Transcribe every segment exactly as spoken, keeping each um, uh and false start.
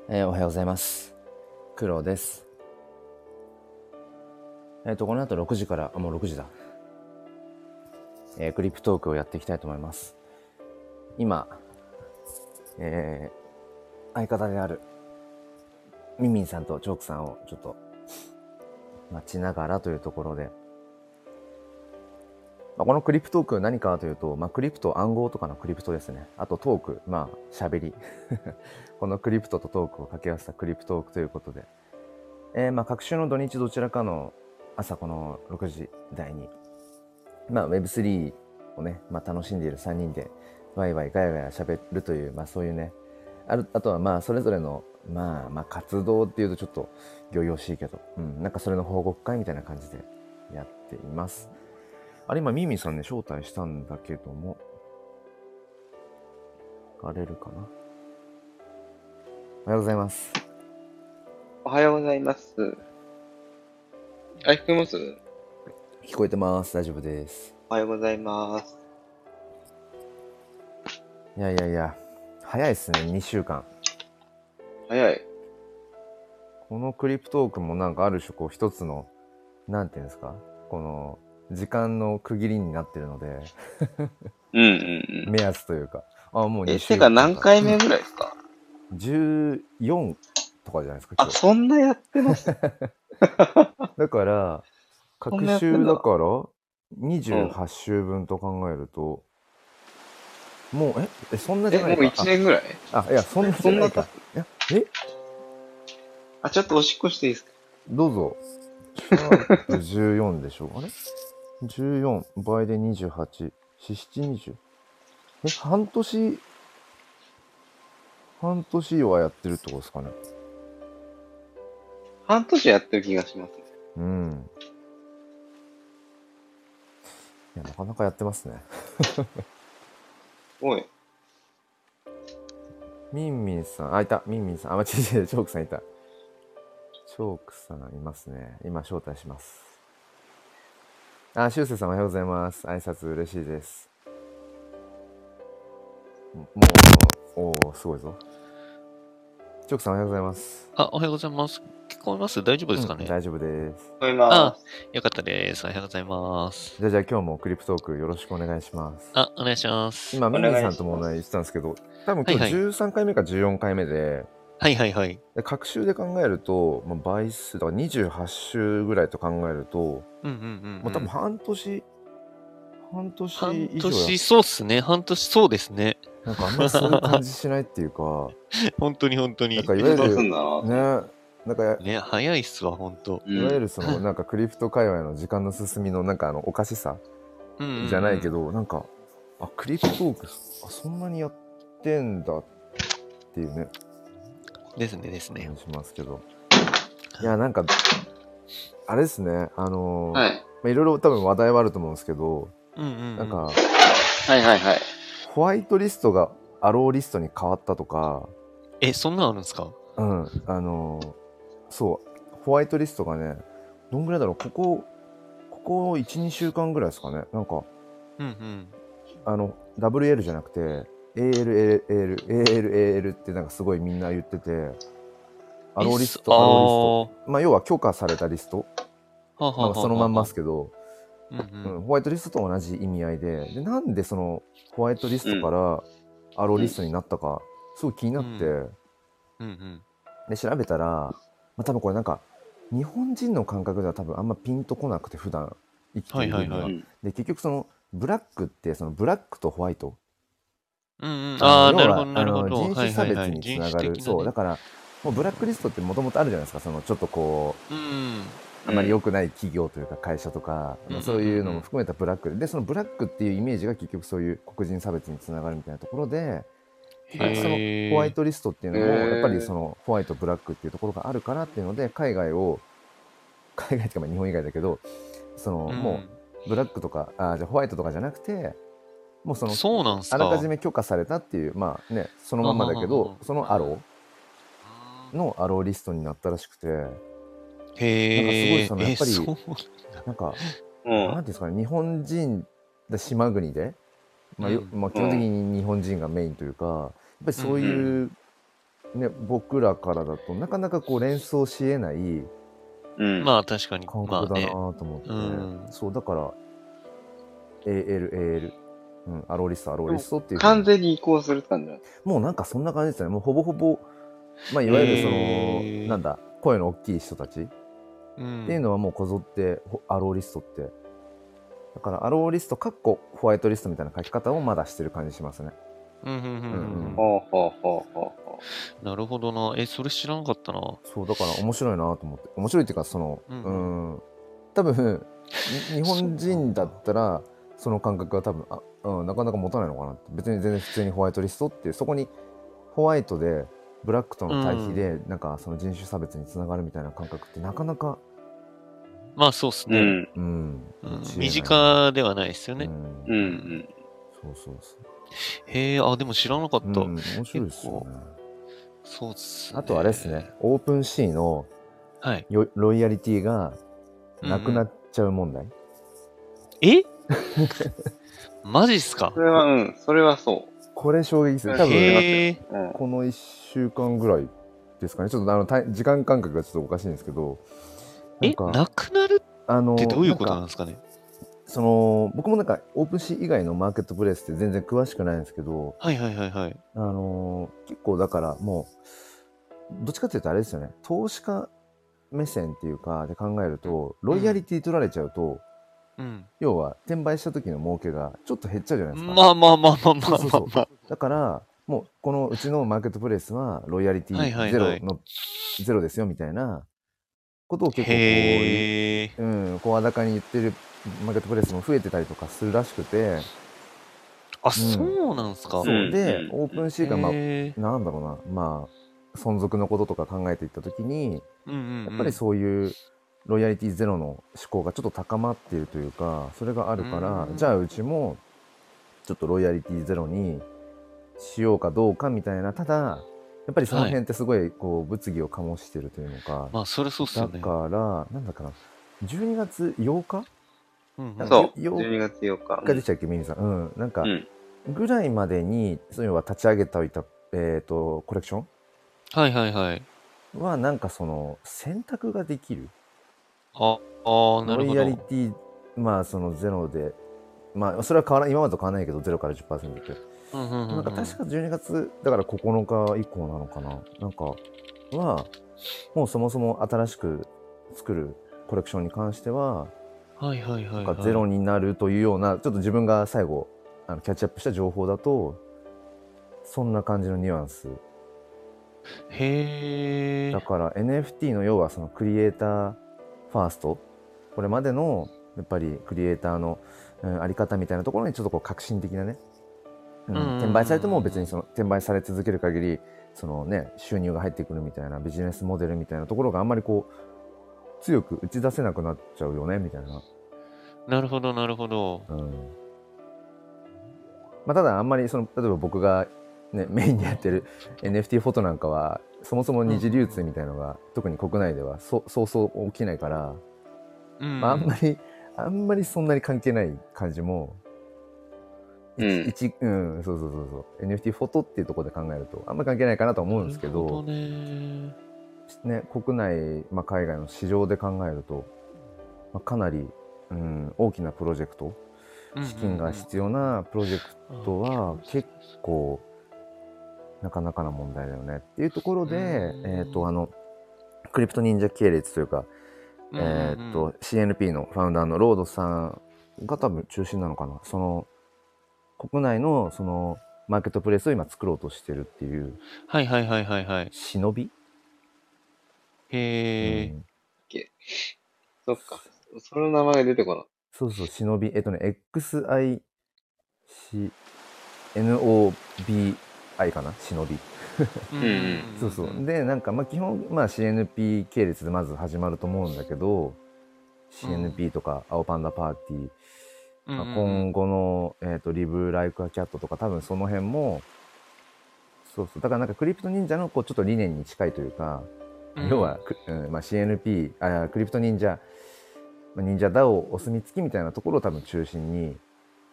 えーおはようございます。黒です。えっ、と、この後ろくじから、あ、もうろくじだ。えークリプトークをやっていきたいと思います。今、えー相方であるミンミンさんとチョークさんをちょっと待ちながらというところで、まあ、このクリプトーク何かというと、まあ、クリプト暗号とかのクリプトですね。あとトーク、まあ喋り。このクリプトとトークを掛け合わせたクリプトークということで、えー、まあ各週の土日どちらかの朝このろくじ台に、まあ ウェブスリー をね、まあ、楽しんでいるさんにんでワイワイガヤガヤ喋るという、まあそういうね、ある、あとはまあそれぞれの、まあまあ活動っていうとちょっと仰々しいけど、うん、なんかそれの報告会みたいな感じでやっています。あれ今ミーミーさんね招待したんだけども、あれるかな。おはようございます。 おはようございます。あ、聞こえます？ 聞こえてます。大丈夫です。 おはようございます。 いやいやいや、早いっすね、にしゅうかん。 早い。 このクリプトークもなんかある種こう一つの、なんていうんですか、この時間の区切りになってるので、 うんうんうん。 目安というか、あ、もうえ、 2 てか週間か。 何回目ぐらいですか？ じゅうよんとかじゃないですか、 あ、 今日。 そんなやってます。 だから、 そん各なやってんだ。 週だから、28 うん。 週分と考えると、もう、え、え、そんなじゃえ、もうないか。 1年ぐらい？ あ、あ、いや、そんなじそゃないか。 んな経つ？ いや、え、 あ、ちょっとおしっこしていいですか？ どうぞ。シャープじゅうよんでしょ。あれ ?じゅうよん 倍でにじゅうはち。ししちにじゅう。え、半年、半年はやってるってことですかね。 半年やってる気がしますね。 うん。いや、なかなかやってますね。 おい。 ミンミンさん、あ、いた。ミンミンさん。あ、間違えて、チョークさんいた。チョークさんいますね。今、招待します。あ、シュウセイさんおはようございます。挨拶嬉しいです。もう、おー、すごいぞ。チョークさんおはようございます。 あ、おはようございます。聞こえます？大丈夫ですかうん、 ね？ 大丈夫です。 聞こえまあ、 す。 よかったです。おはようございます。 じゃあ、じゃあ今日もクリプトークよろしくお願いします。 あ、お願いします。 今、 おミンミンさん願いします。 ともね言ってたんですけど、多分今日はいはい。 じゅうさんかいめかじゅうよんかいめで、 はいはいはい。 で各週で考えると、まあ、倍数だからにじゅうはち週ぐらいと考えると、 うんうんうんもう多分うん。 半年、半年半以上や、 年、そうっすね。半年、そうですね。 なんかあんまりそういう感じしないっていうか、 本当に本当に。 なんかいわゆる、 運動すんだなとね、 思って。 なんかね、早いっすわ、本当。 いわゆうん。 るそのなんかクリプト界隈の時間の進みのなんかあのおかしさうんうんうん。 じゃないけど、なんか、あ、クリプトーク、あ、そんなにやってんだっていうね、 ですねですね。 感じしますけど。いや、なんか、あれですね、あのー、 はい。 まあ、いろいろ多分話題はあると思うんですけど、 うんうんうん。 なんか、 はいはいはい。 ホワイトリストがアローリストに変わったとか、 え、そんなんあるんですか？ うん、あのー、そう、ホワイトリストがね、どんぐらいだろう、ここ、ここいち、にしゅうかんぐらいですかね、なんか、 うんうん。 あの、ダブリューエル じゃなくて、エーエルエーエル、エーエルエーエル ってなんかすごいみんな言ってて、アローリスト、アローリスト。まあ、要は許可されたリスト。 あ。はあはあはあはあ。 まあ、そのまんまですけど、 うんううん、 ん。 ホワイトリストと同じ意味合いで、で、なんでそのホワイトリストからアローリストになったか、すごい気になって、 うんうん。 で、調べたら、まあ、多分これなんか、日本人の感覚では多分あんまピンとこなくて、普段生きている分には。 はいはいはい。 で、結局その、ブラックって、そのブラックとホワイト。 うんうん。 あの、 ああ、 要は、 なるほどなあの、 るほど。 人種差はいはいはい。 別につ人種ながる。そう、 的なね。 だから、もうブラックリストってもともとあるじゃないですか、その、ちょっとこう、 うんあまり良くない企業というか会社とか、 うんうんうんうんそういうのも含めたブラックで、でそのブラックっていうイメージが結局そういう黒人差別につながるみたいなところで、結局そのホワイへえ。 トリストっていうのもやっぱりそのホワイトブラックっていうところがあるからっていうので、海外を海外っていうかまあ日本以外だけど、そのうんもうブラックとかあじゃあホワイトとかじゃなくて、もうそのそうなんすあらかじか。 め許可されたっていう、まあね、そのまんまははははだけど、 は。 そのアローのアローリストになったらしくて、なんかすごいへえ、 そのやっえ、 ぱりそうなんかうん。 なんていうんですかね、日本人で島国で、まあようん。 まあ、基本的うん。 に日本人がメインというか、やっぱりうんそううん。 いうね、僕らからだとなかなかこう連想しえないうん。 まあ確かに、 感まあ覚だなね。 と思って、 うんそうだから エーエル、エーエル、うん、アローリスト、アローリストっていうふう完に全に移行する感じなんです。 もうなんかそんな感じですよね。もうほぼほぼ、まあ、いわゆるその、 へーなんだ、声の大きい人たちっうん。 ていうのはもうこぞってほアローリストって。だからアローリストかっこホワイトリストみたいな書き方をまだしてる感じしますね。 うんうんうんうんうんうん。 ほうほうほうほうほなるほどな。え、それ知らなかったな。 そう、だから面白いなと思って。面白いっていうか、その、 うんううんん、多分、に日本そうなん人だだったら、その感覚は多分、あ、うん、なかなか持たないのかなって。別に全然普通にホワイトリストっていう、そこにホワイトで、ブラックとの対比で、なんかその人種差別につながるみたいな感覚ってなかなか、 まあそうっすう。うね。 ん。 うん、 うん持ち得ない身近ではないですよね。 うん、 うんうん。 そうそうそう。 へえ、あ、でも知らなかった。 うん、面白いですよね。 そうっすね。 あとあれですね、オープンシーのはい。 よロイヤリティがなくなっちゃう問題。 えマジっすかそれは、うん。それはそこれ衝撃ですう。 ね。多分、 へえ。 うん。 このいっしゅうかんぐらいですかね。ちょっとあのタイ時間感覚がちょっとおかしいんですけど、なんえ、 か、 なくなるあのってどういうことなかなんんですかね。 その僕もなんかオープンシー以外のマーケットプレイスって全然詳しくないんですけど、 はいはいはいはい。 あの結構だからもうどっちかっていうとあれですよね。投資家目線っていうかで考えると、ロイヤリティ取られちゃうと、 うん。 要は転売した時の儲けがちょっと減っちゃうじゃないですか。 まあまあまあまあまあそうそうそうまあまあ。 だからもうこのうちのマーケットプレイスはロイヤリテはいはィいはい。 ゼロのゼロですよみたいなことを結構こういへえ。 うん、声高に言ってるマーケットプレイスも増えてたりとかするらしくて、 あ、そうなんすか。 そううんで、 うんオープンシーがまへえ。 あなんだろうな、まあ存続のこととか考えていった時に、 うんうんうん。 やっぱりそういうロイヤリティゼロの思考がちょっと高まっているというか、それがあるからうーんじゃあうちもちょっとロイヤリティゼロにしようかどうかみたいな。ただやっぱりそのはい。 辺ってすごいこう物議を醸してるというのか、 まあそれそうっすだよね。 からなんだかな、じゅうにがつようかうんうん。 なんかそう。 よじゅうにがつようか。 がでしたっけ、ミニさん。うん、なんかうん。 ぐらいまでにそういうのは立ち上げておいた、えっ、とコレクションはいはいはい。 はなんかその選択ができる。 あ、あーなロイヤリるほど。 ティまあそのゼロで、まあそれは変わら今までと変わらないけどゼロから じゅっパーセント って。 うんうんうんなんか確かじゅうにがつだからここのか以降なのかな。なんかはもうそもそも新しく作るコレクションに関してははいはいはいはい。 なんかゼロになるというような、ちょっと自分が最後あのキャッチアップした情報だとそんな感じのニュアンスへえ。 だから エヌエフティー の要はそのクリエイターファースト、これまでのやっぱりクリエイターの、うん、あり方みたいなところにちょっとこう革新的なね、うんうんうんうんうん転売されても別にその転売され続ける限りそのね収入が入ってくるみたいなビジネスモデルみたいなところがあんまりこう強く打ち出せなくなっちゃうよねみたいな。 なるほどなるほど。 うんまあ、ただあんまりその例えば僕が、ね、メインでやってる エヌエフティー フォトなんかはそもそも二次流通みたいのが特に国内ではそそうそう起きないから、 うん。 まあ、あんまりあんまりそんなに関係ない感じもうん一うんそうそうそうそう エヌエフティー フォトっていうところで考えるとあんまり関係ないかなと思うんですけど、 なるほどね。 ね、国内、まあ、海外の市場で考えると、まあ、かなり、うん、大きなプロジェクト資金が必要なプロジェクトは結構なかなかな問題だよねっていうところで、えっとあのクリプト忍者系列というか、えっと シーエヌピー のファウンダーのロードさんが多分中心なのかな。その国内のそのマーケットプレイスを今作ろうとしてるっていうはいはいはいはいはい。 忍び、 へえ。 うんそっか。その名前が出てこない。 そうそう忍びえっとね エックスアイシーエヌオービーアイ かな忍びうんうんそうそうでなんかまあ基本まあ シーエヌピー 系列でまず始まると思うんだけど、シーエヌピー とか青パンダパーティー、 うんまあ、今後の、えー、とリブライクアキャットとか多分その辺もそうそうだからなんかクリプト忍者のこうちょっと理念に近いというか、 うん要は、うんまあ、シーエヌピー あクリプト忍者まあ忍者ダオお墨付きみたいなところを多分中心に、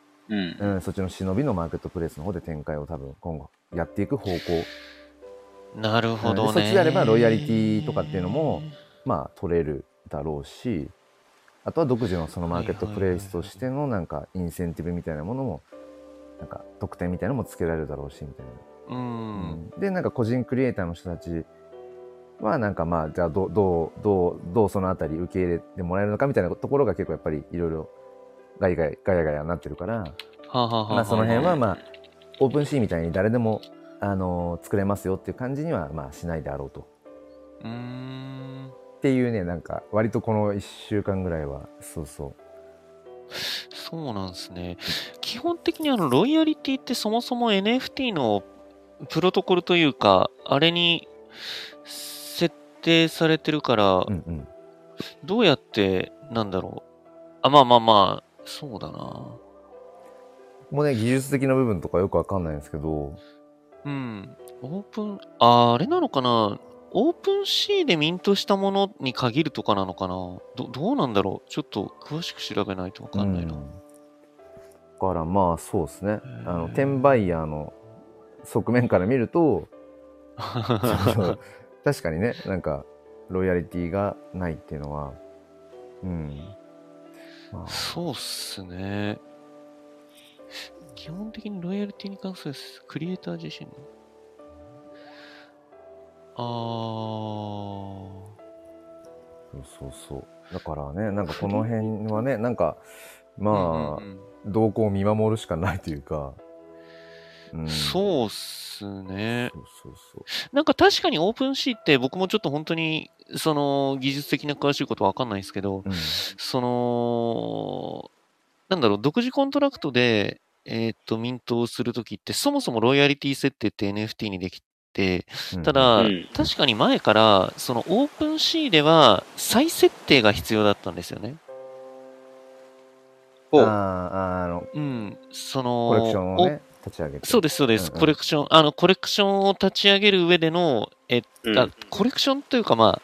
うん。 うん、そっちの忍びのマーケットプレイスの方で展開を多分今後やっていく方向なるほどね。 でそっちであればロイヤリティとかっていうのもまあ取れるだろうし、あとは独自のそのマーケットプレイスとしてのなんかインセンティブみたいなものもなんか特典みたいなのもつけられるだろうしみたいな。 うん。 うんでなんか個人クリエイターの人たちはなんかまあじゃあどうどうどうどうそのあたり受け入れてもらえるのかみたいなところが結構やっぱりいろいろガイガイガヤガヤになってるから、 はあはあはあはあまあその辺はまあオープンシーみたいに誰でもあの作れますよっていう感じにはまあしないであろうと。 うーん。 っていうね、なんか割とこのいっしゅうかんぐらいはそうそうそうなんですね。基本的にあのロイヤリティってそもそも エヌエフティー のプロトコルというか、あれに設定されてるから、 うんうんどうやってなんだろう。あ、まあまあまあ、そうだな。 もうね技術的な部分とかよくわかんないんですけど、 うん。オープン、あ、あれなのかな。オープンシーでミントしたものに限るとかなのかな。ど、どうなんだろう。ちょっと詳しく調べないとわかんないな。 うん、だからまあそうですね、あのへー転売ヤーの側面から見るとそう確かにねなんかロイヤリティがないっていうのはうんまあそうっすね。基本的にロイヤリティに関するクリエイター自身の。あそうそうそうだからねなんかこの辺はねなんかー。 まあ、 うんうん動向を見守るしかないというか、ううんん、 そうっすね。 そうそうそうなんか確かにオープンシーって僕もちょっと本当にその技術的な詳しいことわかんないんですけど、 うんその、なんだろう、独自コントラクトで、えーっと、ミントをするときって、そもそもロイヤリティ設定って エヌエフティー にできて、 うんただ、 うん確かに前から、そのオープンシーでは再設定が必要だったんですよね。 ほう。 あーあのうん。そコレクショの、おンをね立ち上げてそうです、そうです。 うんうんコレクション、あの、コレクションを立ち上げる上での、え、 うんあ、コレクションというか、まあ、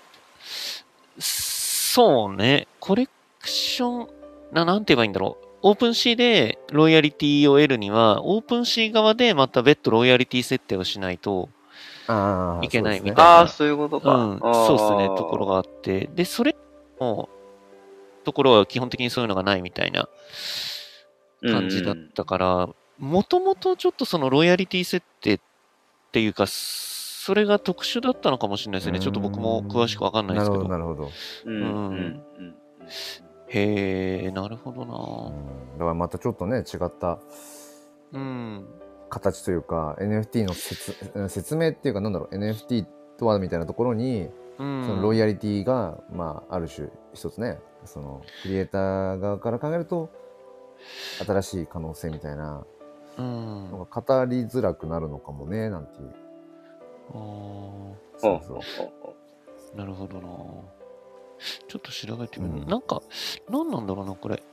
そうね、コレクション、な、なんて言えばいいんだろう。オープンシーでロイヤリティを得るには、オープンシー側でまた別途ロイヤリティ設定をしないとああいけないそうですねみたいな。 ああ、そういうことか。 うん、 あーそうですね、ところがあって。で、それのところは基本的にそういうのがないみたいな感じだったから、もともとちょっとそのロイヤリティ設定っていうか、それが特殊だったのかもしれないですね。ちょっと僕も詳しくわかんないですけど。 なるほどなるほど、 うんうんうんうんへえ、なるほどうな。 ん、だからまたちょっとね違ったうん。 形というか エヌエフティー の説説明っていうかなんだろう エヌエフティー とはみたいなところに、 うん、 そのロイヤリティがまあある種一つねそのクリエイター側から考えると新しい可能性みたいなうん。 のが語りづらくなるのかもねなんていうあーそうそうほうほうほうなるほどな。ちょっと調べてみる。 うんなんか、何なんだろうな、これ。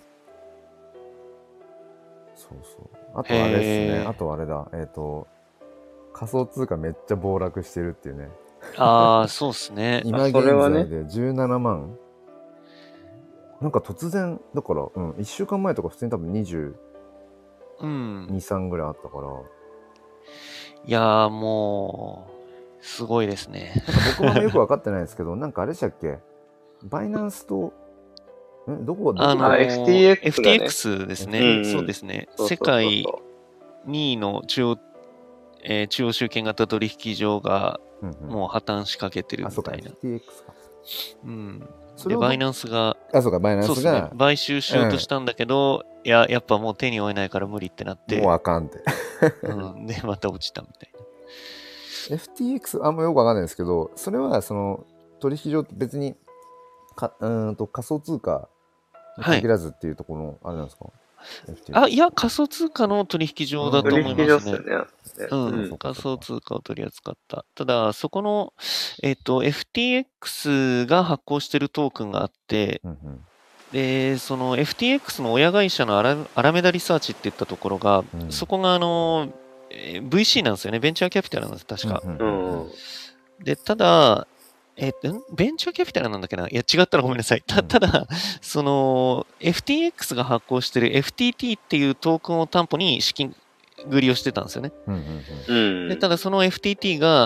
そうそうあとあれですへーねあとあれだえっ、と仮想通貨めっちゃ暴落してるっていうねああ、そうっすね。 今現それはね在でじゅうななまん、なんか突然だから、うん、いっしゅうかんまえとか普通に多分にじゅううん。 に、さんぐらいあったからいやー、もう、すごいですね。 なんか僕もあんまよく分かってないですけどなんかあれでしたっけバイナンスとんどこどこあのー、 あ エフティーエックス がねエフティーエックス ですね。 うんうんそうですね。 そうそうそうそう世界にいの中央、えー中央集権型取引所がうんうんもう破綻しかけてるあそうかみたいエフな。 ティーエックス かうん。 それをで、バイナンスが、 あそうかバイナンそうですねスが、。 買収しようとしたんだけど、いや、やっぱもう手に負えないから無理ってなって、 もうあかんってうん。で、また落ちたみたいな。 エフティーエックス あんまよくわかんないですけどそれはその取引所って別にかうーんと仮想通貨に限らずっていうところのあれなんですか、エフティーエックスあ、いや、仮想通貨の取引所だと思い取引所っますね。 すよね。 ううんん、仮想通貨を取り扱った。ただ、そこの、えっと、エフティーエックス が発行してるトークンがあって、 うんうんで、その エフティーエックス の親会社のアラアラメダリサーチっていったところが、 うんそこがあの、えー ブイシー なんですよね。ベンチャーキャピタルなんです、確か。 うんううんうんん。 で、ただ、えーんベンチャーキャピタルなんだっけないや、違ったらごめんなさい。たうんただ、その、エフティーエックス が発行してる エフティーティー っていうトークンを担保に資金繰りをしてたんですよね。 うんうんうんうん。 で、ただその エフティーティー が、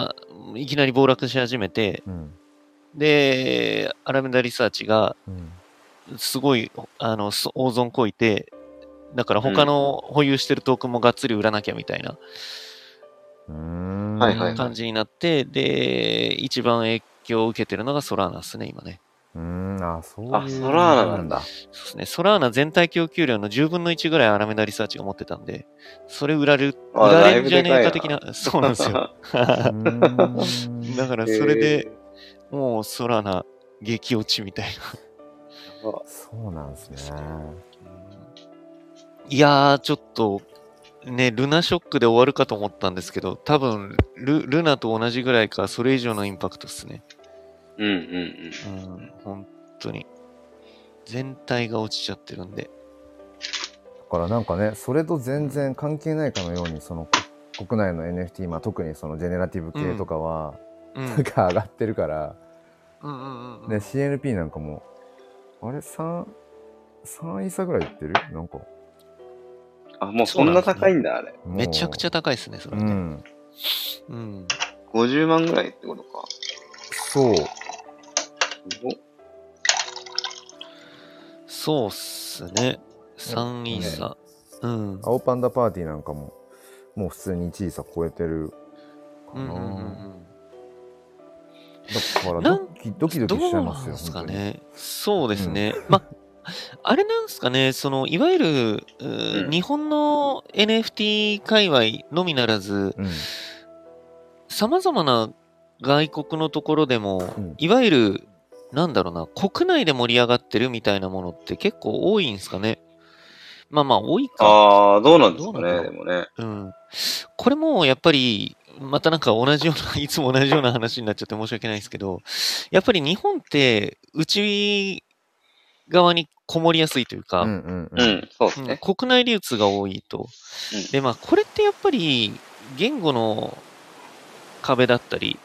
いきなり暴落し始めて、 うん。 で、アラメダリサーチが、 うん。 すごい、あの、そ大損こいて、だから他の保有してるトークンもがっつり売らなきゃみたいなうーん。 はいはいはい感じになって、で、一番影響を受けてるのがソラーナですね、今ね。 うーん。あ、そうあ、 いうソラーナなんだ。 そうですね。ソラーナ全体供給量のじゅうぶんのいちぐらいアラメダリサーチが持ってたんで、それ売られる、 あ売られだいぶるんじゃねえでかいなか的な、そうなんですよ。 うーん。 だからそれで、もうソラーナ激落ちみたいな。 そうなんですね。 いやー、ちょっと、ね、ルナショックで終わるかと思ったんですけど、多分ル、ルナと同じぐらいか、それ以上のインパクトですね。 うんうんうん。 うん、本当に。全体が落ちちゃってるんで。 だからなんかね、それと全然関係ないかのように、そのこ国内の エヌエフティー、まあ、特にそのジェネラティブ系とかは、 うん。 なんか上がってるから、 うんうんうんうん。 で シーエヌピー なんかも、あれ 3, 3イーサぐらいいってるなんか。 あ、もうそんな高いんだ、あれ。 もうめちゃくちゃ高いですね、それね。 うん。 うん。 ごじゅうまんぐらいってことか。 そう。 すごっそうっすね。さんイーサ。うん。 青パンダパーティーなんかも、もう普通にいちイーサ超えてるかな。 うんうんうんうん。 だからなんドキドキドキしちゃいますよ、 どうなんすか本当に。 ね。そうですね。ま、あれなんですかね、その、いわゆる、うーうん日本の エヌエフティー 界隈のみならず、 うん。 様々な外国のところでも、 うんいわゆる、なんだろうな、国内で盛り上がってるみたいなものって結構多いんですかね。まあまあ、多いか。 ああ、どうなんですかね、 どうなんだろうでもね。 うん。これもやっぱり、またなんか同じような、いつも同じような話になっちゃって申し訳ないですけど、やっぱり日本って内側にこもりやすいというか、 うんうんううん。 ん、そうですうんね。 国内流通が多いと。 うんで、まあ、これってやっぱり言語の壁だったり、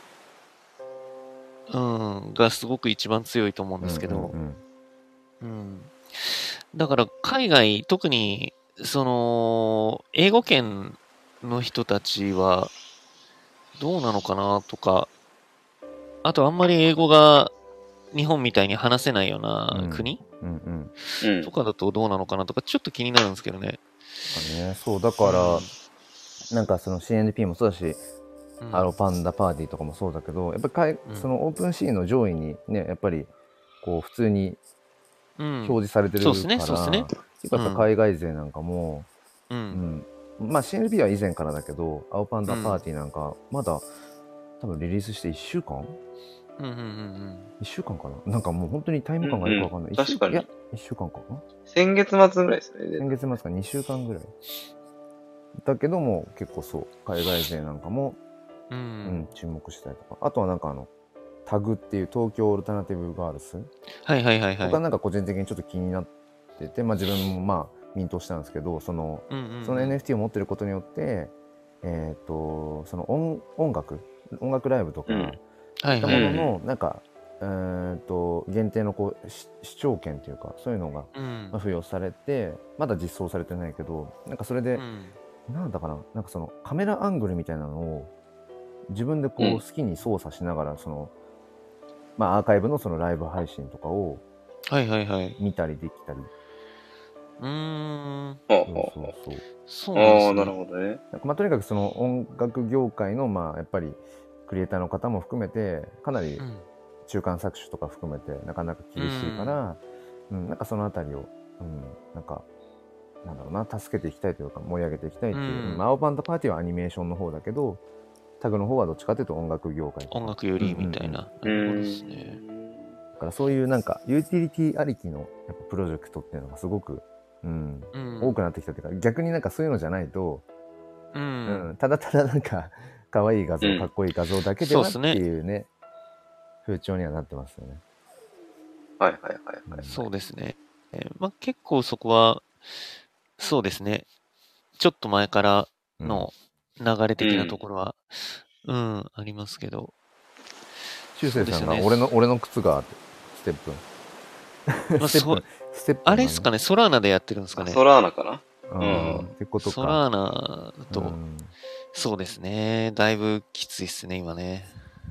うん、がすごく一番強いと思うんですけど、 うんうんうん。だから海外、特に、その、英語圏の人たちは、どうなのかなとか、あとあんまり英語が日本みたいに話せないような国、 うんうん。 うんと。かだとどうなのかなとか、ちょっと気になるんですけどね。 ね、そう、だから、なんかその シーエヌピー もそうだし、 うん、 アロパンダパーティーとかもそうだけど、やっぱりかい、 うんそのオープンシーの上位にね、やっぱりこう普通にうん、 表示されてるから、 そうですね、そうですね。 結構やっぱ海外勢なんかも、 う。 うんん、まあ シーエヌピー は以前からだけど、青パンダパーティーなんかまだ多分リリースしていっしゅうかんうんうんうんうん。 いっしゅうかんかななんかもう本当にタイム感がよくわかんない。 うんうんいっしゅう確かにいや、いっしゅうかんかな先月末ぐらいですね。 先月末かにしゅうかんぐらい。だけども結構そう海外勢なんかも、 ううんん。 注目したりとか、あとはなんかあのタグっていう東京オルタナティブガールズはいはいはいはい。 僕はなんか個人的にちょっと気になってて、まあ、自分もまあミントしたんですけど、そのうんうんうん、 その エヌエフティー を持ってることによって、えー、とその 音, 音楽音楽ライブとか、 うんはいそうはいいはい。 ったもののなんか、えー、と限定のこうし視聴権というかそういうのがうんまあ付与されて、まだ実装されてないけど、なんかそれで、 うんなんだかな、なんかそのカメラアングルみたいなのを自分でこうんう好きに操作しながら、そのまあアーカイブのそのライブ配信とかをはいはいはい。 見たりできたり、 うーん。 ほうそうほうほう。 そうそう。 そうなんですね。 ああ、なるほどね。 なんかまあとにかくその音楽業界のまあやっぱりクリエイターの方も含めてかなりうん中間搾取とか含めてなかなか厳しいから、うんなんかそのあたりを、うん、なんかなんだろうな、助けていきたいというか盛り上げていきたいっていう、 うんまあ青パンダパーティーはアニメーションの方だけど、タグの方はどっちかというと音楽業界とか音楽よりみたいな。 うなるほどんですね。 だからそういうなんかユーティリティありきのやっぱプロジェクトっていうのがすごく、うんうん。 多くなってきたというか、逆になんかそういうのじゃないと、 う。 うんん、ただただなんか可愛い画像、 うんかっこいい画像だけではってそうっすねいうね、風潮にはなってますよね。 はいはいはいはい。 そうですね。えーまあ、結構そこは、そうですね。ちょっと前からの流れ的なところは、うん、ありますけど。 修正さんがそうですよね俺の俺の靴がってステップンまあステップンそステップンあれですかね、ソラーナでやってるんですかね。 ソラーナかなうんうんってことか。 ソラーナと、 うんそうですね。だいぶきついっすね、今ね。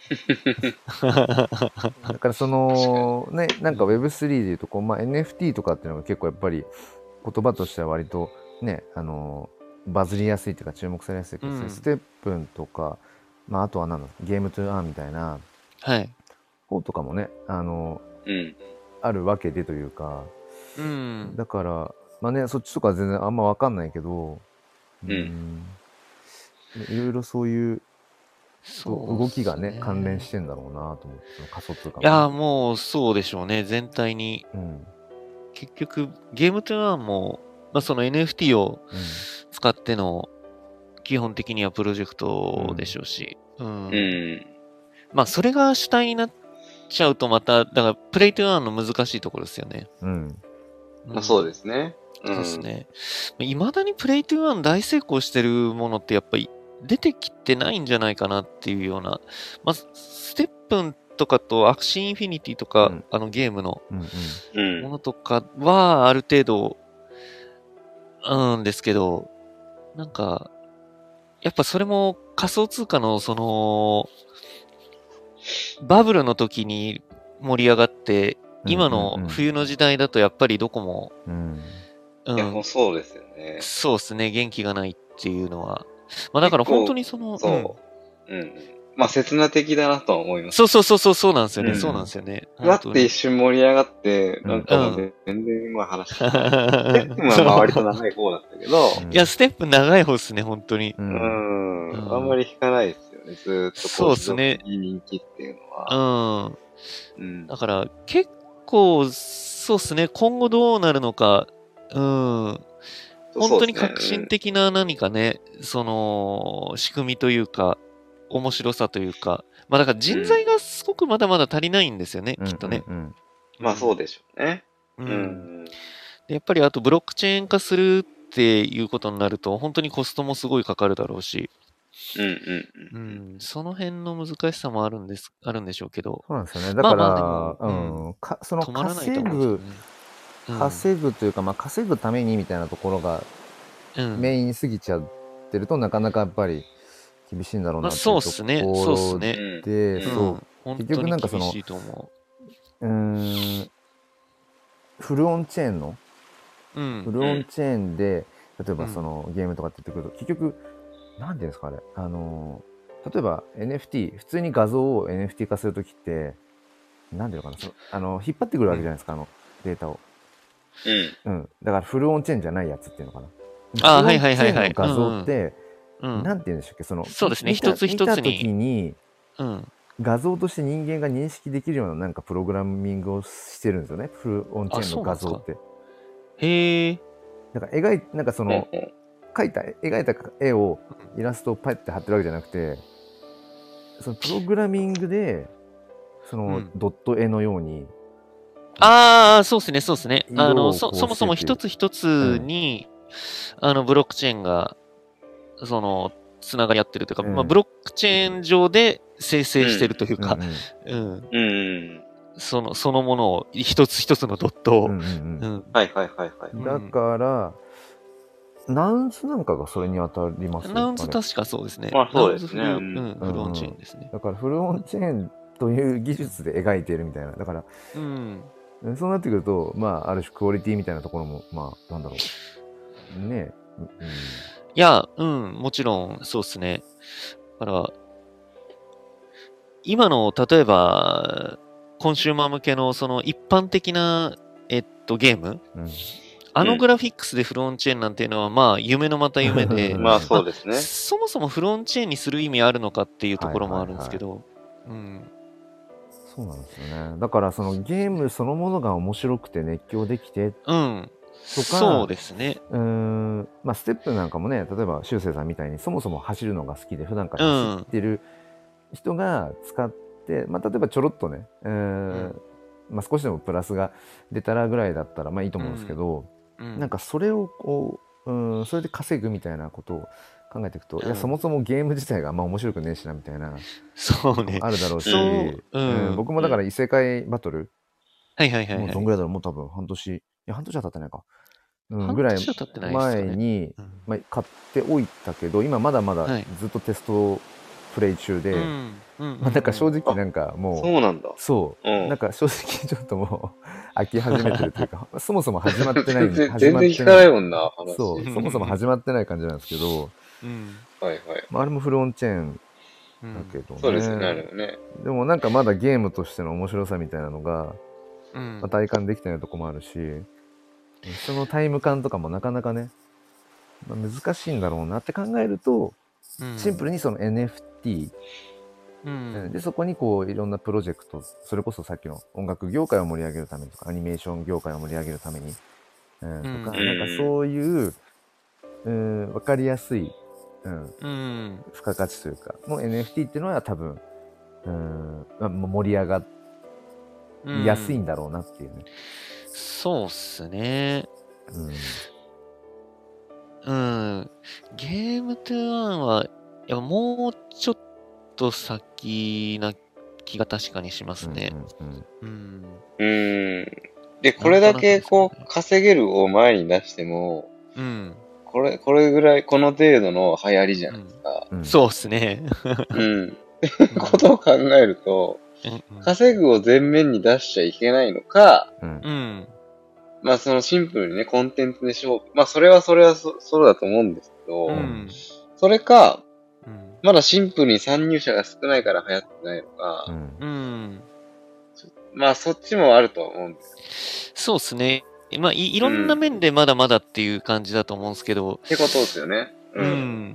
だからそのね、なんか ウェブスリー でいうとこう、まあ、エヌエフティー とかっていうのが結構やっぱり言葉としては割とね、あのバズりやすいっていうか注目されやすいけど、 うんステップンとか、まあ、あとは何だゲームトゥーアーンみたいなはい。 方とかもね、あのうん。 あるわけでというか、 うん。 だからまあね、そっちとかは全然あんま分かんないけど、 うんうんいろいろそういうそう動きがねっすね関連してんだろうなと思って、その仮想通貨いやーもね。 もうそうでしょうね。全体に。 うん結局、ゲームトゥーアーンも、まあ、その エヌエフティー をうん使っての、基本的にはプロジェクトでしょうし。うん。 うん。 まあ、それが主体になっちゃうとまた、だから、プレイトゥーアーンの難しいところですよね。 うんまあそうですすね。 そうですね。いまだにプレイトゥーアーン大成功してるものってやっぱり出てきてないんじゃないかなっていうような、まあ、ステップンとかとアクシーインフィニティとか、 うんあのゲームのうんうんうん。 ものとかはある程度、うんですけど、なんか、やっぱそれも仮想通貨のその、バブルの時に盛り上がって、今の冬の時代だとやっぱりどこも、 うんう、 いや、もうんそうですよね。 そうですね、元気がないっていうのは。まあだから本当にその、うんそう。うん。まあ、切な的だなとは思います。 そうそうそうそう、そうなんですよね、 うんそうなんですよね。 ふわって一瞬盛り上がって、 うんなんかもう全然まあ話してない。ステップはまあ割と長い方だったけど、 うんいや、ステップ長い方ですね、本当に。 ううんん、 うんあんまり引かないですよね。ずーっとそうっすね持続的に人気っていうのうは。 ん。 うん。 だから、結構、そうですね、今後どうなるのか、うん。本当に革新的な何かね、その、仕組みというか、面白さというか、まあだから人材がすごくまだまだ足りないんですよね、 うんきっとね。 うんうんまあそうでしょうね。 う。 うんん。 でやっぱりあとブロックチェーン化するっていうことになると、本当にコストもすごいかかるだろうし、 うんうんううん。 ん、その辺の難しさもあるんです、あるんでしょうけど、 そうなんですよね。だから、 まあまあでもうんかその止まらないと稼ぐ思うんですよね。うん稼ぐというか、まあ、稼ぐためにみたいなところがうん。 メインに過ぎちゃってると、なかなかやっぱり厳しいんだろうなっていまあそううっすねとこそうっすろねで、 うんそう、 ん、本結当に局なんかその厳しいと思うーんフルオンチェーンのう。うん。 フルオンチェーンで、例えばうんそのゲームとかって言ってくると、結局なんていうんですかあれ、あの例えば エヌエフティー 普通に画像を エヌエフティー 化するときってなんていうのかな、そのあの引っ張ってくるわけじゃないですか、あのデータを。 うん。 うん。だからフルオンチェーンじゃないやつっていうのかな。 あーフルオンはいはいはいはいチェーンの画像って、 うん。 なんて言うんでしたっけ、その、 そうですね見た一つ一つに見た時にうん。 画像として人間が認識できるようななんかプログラミングをしてるんですよね。フルオンチェーンの画像って。 へえ。 だから描い、なんかその、 うん描いた、描いた絵をイラストをパッて貼ってるわけじゃなくて、そのプログラミングで、その、 うんドット絵のように、 ああ、そうですね、そうですね。あの、 色をこそうそもそもしてて一つ一つに、あの、ブロックチェーンが、その、つながり合ってるというか、 うんまあ、ブロックチェーン上で生成してるというか、 うんうん、 うん。 その、そのものを一つ一つのドットを、 うんうんうんううんん、 はいはいはいはい。 うんだから、ナウンズなんかがそれに当たりますよね。 ナウンズ確かそうですね。 まあそうですねナウンズフル、 うんうん、フルオンチェーンですね。 だからフルオンチェーンという技術で描いているみたいな。だから、 うん。 そうなってくると、まあ、ある種クオリティみたいなところも、まあ、なんだろう。ねえ。うんいや、うん、もちろん、そうですね。だから、今の、例えば、コンシューマー向けの、その一般的な、えっと、ゲームうんあのグラフィックスでフルオンチェーンなんていうのは、まあ、夢のまた夢で、 うんまあそうですね。 そもそもフルオンチェーンにする意味あるのかっていうところもあるんですけど、うん。 そうなんですよね。だから、そのゲームそのものが面白くて熱狂できて、 うん。 とかそうですね。 うーん、まあ、ステップなんかもね、例えば、しゅうせいさんみたいに、そもそも走るのが好きで、普段から走ってる人が使って、まあ、例えばちょろっとね、うーんうんまあ、少しでもプラスが出たらぐらいだったら、まあいいと思うんですけど、 うん。 なんかそれをこう、うん、それで稼ぐみたいなことを考えていくと、 うんいや、そもそもゲーム自体があんま面白くねえしな、みたいな、 そうね。 あるだろうし、 そううんうん僕もだから異世界バトル、 はいはいはいはい。 もうどんぐらいだろう、もう多分半年、いや、半年は経ってないか。うん、 半ぐらい年は経ってないですかね前に、 うんまあ、買っておいたけど、今まだまだはいずっとテストプレイ中で、 うんうんうんまあ、なんか正直あなんかもうそうなんだ。 そう、 うんなんか正直ちょっともう飽き始めてるというかそもそも始まってない全然、 始全まってない然聞かないもんな、話。 そうそもそも始まってない感じなんですけど、 うんはいはい。 まあ、あれもフルオンチェーンうんだけどね、 そうですよね、あれもね。 でもなんかまだゲームとしての面白さみたいなのが、 うんまあ、体感できてないとこもあるし、そのタイム感とかもなかなかね、まあ、難しいんだろうなって考えると、 うんシンプルにその エヌエフティー、 うんでそこにこういろんなプロジェクト、それこそさっきの音楽業界を盛り上げるためにとかアニメーション業界を盛り上げるために、うんうんとか、 うんなんかそういう、うん、分かりやすい、うん、 うん付加価値というかの エヌエフティー っていうのは多分、うんまあ、盛り上がりやすいんだろうなっていうね。 そうっすね。 うんうん。ゲームトゥーワンは、やっぱもうちょっと先な気が確かにしますね。 うんうんうん。 うーん。で、これだけこう、稼げるを前に出しても、 うん。 これ、これぐらい、この程度の流行りじゃないですか。 うんそうっすね。 うん。ことを考えると、稼ぐを前面に出しちゃいけないのか、 うんうん。 まあそのシンプルにね、コンテンツで勝負。まあそれはそれはそそうだと思うんですけど、 うん。 それか、 うん。 まだシンプルに参入者が少ないから流行ってないのか、 うんうん。 まあそっちもあるとは思うんですそうっすね。まあい、いろんな面でまだまだっていう感じだと思うんですけど、 ってことですよね。 うん。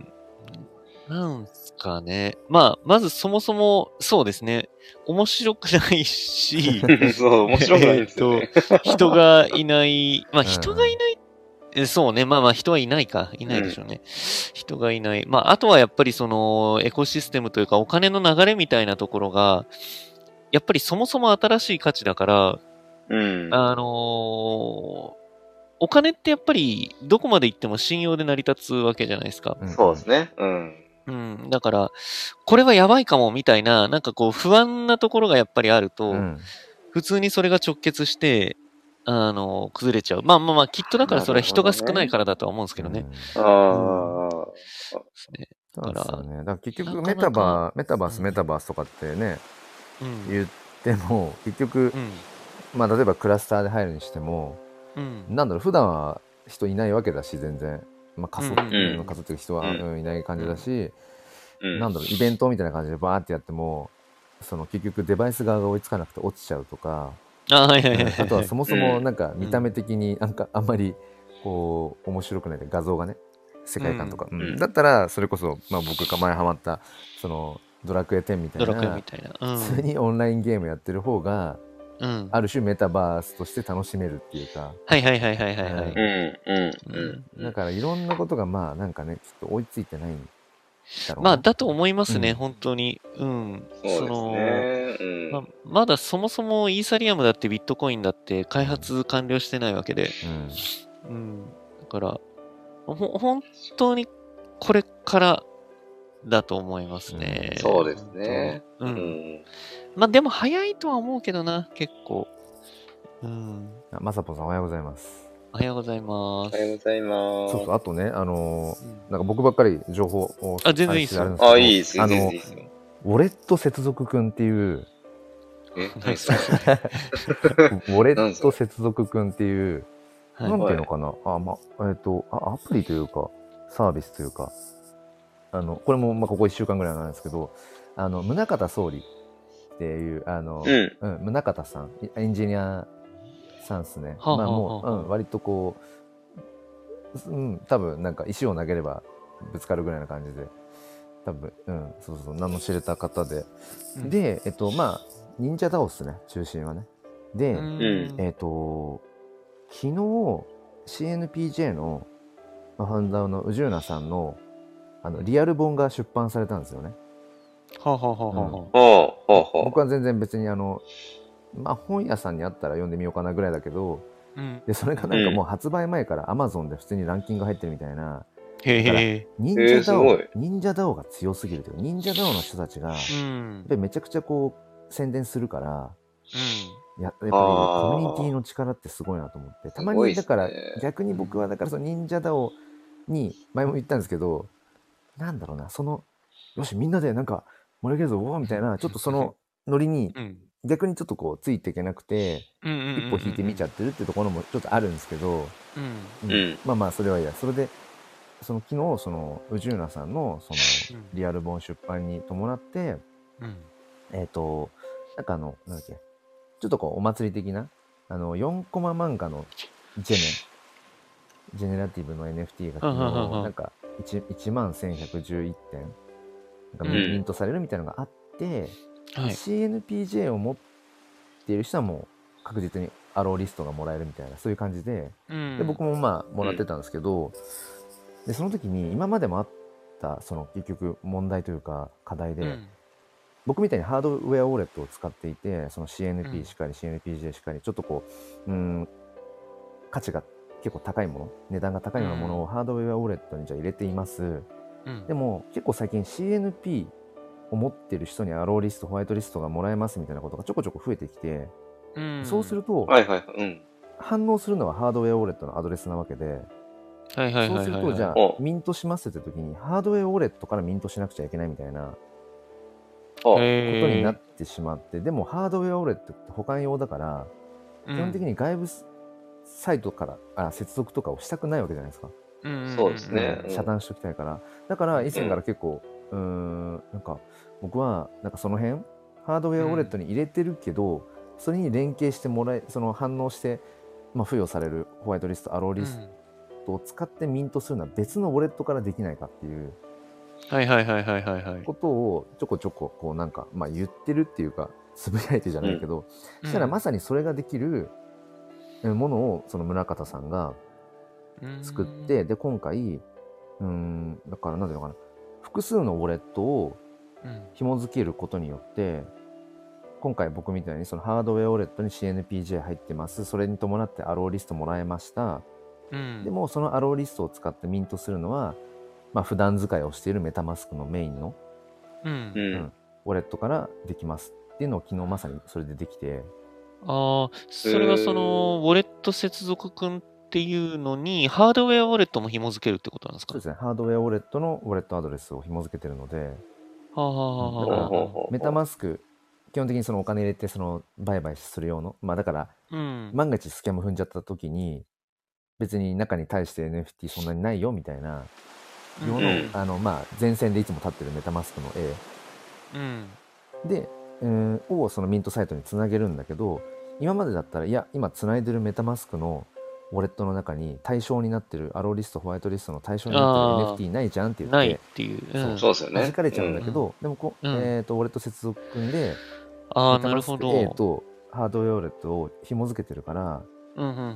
なんすかね。まあ、まずそもそも、そうですね。面白くないし、 そう、面白くないんですよね。 えーっと、人がいない、まあうん人がいない、えそうね。まあまあ人はいないか。いないでしょうね。人がいない。まああとはやっぱりそのエコシステムというかお金の流れみたいなところが、やっぱりそもそも新しい価値だから、 うん。 あのーお金ってやっぱりどこまで行っても信用で成り立つわけじゃないですか。 うんそうですね。うん。 うん。だから、これはやばいかもみたいな、なんかこう不安なところがやっぱりあると、 うん普通にそれが直結して、あの、崩れちゃう。まあまあまあ、きっとだからそれは人が少ないからだとは思うんですけどね。 ああ、 ですね。 そうですよね。だから結局なかなかメタバー、メタバース、 うんメタバースとかってね、 うん。 言っても、結局う、ん。 まあ例えばクラスターで入るにしても、 うん。 なんだろう、普段は人いないわけだし、全然。まあ仮想、 うんうん仮想っていう人は、 うんうんいない感じだし、 うん。 なんだろう、イベントみたいな感じでバーってやっても、その結局デバイス側が追いつかなくて落ちちゃうとか、 あ、はいはいはいうんはい。 あとはそもそもなんかうん見た目的になんかあんまりこう面白くないで画像がね世界観とか、 うんうんだったらそれこそ、まあ、僕が前ハマったそのドラクエテンみたいドラクエなみたいな。うん。 普通にオンラインゲームやってる方がうん。 ある種メタバースとして楽しめるっていうか、 はいはいはいはいはいはい。 うん、うん、うん。 だからいろんなことがまあなんかねきっと追いついてないんだろうな。 まあ、だと思いますね、 うん本当に。うん。 そうですね。うん。 まあ、まだそもそもイーサリアムだってビットコインだって開発完了してないわけで。 うんうん。だから、ほ、本当にこれからだと思いますね。 うんそうですね本当に。う。 うんん。 まあ、でも早いとは思うけどな、結構。うん。 あまさぽんさんおはようございます。 おはようございます。 おはようございます。 そうそうあとねあのーうんなんか僕ばっかり情報をあ全然いいっすよあれなんですけどあ、いいですよ。 あの全然いいですよ。 ウォレット接続くんっていうえ、 何何それウォレット接続くんっていう、 はいなんていうのかな、あ、ま、えっ、とあ、アプリというか、サービスというか、あの、これも、ま、ここいっしゅうかんぐらいなんですけど、あの、宗像総理っていう、あの、 うん。 うん、宗像さん、エンジニアさんですね。 はあはあまあもう、 はあはあうん、割とこう、うん、多分なんか石を投げればぶつかるぐらいな感じで、多分、うん、そうそう、名の知れた方で。 うんで、えっと、まあ、忍者ダオっすね、中心はね。で、 うんえっ、と、昨日 シーエヌピージェー のまあファウンダーの宇宙なさんのあのリアル本が出版されたんですよね。 はあ、はあはあはあはあ、 ほうほうほう。 僕は全然別にあの、まあ、本屋さんにあったら読んでみようかなぐらいだけど、 うん。 でそれがなんかもう発売前から Amazon で普通にランキング入ってるみたいな、 へえ。 忍えー者ダオ、 すごい忍者ダオが強すぎるというか、忍者ダオの人たちがやっうん。 ぱりめちゃくちゃこう宣伝するから、 うややっぱりあーコミュニティの力ってすごいなと思って、たますごいっすねにだから逆に僕はだからその忍者ダオに前も言ったんですけど、なんだろうな、そのよしみんなでなんか盛り上げるぞおーみたいなちょっとそのノリに逆にちょっとこうついていけなくて一歩引いて見ちゃってるってところもちょっとあるんですけど、 うんうん、 まあまあそれはいいや。それでその昨日その宇宙なさんのそのリアル本出版に伴って、うん、えっ、ー、となんかあのなんだっけちょっとこうお祭り的なあのよんコマ漫画のジェネジェネラティブの エヌエフティー が昨日なんか いちまんせんひゃくじゅういってんなんかミントされるみたいなのがあって、うんはい、シーエヌピージェー を持っている人はもう確実にアローリストがもらえるみたいなそういう感じで、うん、で僕もまあもらってたんですけど、うん、でその時に今までもあったその結局問題というか課題で、うん、僕みたいにハードウェアウォレットを使っていてその シーエヌピー しかり、うん、シーエヌピージェー しかりちょっとこううん価値が結構高いもの値段が高いようなものをハードウェアウォレットにじゃあ入れています、うん、でも結構最近 シーエヌピー を持ってる人にアローリストホワイトリストがもらえますみたいなことがちょこちょこ増えてきて、うん、そうすると、はいはいうん、反応するのはハードウェアウォレットのアドレスなわけで、そうするとじゃあミントしますって時にハードウェアウォレットからミントしなくちゃいけないみたいなことになってしまって、でもハードウェアウォレットって保管用だから、うん、基本的に外部サイトからあ接続とかをしたくないわけじゃないですか。 うん、そうですね、 うん、遮断しときたいから。だから以前から結構、うん、うーんなんか僕はなんかその辺ハードウェアウォレットに入れてるけど、うん、それに連携してもらえその反応して、まあ、付与されるホワイトリストアローリストを使ってミントするのは別のウォレットからできないかっていうはいはいはいはいはいはいことをちょこちょここうなんか、まあ、言ってるっていうかつぶやいてじゃないけど、うん、したらまさにそれができるものをその宗像さんが作って、で今回うーんだから何ていうのかな複数のウォレットを紐付けることによって、うん、今回僕みたいにそのハードウェアウォレットに シーエヌピージェー 入ってます、それに伴ってアローリストもらえました、うん、でもそのアローリストを使ってミントするのは、まあ、普段使いをしているメタマスクのメインの、うんうん、ウォレットからできますっていうのを昨日まさにそれでできて、 ああ、それはその、ウォレット接続君っていうのに、ハードウェアウォレットも紐付けるってことなんですか？ そうですね。ハードウェアウォレットのウォレットアドレスを紐付けてるので、 はあはあはあ、 だからメタマスク、基本的にそのお金入れてその売買する用の、まあだから、うん、万が一スキャム踏んじゃった時に、別に中に対して エヌエフティー そんなにないよみたいな、用の、うん、あの、まあ前線でいつも立ってるメタマスクの絵、うん、で、えー、をそのミントサイトにつなげるんだけど、今までだったらいや今つないでるメタマスクのウォレットの中に対象になってるアローリストホワイトリストの対象になってる エヌエフティー ないじゃんって言ってないっていう、 うん、そうですよね。 弾かれちゃうんだけど、うん、でもこ、うん、えー、とウォレット接続組んであメタマスク A とハードウェアウォレットを紐付けてるから、うんうんうんうん、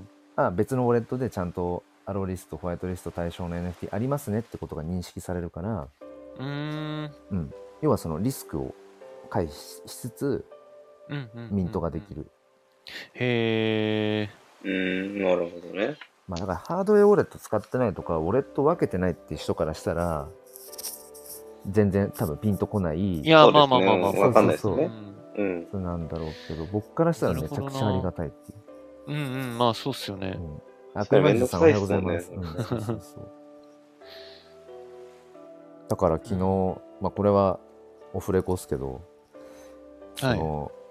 あ別のウォレットでちゃんとアローリストホワイトリスト対象の エヌエフティー ありますねってことが認識されるから、うーん、うん、要はそのリスクを回避しつつミントができる。 へえ。 うーん、なるほどね。 まあだからハードウェアウォレット使ってないとかウォレット分けてないって人からしたら全然多分ピンとこない。 いや、まあまあまあまあ、 分かんないですね。 うん。そうなんだろうけど僕からしたらめちゃくちゃありがたいっていう。 うんうん、まあそうっすよね。うん、 あ、クレマンジさんおはようございます。うん、そうそうそう。だから昨日、うん、まあこれはオフレコっすけど、その、はい、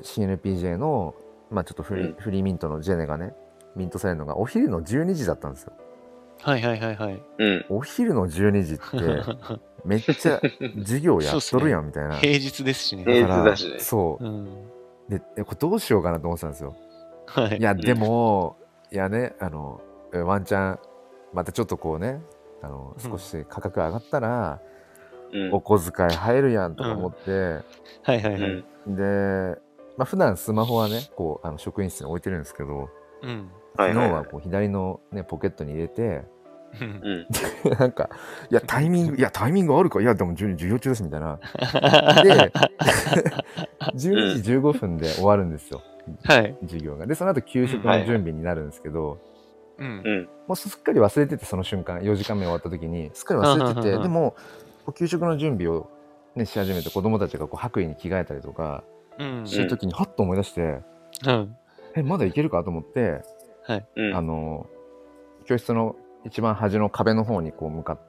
シーエヌピージェー のまあちょっとフリー、うん、フリーミントのジェネがねミントされるのがお昼のじゅうにじだったんですよ。 はいはいはいはい。 お昼のじゅうにじってめっちゃ授業やっとるやんみたいな。 ね、平日ですしね。 平日だしね。 そう。うん、でこれどうしようかなと思ってたんですよ。はい。いやでも、うん、いやねあのワンチャンまたちょっとこうねあの少し価格上がったら、うん、お小遣い入るやんとか思って、うん、 はいはいはい。 で、まあ普段スマホはねこうあの職員室に置いてるんですけど、うん、昨日はこう左の、ね、ポケットに入れて、うん、なんかいやタイミングいやタイミングあるかいやでも授業中ですみたいなでじゅうにじじゅうごふんで終わるんですよ、はい、授業が。でその後給食の準備になるんですけど、うん、もうすっかり忘れててその瞬間よじかんめ終わった時にすっかり忘れててでも給食の準備を、ね、し始めて子供たちがこう白衣に着替えたりとかしてる時にハッと思い出して、うん、えまだいけるかと思って、はい、あの教室の一番端の壁の方にこう向かって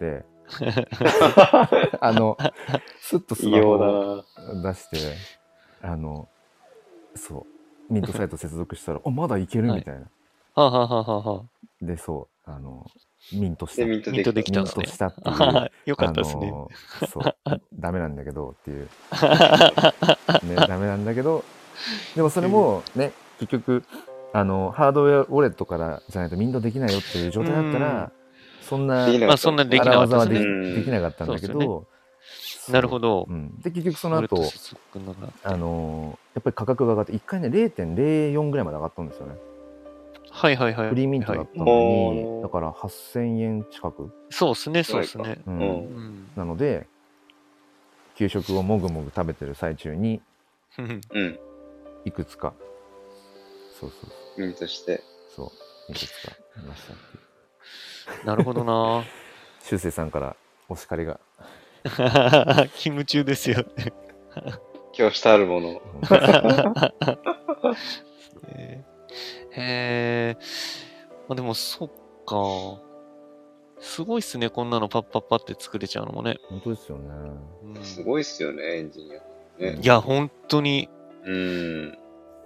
あの、スッとス異マホ様だを出して、あの、そう、ミントサイト接続したら、あ、まだいけるはいみたいな。 はあ、はあはあはあはあ、 で、そう、あの、ミントした。 で、ミントミントできたんですね。 ミントしたっていう、 あーよかあったですね。 の、そう、ダメなんだけどっていう、ね、ダメなんだけど、でもそれもね、結局、あの、ハードウェアウォレットからじゃないとミントできないよっていう状態だったら、そんなできなかったまあそんなできなかった荒技はですね。 できできなかったんだけそうですど、 なるほどそううん。で、結局そのウォレットう後、 接続のがあの、やっぱり価格が上がって、いっかいね、れいてんれいよんぐらいまで上がったんですよね。 はいはいはい。 フリーミントだはいったのに、 おーだからはっせんえん近く。 そうですね、そうですね。 う。 うん。 うんん。 なので、給食をもぐもぐ食べてる最中に、 うん。 いくつか、そうそうミントして。 そう、いくつかいましたっていう。 なるほどな。 修正さんからお叱りが。 勤務中ですよね。 今日したあるもの。 へえ。まあでも、そっか。すごいっすね、こんなのパッパッパって作れちゃうのもね。 本当ですよね。 うんすごいっすよね、エンジニア。ね。 いや、本当に。 うん。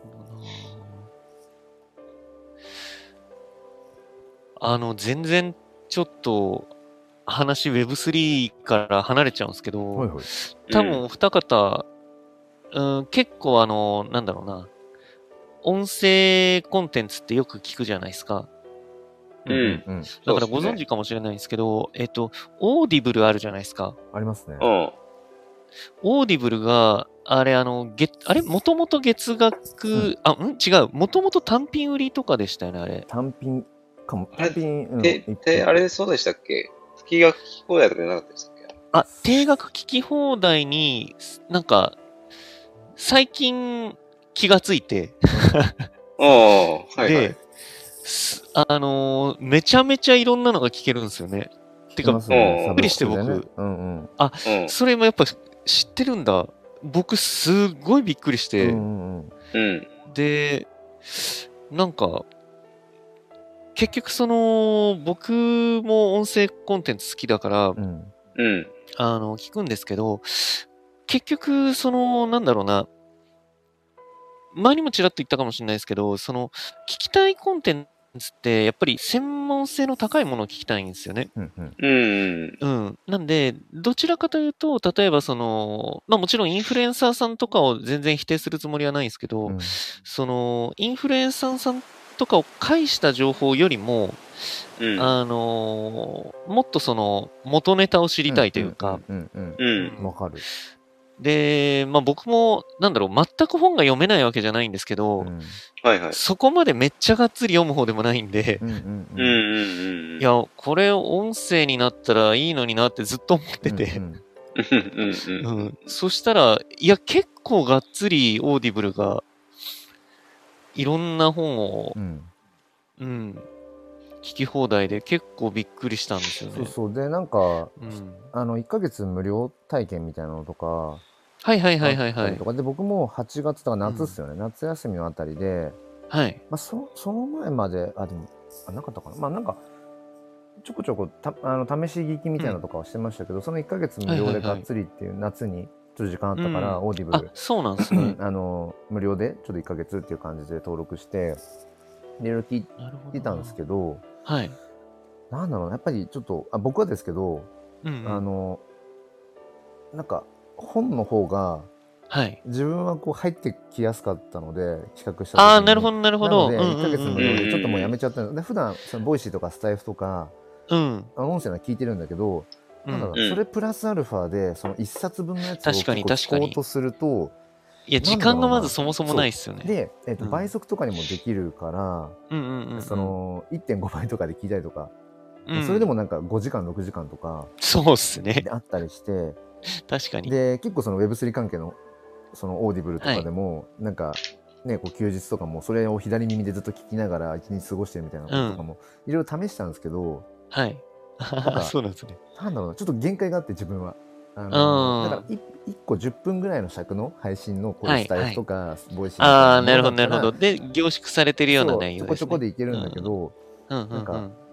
あの、全然ちょっと話 ウェブスリー から離れちゃうんですけど、 はいはい。 多分お二方、うん、結構あの、なんだろうな、音声コンテンツってよく聞くじゃないですか。 うん。うん。 うん。 だからご存知かもしれないんですけど、えっと、オーディブルあるじゃないですか。 ありますね。 うん。 オーディブルが、あれ、あの、月、あれもともと月額、あ、ん違う。もともと単品売りとかでしたよね、あれ。 単品かも。 あれ単品、うん。 で、で、あれそうでしたっけ月額聞き放題とかじゃなかったでしたっけあ、定額聞き放題に、なんか、最近気がついて、 ああ、はいはいで。、すあのーめちゃめちゃいろんなのが聞けるんですよね。てか、 いますね。 うんサブびっくりしてスクでね僕うんうん。 うん。 それもやっぱ知ってるんだ。僕すっごいびっくりして、 うんうんうん。 うん。 で、なんか、結局その、僕も音声コンテンツ好きだから、 うん。 うん。 あの、聞くんですけど、結局、その、なんだろうな、前にもちらっと言ったかもしれないですけど、その、聞きたいコンテンツって、やっぱり専門性の高いものを聞きたいんですよね。 うんうん。 うん。 うん。なんで、どちらかというと、例えばその、まあもちろんインフルエンサーさんとかを全然否定するつもりはないんですけど、 うんその、インフルエンサーさんとかを介した情報よりも、 うん。 あのーもっとその、元ネタを知りたいというか、 うんうんううん。 ん。 わかる。 で、まあ僕も、なんだろう、全く本が読めないわけじゃないんですけど、 うんはいはい。 そこまでめっちゃがっつり読む方でもないんでう、んうんうんうん。 うんうん。 いや、これ音声になったらいいのになってずっと思ってて、 うんうんうんううん。 ん。そしたら、いや、結構がっつりオーディブルが、いろんな本をう、ん。 うん、聞き放題で結構びっくりしたんですよね。 そうそう。で、なんか、 うん。 あの、いっかげつ無料体験みたいなのとか、 はいはいはいはいはいあったりと。かで、僕もはちがつとか夏っすよね。夏休みのあたりで、 はい。 まあ、そその前まで、あ、でも、あ、なかったかな。まあ、なんか、ちょこちょこたあの試し聞きみたいなのとかはしてましたけど、そのいっかげつ無料でがっつりっていう夏にちょっと時間あったから、 うんオーディブル、 あ、そうなんですね。 あの無料でちょっといっかげつっていう感じで登録していろいろ聞いなるほど。 てたんですけど、 はい。 なんだろうな、やっぱりちょっとあ僕はですけど、 うん、うん。 あのなんか本の方がはい。 自分はこう入ってきやすかったので、企画した時にああ、なるほどなるほど。 なのでいっかげつ無料でちょっともうやうんめちゃったので、普段そのボイシーとかスタイフとかうん。 あの音声は聞いてるんだけど、 う。 なんだろうんそれプラスアルファでその一冊分のやつを確かに結構確かに聞こうとすると、 いや、時間がまずそもそもないっすよね。 で、えっとうん倍速とかにもできるから、 うんうんうんうん。 そのいってんごばいとかで聞いたりとか、 うん、 それでもなんかごじかんろくじかんとかそうっすね。 であったりして確かに。 で結構その ウェブスリー 関係のそのオーディブルとかでも、なんかねこう休日とかもそれを左耳でずっと聞きながら一日過ごしてるみたいなこととかもいろいろ試したんですけど、 はい。 かそうなんですね。 なんだろうな、ちょっと限界があって自分は。あうんのだからいいっこじゅっぷんぐらいの尺の配信のこういうはいスタイフとか、ボイシーああ、 みたないるほど、 なものだったらなるほど。で、凝縮されてるようなそう内容ですね。 ちょこちょこでいけるんだけど、 うんうんうん。 なんか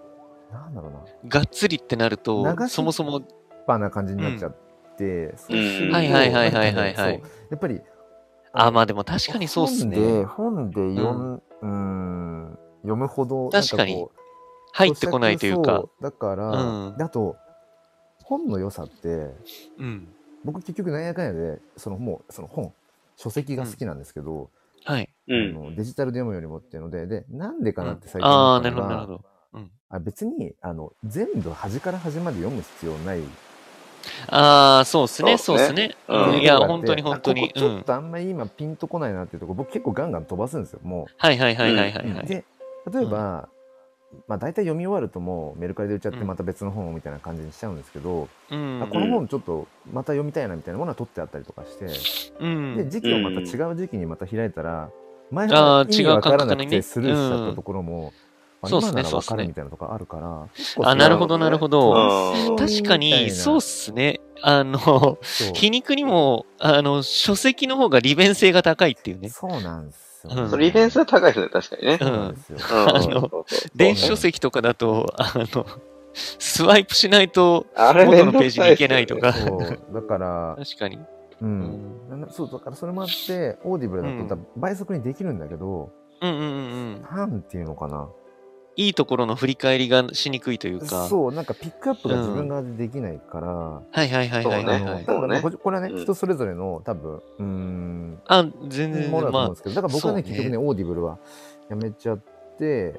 なんだろうな。 がっつりってなると、 流しそもそも、 パな感じになっちゃって、そうすると、 はいはいはいはいなんかねそう、 はいはい。 やっぱり、 あ、まあでも確かにそうっす本で、 ね。 本で読うん。 ん、うーん、読むほど、なん確かに、 かこう、 入ってこない咀嚼というか。 そう、だかうら、 ん。 であと、本の良さって、 うん。 僕結局なんやかんやで、そのもう、その本、書籍が好きなんですけど、 はい。 うん。 あのデジタルで読むよりもっていうので、で、なんでかうん。 なって最近思っああ、なたのが、 るほどなるほど。うん。 あ別にあの全部端から端まで読む必要ないっああ、そうっすね、 そうっすねそうっすね。 ううんん。 ていういや、 とこがあって、 本当にあ本当に。 ここちょっうん。 とあんまり今ピンとこないなっていうところ、僕結構ガンガン飛ばすんですよ、もはいはいはいはいはう。 いはい。 で、例えば、まあ大体読み終わるともうメルカリで売っちゃってうんまた別の本をみたいな感じにしちゃうんですけど、 うん。 あこの本ちょっとまた読みたいなみたいなものは取ってあったりとかして、 うん。 で時期をまた違う時期にまた開いたら、前ああ、 は意味わ違う感からなくて覚にね。 スルーしちゃったうん。 ところも、あそうっすね、 今ならわそうっすね。 かるみたいなとかあるから、結構あ、 そのなるほどなるほど。 うん確かに、そうっすね。あの、 そう皮肉にも、あの、書籍の方が利便性が高いっていうね。 そうなんですよ、 うんそう利便性は高いですね、確かにね。 そうなんですよ。 うん。 あのそうそうそう電子書籍とかだと、あの、スワイプしないとあれめ元のんどくさいページに行けっすよね。 ないとか。 そうだから、 確かに。 う、 うんん。 なんだそうだからそれもあってオーディブルだとうん多分倍速にできるんだけど、 うんうんうんうん。 なんていうのかな、 いいところの振り返りがしにくいというか。 そうなんかピックアップが自分うん。 側でできないから、 はいはいはいはいそうねはいはい。 あのだからまあこそうね。 これはね、 うん人それぞれの多分うーんあ、全然、 ものだとまあ、 思うんですけど、だから僕はねそう結局ねオーディブルはやめちゃって、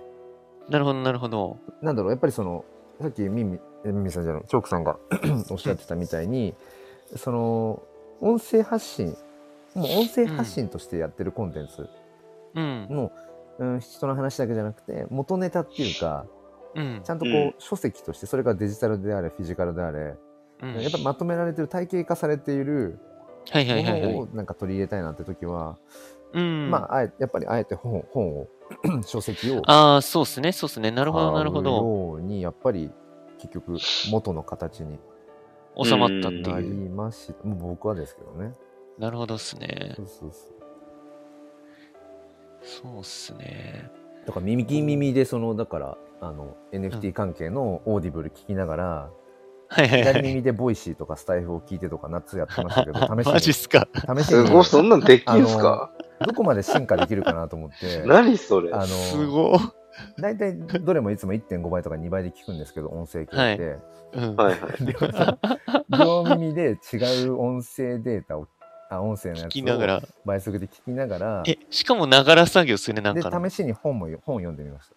なるほどなるほど。 なんだろうやっぱりそのさっきミミミミさんじゃないチョークさんがおっしゃってたみたいに、その音声発信もう音声発信としてやってるコンテンツうん。 の、うん、人の話だけじゃなくて元ネタっていうか、 うんち。ゃんとこう、 うん書籍としてそれがデジタルであれフィジカルであれ、 うんやっぱまとめられてる体系化されているはいはいもはいはい。 のをなんか取り入れたいなって時は、 うん。 まああえやっぱりあえて本本を書籍をああ、そうっすね、そうっすね。なるほどなるほ買うど。 ようにやっぱり結局元の形に収まったってなりいう。 ましもう僕はですけどね。 なるほどっすねそ。うそうそう。 そうっすね。 だから耳聞耳でそのだからあの エヌエフティー 関係のオーディブル聞きながら、 はいはいはい。 左耳でボイシーとかスタイフを聞いてとか夏やってましたけど、試しにマジっすか。 試しにすごい、そんなんできんすか？ どこまで進化できるかなと思って何それ？ あすのごい。 大体どれもいつも いってんご 倍とかにばいで聞くんですけど、音声系って、 うん。 はいはい。 両耳で違う音声データをあ音声のや聞つをきながら。 倍速で聞きながら、 え、しかもながら作業っすよね、なんかの。 で試しに本も本を読んでみました。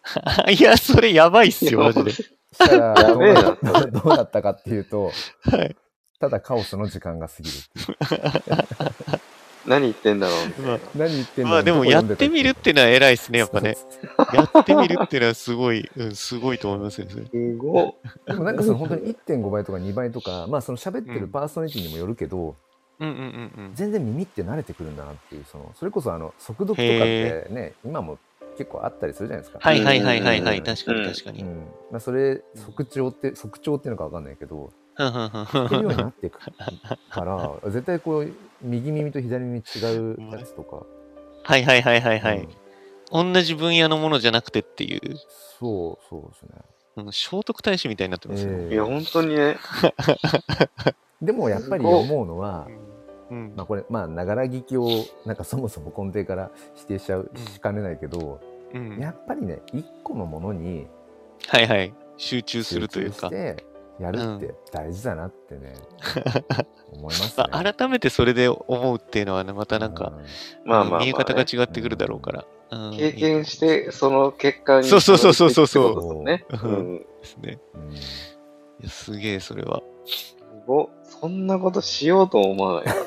いや、それやばいっすよ、マジで。 したらやべえなどうなどうだったかっていうと、 はい。 ただカオスの時間が過ぎるっていう。 何言ってんだろうみたいまあな。 何言ってんのまあでもやってみるってのは偉いっすね、やっぱね。やってみるってのはすごい、うん、すごいと思いますよ、それ。 すごっ。 でもなんかその本当に いってんご 倍とかにばいとか、まあその喋ってるパーソナリティにもよるけど、 うんうんうんうん。 全然耳って慣れてくるんだなっていう、そのそれこそあの速読とかってね、今も結構あったりするじゃないですか。 はいはいはいはいはい、 うん確かに確かに。 うんまあ、それ速聴って速聴っていうのかわかんないけど、 ふんふんふんふ聞けるようにんなっていくから絶対こう右耳と左耳違うやつとか、 はいはいはいはいはうんい。同じ分野のものじゃなくてっていう、 そうそうですね。 うん聖徳太子みたいになってますよ。 えいや、本当にね。 でもやっぱり思うのは、 うんまあこれまあながら聞きをなんかそもそも根底から否定しちゃうしかねないけど、 うんやっぱりね一個のものにはいはい。集中す集るというか。 中してやるって大事だなってね、思いますね。 まあ改めてそれで思うっていうのはね、またなんか、 まあまあまあね見え方が違ってくるだろうから。うん経験し、て、その結果に。 そうそうそうそうそうそうってことですね。 うんうん。 いいですね。 うんうんいやすげえ、それは。 すごっ。そんなことしようと思わない。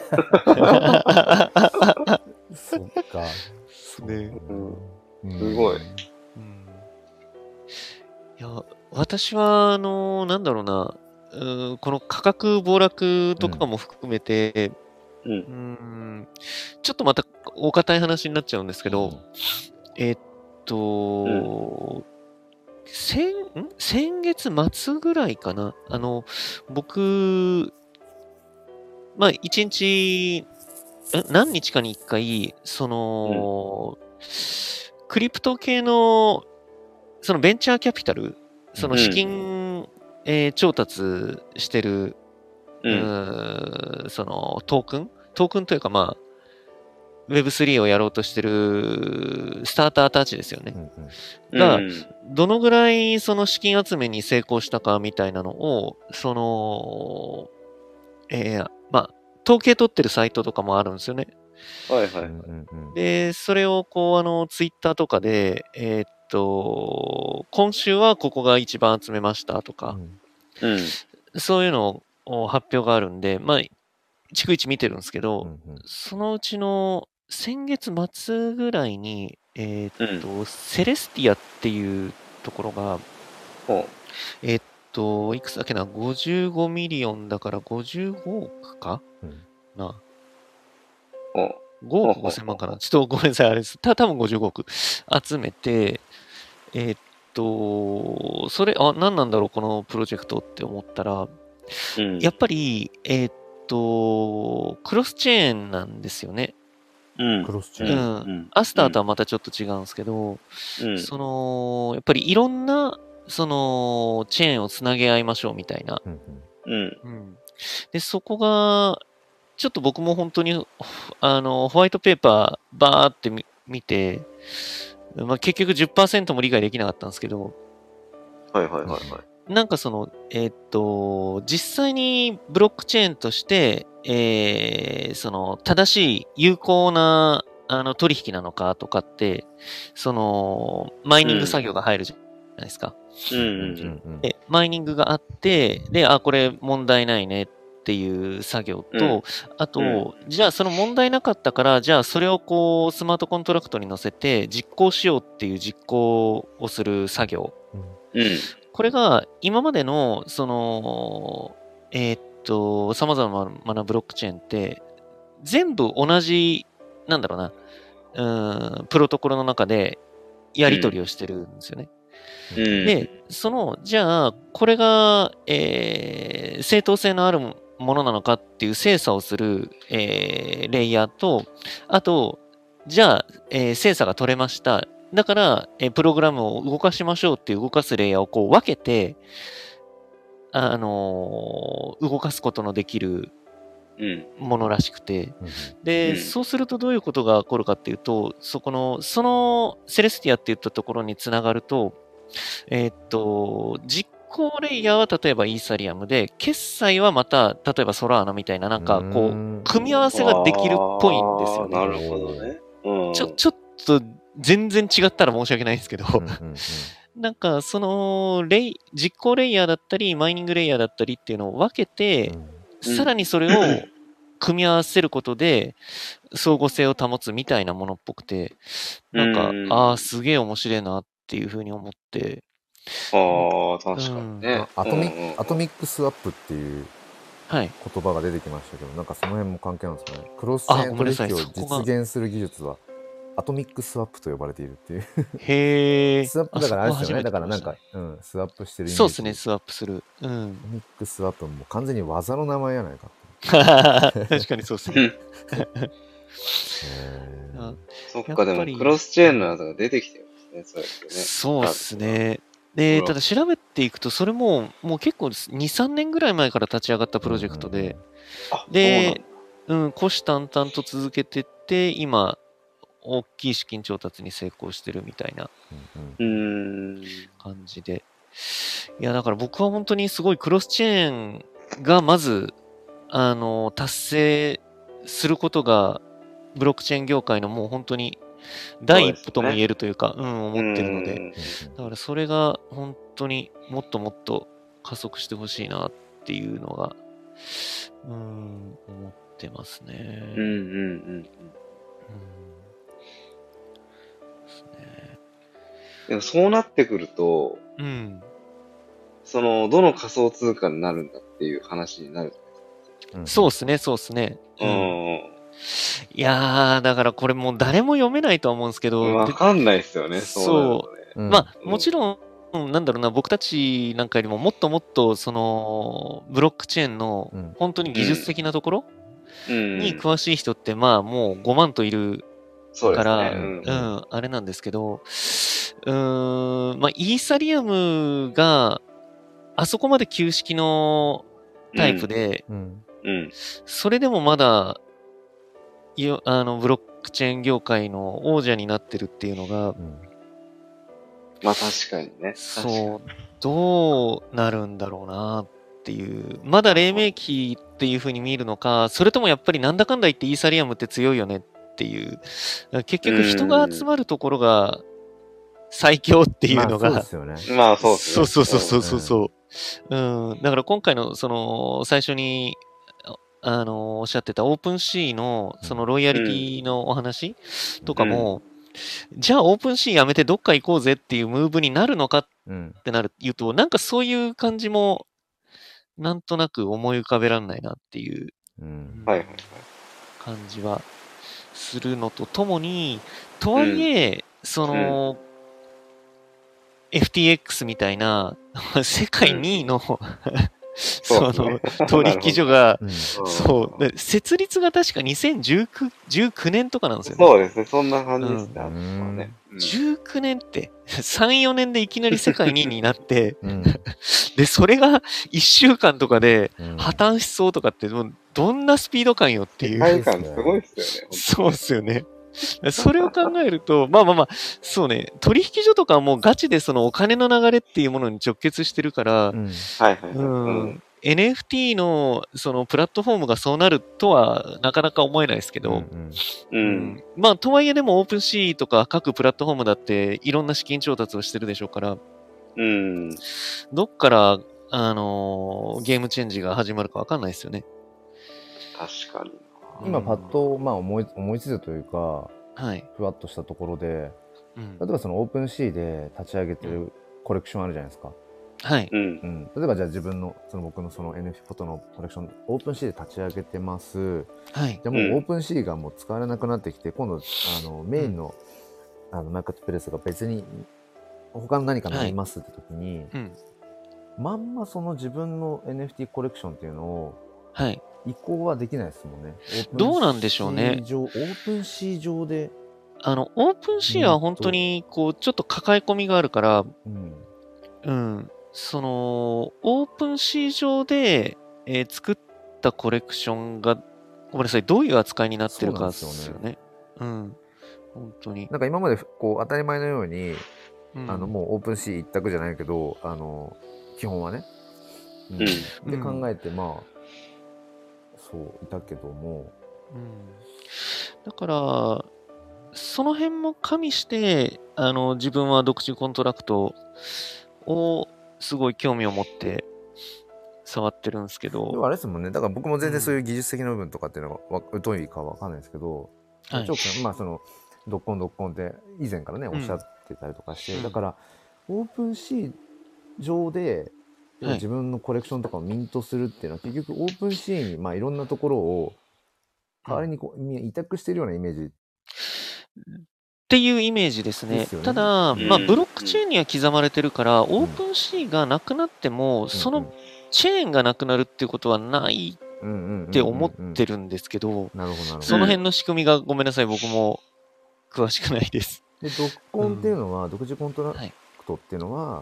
そっか。 ねうんすごい。 うんいや、私は、あの、なんだろうな、うんこの価格暴落とかも含めて、 うんう。んちょっとまたお堅い話になっちゃうんですけど、えっと、先ん先月末ぐらいかな、あの、僕、まあ、一日、ん何日かに一回、その、クリプト系の、そのベンチャーキャピタルその資金、えー調達してる、 う。 うんーそのトークントークンというかまあ、ウェブスリー をやろうとしてるスターターたちですよね。 うんが、 うんどのぐらいその資金集めに成功したかみたいなのを、その、えーまあ、統計取ってるサイトとかもあるんですよね。 はいはいはい。 うんうんうんで、それをこう、あの、ツイッターとかで、えーっと、今週はここが一番集めましたとか、 うん。 そういうのを発表があるんで、まあ、逐一見てるんですけど、 うんうんそのうちの先月末ぐらいに、えーっと、セレスティアっていうところが、 ほえーっと、いくつだっけな、ごじゅうごミリオンだからごじゅうごおくかうんな。 うほう。 ごおくごせん万かな。ちょっとごめんなさい、あれです。た多分ごじゅうごおく集めて、えーっと、それ、あ、何なんだろう、このプロジェクトって思ったら、 うん。 やっぱり、えーっと、クロスチェーンなんですよね。 うん。 クロスチェうん。 ーン。 うん。 アスターとはまたちょっと違うんですけど、 うん。 その、やっぱりいろんな、その、チェーンをつなげ合いましょうみたいな。 うんうん。 うん。で、そこが、ちょっと僕も本当に、ほあの、ホワイトペーパーバーってみ見て、まあ、結局じゅっパーセントも理解できなかったんですけど、 はいはいはいはい。 なんかその、えーっと、実際にブロックチェーンとして、えーその、正しい有効な、あの、取引なのかとかって、その、マイニング作業が入るじゃないですか。 うんうんうんうんうんで、マイニングがあって、で、あ、これ問題ないねっていう作業と、 うんあと、 うじゃあその問題なかったから、じゃあそれをこう、スマートコントラクトに乗せて実行しようっていう実行をする作業。 うん。うん。 これが今までの、その、えーっと、様々なブロックチェーンって、全部同じ、なんだろうな、うーん、プロトコルの中でやり取りをしてるんですよね。 うん。 で、その、じゃあ、これが、えー正当性のあるものなのかっていう精査をする、えーレイヤーと、あと、じゃあ、えー精査が取れました。だから、えープログラムを動かしましょうっていう動かすレイヤーをこう分けて、あのー動かすことのできるうん。 ものらしくて、 うんで、 うんそうするとどういうことが起こるかっていうと、そこの、そのセレスティアって言ったところにつながると、えーっと、実行レイヤーは例えばイーサリアムで、決済はまた、例えばソラーナみたいな、なんかこう、 うん組み合わせができるっぽいんですよね。 あーなるほどね。うん。 ちょ、ちょっと全然違ったら申し訳ないんですけど、 うんうんうんなんかそのレイ、実行レイヤーだったり、マイニングレイヤーだったりっていうのを分けて、 うんさらにそれを組み合わせることで、相互性を保つみたいなものっぽくて、なんか、 うんああ、すげえ面白いなっていうふうに思って、 ああ、確かにね。 あアトミうんうんアトミックスワップっていうはい。 言葉が出てきましたけど、なんかその辺も関係なんですかね。クロスチェーンあごめんなさい取引をそこが実現する技術はアトミックスワップと呼ばれているっていう。 へえ。 スワップだからあれですよね。だそこからなんか、うん、スワップしてるイメージ。 そうですね、スワップする。うん。 アトミックスワップも完全に技の名前やないかって。 確かにそうですね。 へーあそっか、でやっぱりもクロスチェーンの技が出てきてるんですね、そうやってね。 そうですね。で、ただ調べていくと、それも、もう結構に、さんねんぐらい前から立ち上がったプロジェクトで、 あ、 で、うん、虎視眈々と続けてって、今、大きい資金調達に成功してるみたいなうんうんそうなんだ。うーん。 感じで。いや、だから僕は本当にすごいクロスチェーンがまず、あの、達成することが、ブロックチェーン業界のもう本当に第一歩とも言えるというか、うん、思ってるので、 うんだからそれが本当にもっともっと加速してほしいなっていうのが、うん、思ってますね。 うんうんうんうんですねでもそうなってくると、 うん。 その、どの仮想通貨になるんだっていう話になる。 うんそうですね、そうですね。 ううん。 ん。 いやー、だからこれもう誰も読めないとは思うんですけど、でわかんないですよね、 そうそうなるとね。 うんまあ、 うんもちろん、うんなんだろうな、僕たちなんかよりももっともっと、その、ブロックチェーンのうん本当に技術的なところうん。 に詳しい人って、まあ、もうごまんといるそうですから、 ね。 うん、あれなんですけど、 うーん、まあ、イーサリアムが、あそこまで旧式のタイプで、 うん。 うん。 それでもまだ、よあの、ブロックチェーン業界の王者になってるっていうのが、 うん。 まあ確かにね。 そう、どうなるんだろうなっていう、まだ黎明期っていう風に見るのか、それともやっぱりなんだかんだ言ってイーサリアムって強いよねっていう、結局人が集まるところが最強っていうのが、 まあ、そうですよね。 まあそうですね。 そうそうそうそうそうそう、うん。だから今回のその最初にあのおっしゃってたオープンシーのそのロイヤリティのお話とかも、うん、じゃあオープンシーやめてどっか行こうぜっていうムーブになるのかってなる、言うと、なんかそういう感じもなんとなく思い浮かべられないなっていう感じはするのとともに、とはいえ、うん、その、うんエフティーエックス みたいな世界にいの、うん、その取引所が、そう、設立が確かにせんじゅうきゅうねんとかなんですよね。 そうですね、そんな感じですね。うん、 ねじゅうきゅうねんってさん、よねんでいきなり世界にいになって、うん、で、それがいっしゅうかんとかで破綻しそうとかって、もうどんなスピード感よっていう。 世界観すごいっすよね。 そうっすよね。それを考えると、まあまあまあ、そうね、取引所とかはもうガチでそのお金の流れっていうものに直結してるから、うん、 はいはい、うん、 エヌエフティー のそのプラットフォームがそうなるとはなかなか思えないですけど、 うんうん、 まあとはいえでもオープンシーとか各プラットフォームだっていろんな資金調達をしてるでしょうから、 うん、 どっからあのー、ゲームチェンジが始まるかわかんないですよね。 確かに。 今パッと、まあ、思い思いついたというか、 はい、 ふわっとしたところで、 うん、 例えばそのオープンシーで立ち上げてるコレクションあるじゃないですか。 はい、 うん、例えばじゃあ自分のその僕のその エヌエフティー フォトのコレクションオープンシーで立ち上げてます。 はい、 じゃあもうオープンシーがもう使われなくなってきて、今度あのメインの、うん、あのマーケットプレイスが別に他の何かになりますって時に、はいうん、まんまその自分の エヌエフティー コレクションっていうのを、 はい移行はできないですもんね。 どうなんでしょうね。 オープンシー上で。 あの、オープンシーは本当に、こう、ちょっと抱え込みがあるから、うん。うん。その、オープンシー上で、えー、作ったコレクションが、ごめんなさい、どういう扱いになってるかですよね。うん。本当に。 なんか今まで、こう、当たり前のように、うん、あの、もうオープンシー一択じゃないけど、あの、基本はね。うん。で、考えて、まあ、そういたけども、 うん、だからその辺も加味してあの自分は独自コントラクトをすごい興味を持って触ってるんですけど、 でもあれですもんね、だから僕も全然そういう技術的な部分とかっていうのが疎いかわかんないですけど、うん、はい、まあそのドッコンドッコンって以前からねおっしゃってたりとかして、うん、だからオープンシー上で自分のコレクションとかをミントするっていうのは、はい、結局オープンシーにまあいろんなところを代わりにこう、うん、委託してるようなイメージっていうイメージですね。ですよね。ただ、うん、まあ、ブロックチェーンには刻まれてるから、うん、オープンシーがなくなっても、うん、そのチェーンがなくなるっていうことはないって思ってるんですけど、その辺の仕組みがごめんなさい、僕も詳しくないです。 で、ドッコンっていうのは、うん、独自コントラクトっていうのは、はい、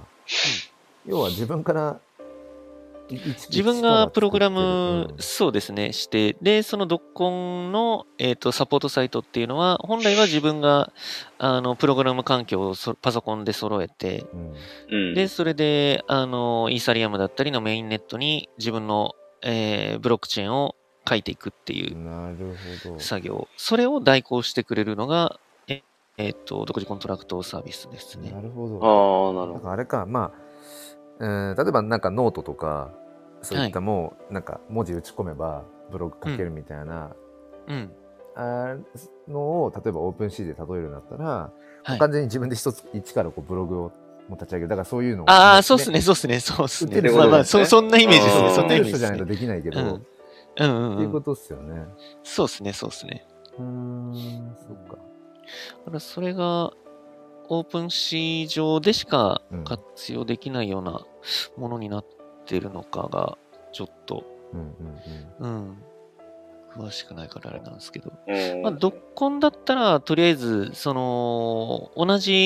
要は自分から自分がプログラム、うん、そうですね、して、で、そのドッコンの、えーと、サポートサイトっていうのは、本来は自分が、あの、プログラム環境をパソコンで揃えて、うん、で、それで、あの、イーサリアムだったりのメインネットに自分の、えー、ブロックチェーンを書いていくっていう作業。それを代行してくれるのが、ええー、と、独自コントラクトサービスですね。 なるほど。 ああ、なるほど。 あれか、まあ、えー、例えばなんかノートとか、そういったもう、なんか文字打ち込めばブログ書けるみたいな、うん、あのを例えばオープンシーで例えるんだったら、はい、完全に自分で一つ一からこうブログをも立ち上げる。だからそういうのを、 ね、ああ、そうっすね、そうっすね、そうっすね。まあまあ、そそんなイメージですね。そんなイメージですね。 じゃないとできないけど、うん、うんうんうんっていうことっすよね。 そうっすね、そうっすね。 うーん、そっか。 だからそれがオープンシー上でしか活用できないようなものになってるのかがちょっと、うんうんうんうん、詳しくないからあれなんですけど、まあ、ドッコンだったらとりあえずその同じ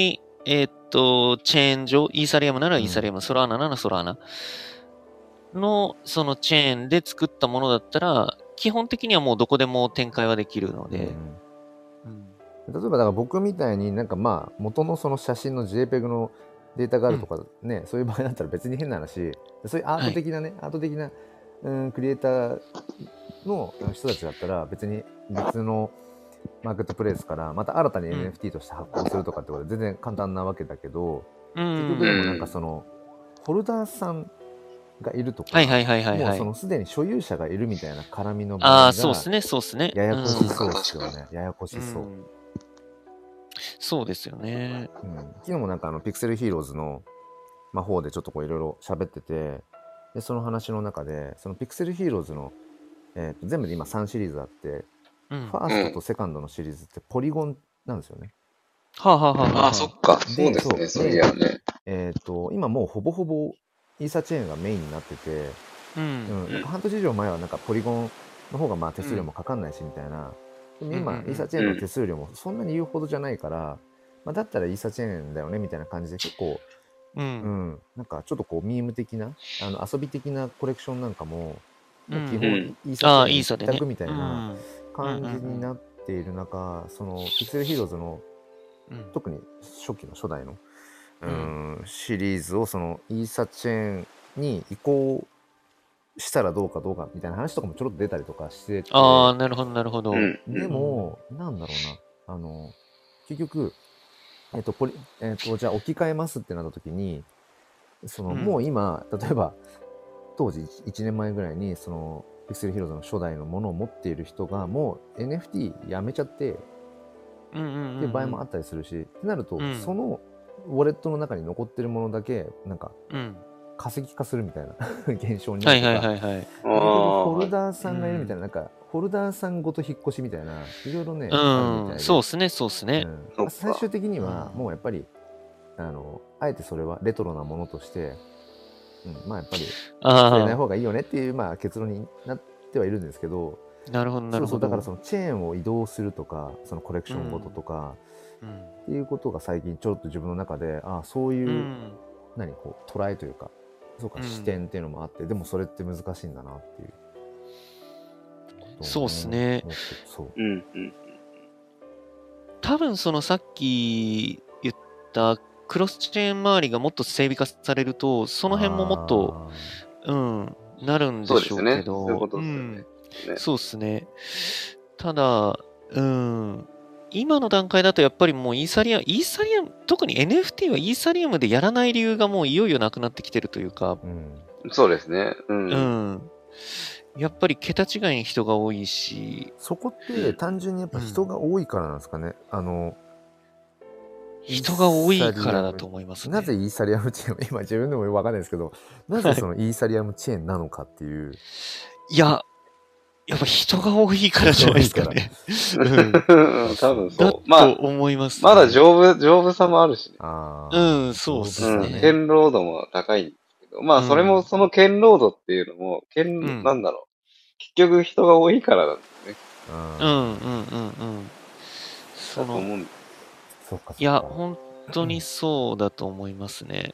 えーっと、チェーン上、イーサリアムならうんイーサリアム、ソラーナならソラーナの、そのチェーンで作ったものだったら、基本的にはもうどこでも展開はできるので、 うんうん例えばだから僕みたいになんかまあ元のその写真の JPEG のデータがあるとかね、そういう場合だったら別に変な話、そういうアート的なね、アート的な、うん、クリエイターの人たちだったら別に別のマーケットプレイスからまた新たに エヌエフティー として発行するとかってことで全然簡単なわけだけど、 うん結局でもなんかそのホルダーさんがいるとか、 はいはいはいはいはいもうそのすでに所有者がいるみたいな絡みの場合ああ、 がそうですね、そうですね。 ややこしうんそうですよね。ややこしそう。 うんそうですよね。 うん、昨日もなんかあのピクセルヒーローズの、まあ、方でちょっとこういろいろ喋ってて、でその話の中でそのピクセルヒーローズの、えーと全部で今さんシリーズあって、 うん。 ファーストとセカンドのシリーズってポリゴンなんですよね。 はあ、はあはあはあ、 ああ、そっか。そうですね、 でそういやね。 えっ、と今もうほぼほぼイーサチェーンがメインになってて、 ううんん。 なんか半年以上前はなんかポリゴンの方がまあ手数料もかかんないしみたいな、でも今、 うんうんうんイーサチェーンの手数料もそんなに言うほどじゃないから、まあ、だったらイーサチェーンだよねみたいな感じで結構、 う。 うんん、なんかちょっとこうミーム的なあの遊び的なコレクションなんかも、もう基本うんイーサああ、 チェーンいいさでね。 一択みたいなうん感じになっている中、そのピクセルヒーローズのうん特に初期の初代のううんんシリーズをそのイーサチェーンに移行したらどうかどうかみたいな話とかもちょろっと出たりとかしてて、 ああ、なるほど、なるほど。 うん。 でも、なんだろうな、あの、結局、えっと、ポリ、えっと、じゃあ置き換えますってなった時に、その、 うんもう今、例えば、当時いちねんまえぐらいに、その、ピクセルヒーローズの初代のものを持っている人が、もう エヌエフティー やめちゃって、 うんうんうんうん。 っていう場合もあったりするし、ってなると、 うんそのウォレットの中に残ってるものだけ、なんか、 うん。 化石化するみたいな現象になはいるとか、 はいはいはい。 あ結局ホルあ、 ダーさんがいるみたいな、なんか、ホルダーさんごと引っ越しみたいな、いろいろね、あるみたいうん、 で。 そうっすね、そうっすね。 うん、 そっか最終的には、 うんもうやっぱり、あの、あえてそれはレトロなものとして、うん、まあやっぱり、触れないあ方がいいよねっていう、まあ結論になってはいるんですけど、 あ、なるほど、なそうそう、 るほど。 だからそのチェーンを移動するとか、そのコレクションごととか、 うんっていうことが最近ちょっと自分の中で、ああ、そういう、 うん何、こう、トライというか、そうか、 うん視点っていうのもあって、でもそれって難しいんだなっていう。 そうっすね思ってそう。 うん、うん。 多分そのさっき言ったクロスチェーン周りがもっと整備化されると、その辺ももっと、うん、なるんでしょうけど、 そうですよねそういうことですよねんねそうっすね。ただ、うん、今の段階だとやっぱりもうイーサリアム、イーサリアム、特に エヌエフティー はイーサリアムでやらない理由がもういよいよなくなってきてるというか、 あーうん。 そうですね。うん。 うん。やっぱり桁違いに人が多いし、 そこって単純にやっぱ人が多いからなんですかね。あの、 人が多いからだと思いますね。 なぜイーサリアムチェーン、今自分でもわかんないですけど、なぜそのイーサリアムチェーンなのかっていう。 いや、やっぱ人が多いからじゃないですかね。 多分だそう。まあ、 と思います、ね。 まだ丈夫、丈夫さもあるしね。 あうんそうっすうねん。堅牢度も高いんですけど、まあ、それも、その堅牢度っていうのも、堅、 んなんだろう。結局人が多いからなんですね。 うんうんうんうん。その、 だと思うんそうかそうか。 いや、本当にそうだと思いますね。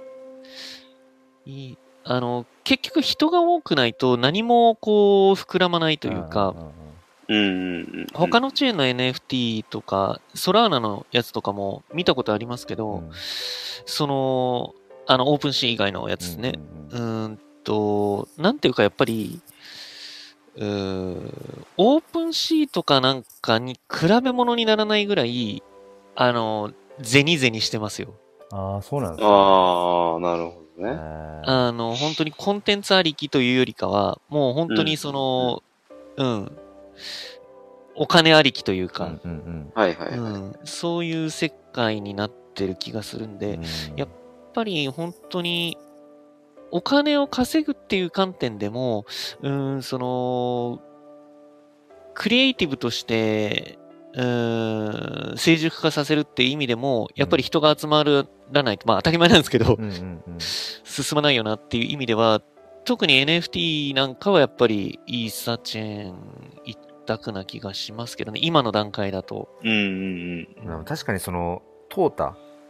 いいあの、結局人が多くないと何もこう膨らまないというか、 うんうんうん。 他のチェーンの エヌエフティー とか、ソラーナのやつとかも見たことありますけど、 うんその、あの、オープンシー以外のやつね。うーんと、なんていうかやっぱり、うーんオープンシーとかなんかに比べ物にならないぐらい、あの、ゼニゼニしてますよ。 ああ、そうなんですね。 ああ、なるほどね。 ああの、本当にコンテンツありきというよりかは、もう本当にその、うん、お金ありきというか、 うんうんはいはいはい。 うん、そういう世界になってる気がするんで、 うんやっぱり本当に、お金を稼ぐっていう観点でも、うーん、その、クリエイティブとして、うーん、成熟化させるっていう意味でも、やっぱり人が集まらないと、まあ当たり前なんですけど、 うんうんうん進まないよなっていう意味では、特に エヌエフティー なんかはやっぱりイーサチェーン一択な気がしますけどね、今の段階だと。 うんうんうん確かにその淘汰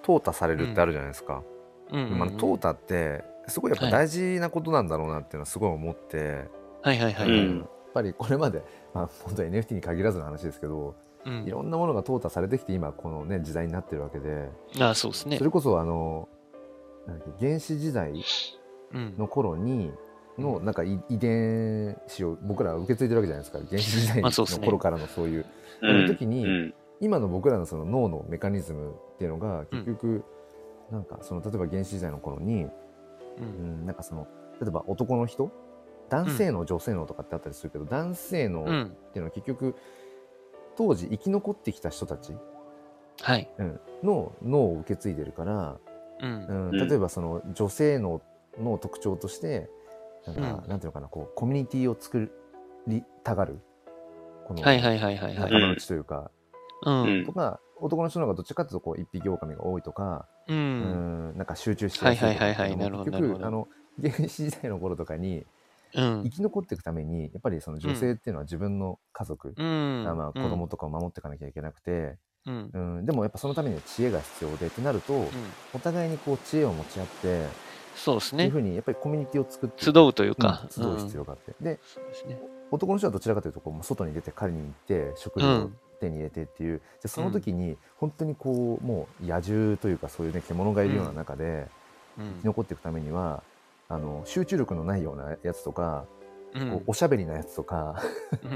淘汰されるってあるじゃないですか。 うんうんうんまあ、淘汰ってすごいやっぱ大事なことなんだろうなっていうのはすごい思って、 はいはいはい、 うん、 やっぱりこれまで、まあ、本当に エヌエフティー に限らずの話ですけど、うん、いろんなものが淘汰されてきて今このね時代になってるわけで、 あそうですね。 それこそあのなんだっけ原始時代の頃にのなんか遺伝子を僕らは受け継いでるわけじゃないですか。原始時代の頃からのそういう、そういう時に、うん、今の僕らのその脳のメカニズムっていうのが結局、うん、なんかその例えば原始時代の頃に、うんうん、なんかその例えば男の人男性脳、女性脳とかってあったりするけど、男性脳っていうのは結局当時生き残ってきた人たち、 はいうん、の脳を受け継いでるから、うんうん、例えばその女性脳の特徴としてなんか、うん、なんていうのかな、こうコミュニティを作りたがるこの仲間内というか、うん、とか男の人の方がどっちかというとこう一匹狼が多いとか、うん、うんなんか集中しやすいとかっていうのも結局あの原始時代の頃とかに、うん、生き残っていくためにやっぱりその女性っていうのは自分の家族、うん、まあ、子供とかを守っていかなきゃいけなくて、うんうん、でもやっぱそのためには知恵が必要でってなると、うん、お互いにこう知恵を持ち合ってそうですね。 っていうふうにやっぱりコミュニティを作って集うというか、 うん、集う必要があって、うん、で、ね、男の人はどちらかというとこう外に出て狩りに行って食料を手に入れてっていう、うん、じゃその時に本当にこうもう野獣というかそういうね獣がいるような中で生き残っていくためには、あの集中力のないようなやつとか、うん、こうおしゃべりなやつとか、うん、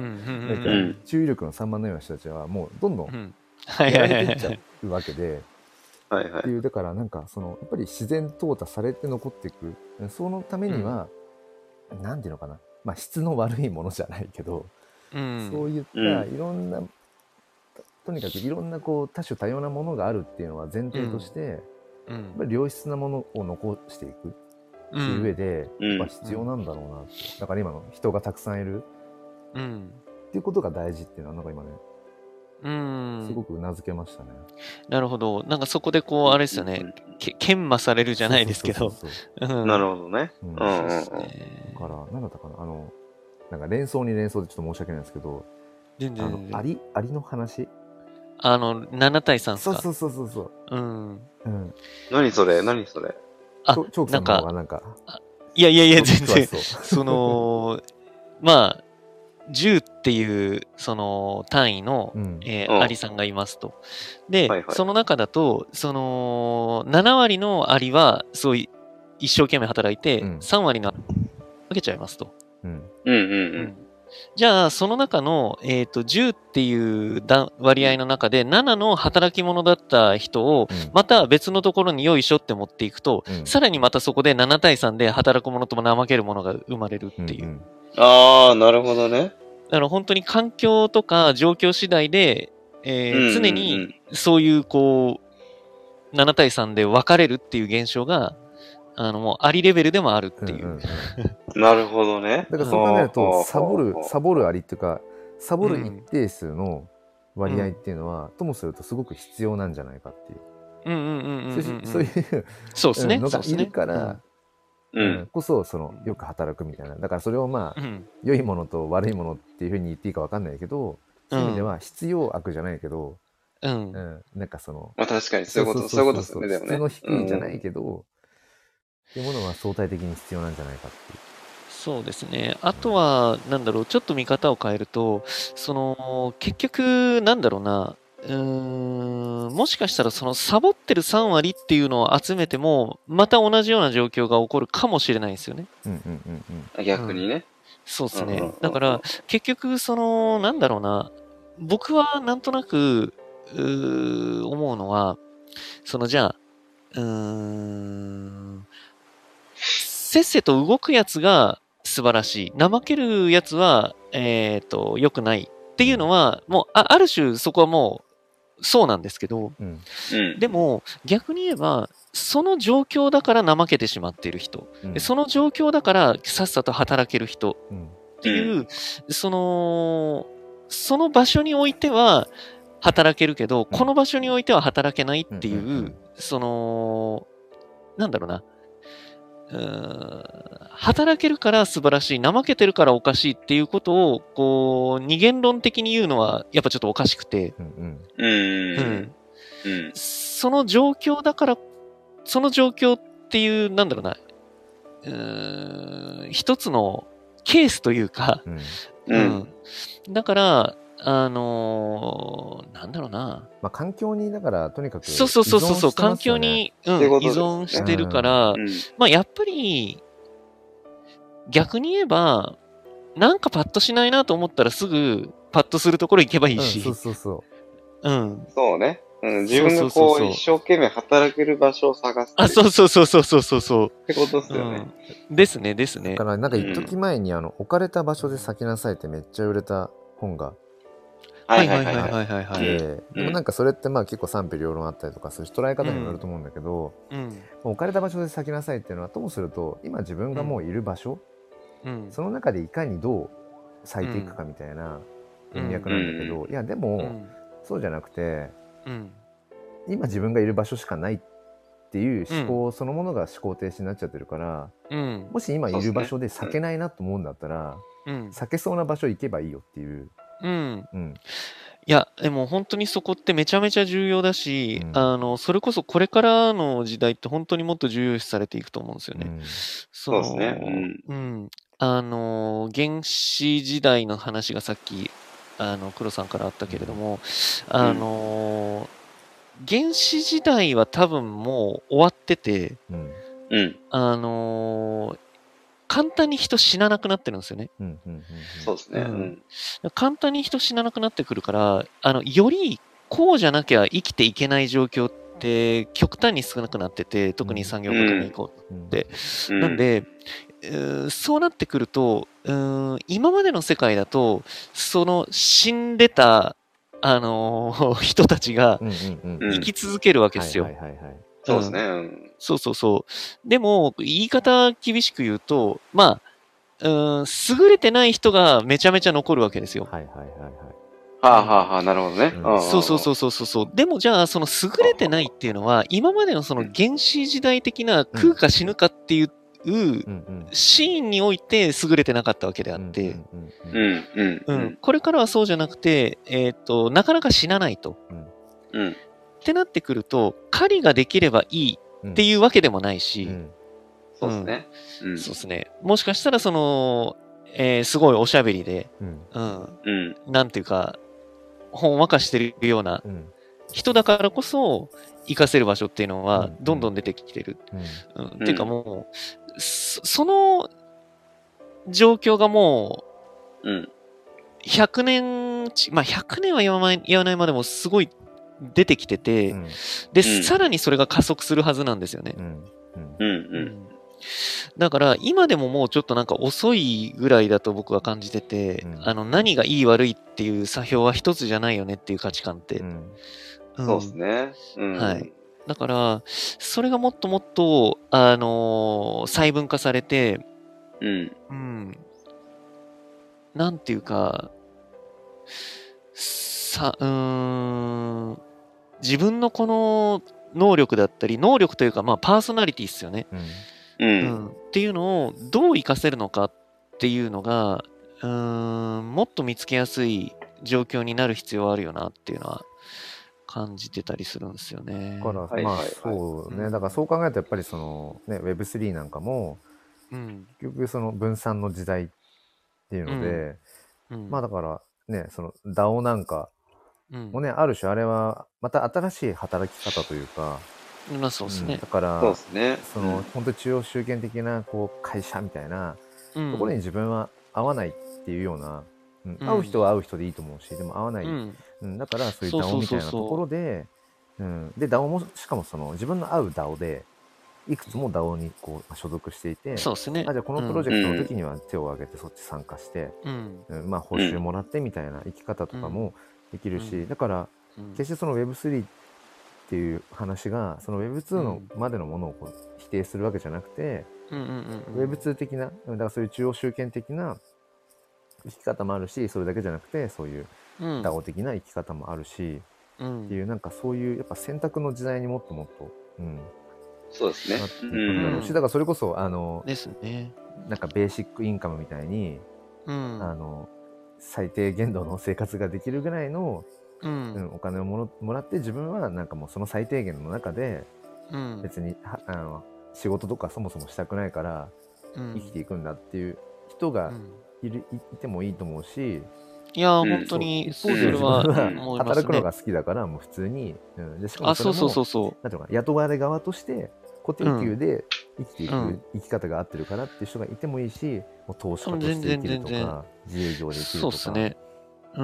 なんか注意力の散漫なような人たちはもうどんどんやられていっちゃうわけで。 はいはい、 っていうだからなんかそのやっぱり自然淘汰されて残っていくそのためには、うん、なんていうのかな、まあ質の悪いものじゃないけど、うん、そういったいろんな、うん、とにかくいろんなこう多種多様なものがあるっていうのは前提として、うん、やっぱり良質なものを残していくっていう上で、うん、やっぱ必要なんだろうなって、だから今の人がたくさんいる、うん、っていうことが大事っていうのはなんか今ねうんすごく頷けましたね。 なるほど。なんかそこでこうあれですよね、け研磨されるじゃないですけど。 なるほどね。 うん、うんうんうん、だから何だったかな、あのなんか連想に連想でちょっと申し訳ないんですけど、全然全然あのアリアリの話。 あのなな対さんですか。 そうそうそうそう。うん。 うん。何それ何それ。 あ、チョークさんの方がなんか。 いやいやいや全然そのまあ。じゅうっていうその単位の、うんえー、アリさんがいますと。で、はいはい、その中だとそのなな割のアリはそういう一生懸命働いて、うん、さん割の分けちゃいますと。うんうんうんうん、じゃあその中の、えー、とじゅうっていう割合の中でななの働き者だった人をまた別のところによいしょって持っていくと、うん、さらにまたそこでなな対さんで働く者とも怠ける者が生まれるっていう。うんうんああ、なるほどね。 だから本当に環境とか状況次第で、えーうんうんうん、常にそういうこうなな対さんで分かれるっていう現象があのもうありレベルでもあるっていう。うんうんうん、なるほどね。 だからそう考えるとサボるサボるアリっていうかサボる一定数の割合っていうのは、うん、ともするとすごく必要なんじゃないかっていう。 うんうんうんうんうん、 そういうそうですねのがいるから。うんうん、こそそのよく働くみたいな、だからそれをまあ、うん、良いものと悪いものっていうふうに言っていいか分かんないけど、そういう意味では必要悪じゃないけど、うんうん、なんかそのまあ確かにそういうことそういうことですね。でもね質の低いじゃないけど、うん、っていうものは相対的に必要なんじゃないかっていう。 そうですね。あとは、うん、なんだろう、ちょっと見方を変えると、その結局なんだろうな。うーんもしかしたらそのサボってるさん割っていうのを集めてもまた同じような状況が起こるかもしれないですよね。 うんうんうんうん、逆にね、うん、 そうですね。だから結局そのなんだろうな僕はなんとなくう思うのはそのじゃあうーんせっせと動くやつが素晴らしい怠けるやつはえっと良くないっていうのはもう あ, ある種そこはもうそうなんですけど、うん、でも逆に言えばその状況だから怠けてしまっている人、うん、その状況だからさっさと働ける人っていう、うん、そのその場所においては働けるけど、うん、この場所においては働けないっていう、うんうんうん、そのなんだろうなうーん働けるから素晴らしい怠けてるからおかしいっていうことをこう二元論的に言うのはやっぱちょっとおかしくて、うんうんうん、 うん、 その状況だから、その状況っていう、なんだろうな、うーん、一つのケースというか、 うん。 うん。だから、あのーなんだろうな。 まあ、環境に、だから、とにかく依そうそうそうそうそう、 存してま環すよね。 境に、うん、 ってこと依ですね存してるかうん。 ら、 うん。 まあやっぱり、逆に言えば、なんかパッとしないなと思ったらすぐパッとするところ行けばいいうん、そうし、 そうそうん。 そうね。うん、自そう分がこう、 そうそうそう。 一生懸命働ける場所を探すあ、 っていうそうそうそうそうそうそうそう。 ってことですうよね。 ん。ですね、ですう。だね。 から、なんか一うん。 時前に、あの、置かれた場所で咲きなさいってめっちゃ売れた本がはいはいはいはいはいはいはい。 はいはいはい。 あって、 うん。 でもなんかそれってまあ結構賛否両論あったりとかするし、捉え方にもよると思うんだけど、 うん。 置かれた場所で咲きなさいっていうのは、ともすると、今自分がもういる場所、 うん。 その中でいかにどう咲いていくかみたいな文脈なんだけど、いやでも、 うん。 そうじゃなくて、 うん。 今自分がいる場所しかないっていう思うん。 考そのものが思考停止になっちゃってるから、 うん。 もし今いる場所でそうですね咲けないなと思うんだったら、 うん。 咲けそうな場所行けばいいよっていう。 うん。 うん。 いや、でも本当にそこってめちゃめちゃ重要だし、 うん。 あの、それこそこれからの時代って本当にもっと重要視されていくと思うんですよね。 うん。 そそうですね。 の、 うん。 うん。あの、原始時代の話がさっき、あの、黒さんからあったけれども、あの、原始時代は多分もう終わってて、 うん。 うん。 あの、簡単に人死ななくなってるんですよね。 うん。うん。 そうですね。 ううんん。 簡単に人死ななくなってくるから、あの、よりこうじゃなきゃ生きていけない状況って極端に少なくなってて、特に産業革命以降って。 うん。 なんで、うーそうなってくると、うーん今までの世界だと、その死んでた、あのー人たちがうん。うん。 うん。 生き続けるわけですよ。 はいはいはいはい。 そうですね。うん。 そうそうそう。でも、言い方厳しく言うと、まあ、うーん優れてない人がめちゃめちゃ残るわけですよ。 はいはいはいはい。 はあはあはあ、なるほどね。 うんうん。 そうそうそうそうそうそう。でもじゃあ、その優れてないっていうのは、今までのその原始時代的な食うか死ぬかっていううんうん。 シーンにおいて優れてなかったわけであうん。 って、 うん。 うん。うん。 ううんん。 これからはそうじゃなくて、えっと、なかなか死なないと。 うん。 うん。 ってなってくると、狩りができればいいうん。 っていうわけでもないし、 うん。 そうですね。うん。 そうですね。もしかしたらその、えーすごいおしゃべりで、 うん。 うん、 うん。 なんていうか、ほんわかしてるようなうん。 人だからこそ、活かせる場所っていうのはうん、 どんどん出てきてる。 うん。 うん。ていうかもう、そその状況がもうん。 う、ひゃくねんち、まあひゃくねんは言わない言わないまでもすごい出てきてて、 うん。 で、 うんさらにそれが加速するはずなんですよね。 うん。うん。 うん。う。 うんんだから今でももうちょっとなんか遅いぐらいだと僕は感じてて、 うんあの何がいい悪いっていう作標は一つじゃないよねっていう価値観って。 うん。 うんそうですね。うん。 はい。だから、それがもっともっと、あのー細分化されて、 うん。 うん、なんていうか、さ、うーん、自分のこの能力だったり、能力というか、まあ、パーソナリティですよね。 うん。 う。 うんん。っていうのをどう活かせるのかっていうのが、うーん、もっと見つけやすい状況になる必要はあるよなっていうのは感じてたりするんですよね。 だから、まあはいはいはいそうね、 うんだからそう考えるとやっぱりそのね ウェブスリー なんかもうん。 結局その分散の時代っていうので、 うん。 まあだからねその ダオ なんかうんもねある種あれはまた新しい働き方というか、 まあそうですねんだ。からそうですね。 その本当に中央集権的なこう会社みたいなうんところに自分は合わないっていうような、うんうん合う人は合う人でいいと思うしでも合わない、 うん。 うん、だからそういうそうダオそうみたそうそういなところで、うん、で ダオ もしかもその自分の合う ダオ でいくつも ダオ にこう所属していて、 そうですね。 あじゃあこのプロジェクトの時には手を挙げてそっち参加して、 うん。 うん、まあ報酬もらってみたいな生き方とかもできるし、だからうん。 決してその ウェブスリー っていう話がその ウェブツー のまでのものをこう否定するわけじゃなくて、 うんうんうんうん。 ウェブツー 的なだからそういう中央集権的な生き方もあるし、それだけじゃなくてそういううんダオ 的な生き方もあるし、 うんっていうなんかそういうやっぱ選択の時代にもっともっと、うん、 そうですねなっていく。 うんん。 だろうし、だからそれこそあのですね。 なんかベーシックインカムみたいに、 うん。 あの最低限度の生活ができるぐらいのうん、お金をももらって自分はなんかもうその最低限の中で、うん、別にあの仕事とかそもそもしたくないから生きていくんだっていう人がいる、うん、いてもいいと思うし、 いやー、本当にそれは働くのが好きだからもう普通に、うん、でしかもそれもそうそうそうなんていうのか雇われ側として固定給で生きていく、うん、生き方が合ってるからっていう人がいてもいいし、もう投資家として生きるとか自営業で生きるとか、 そうですね。うん。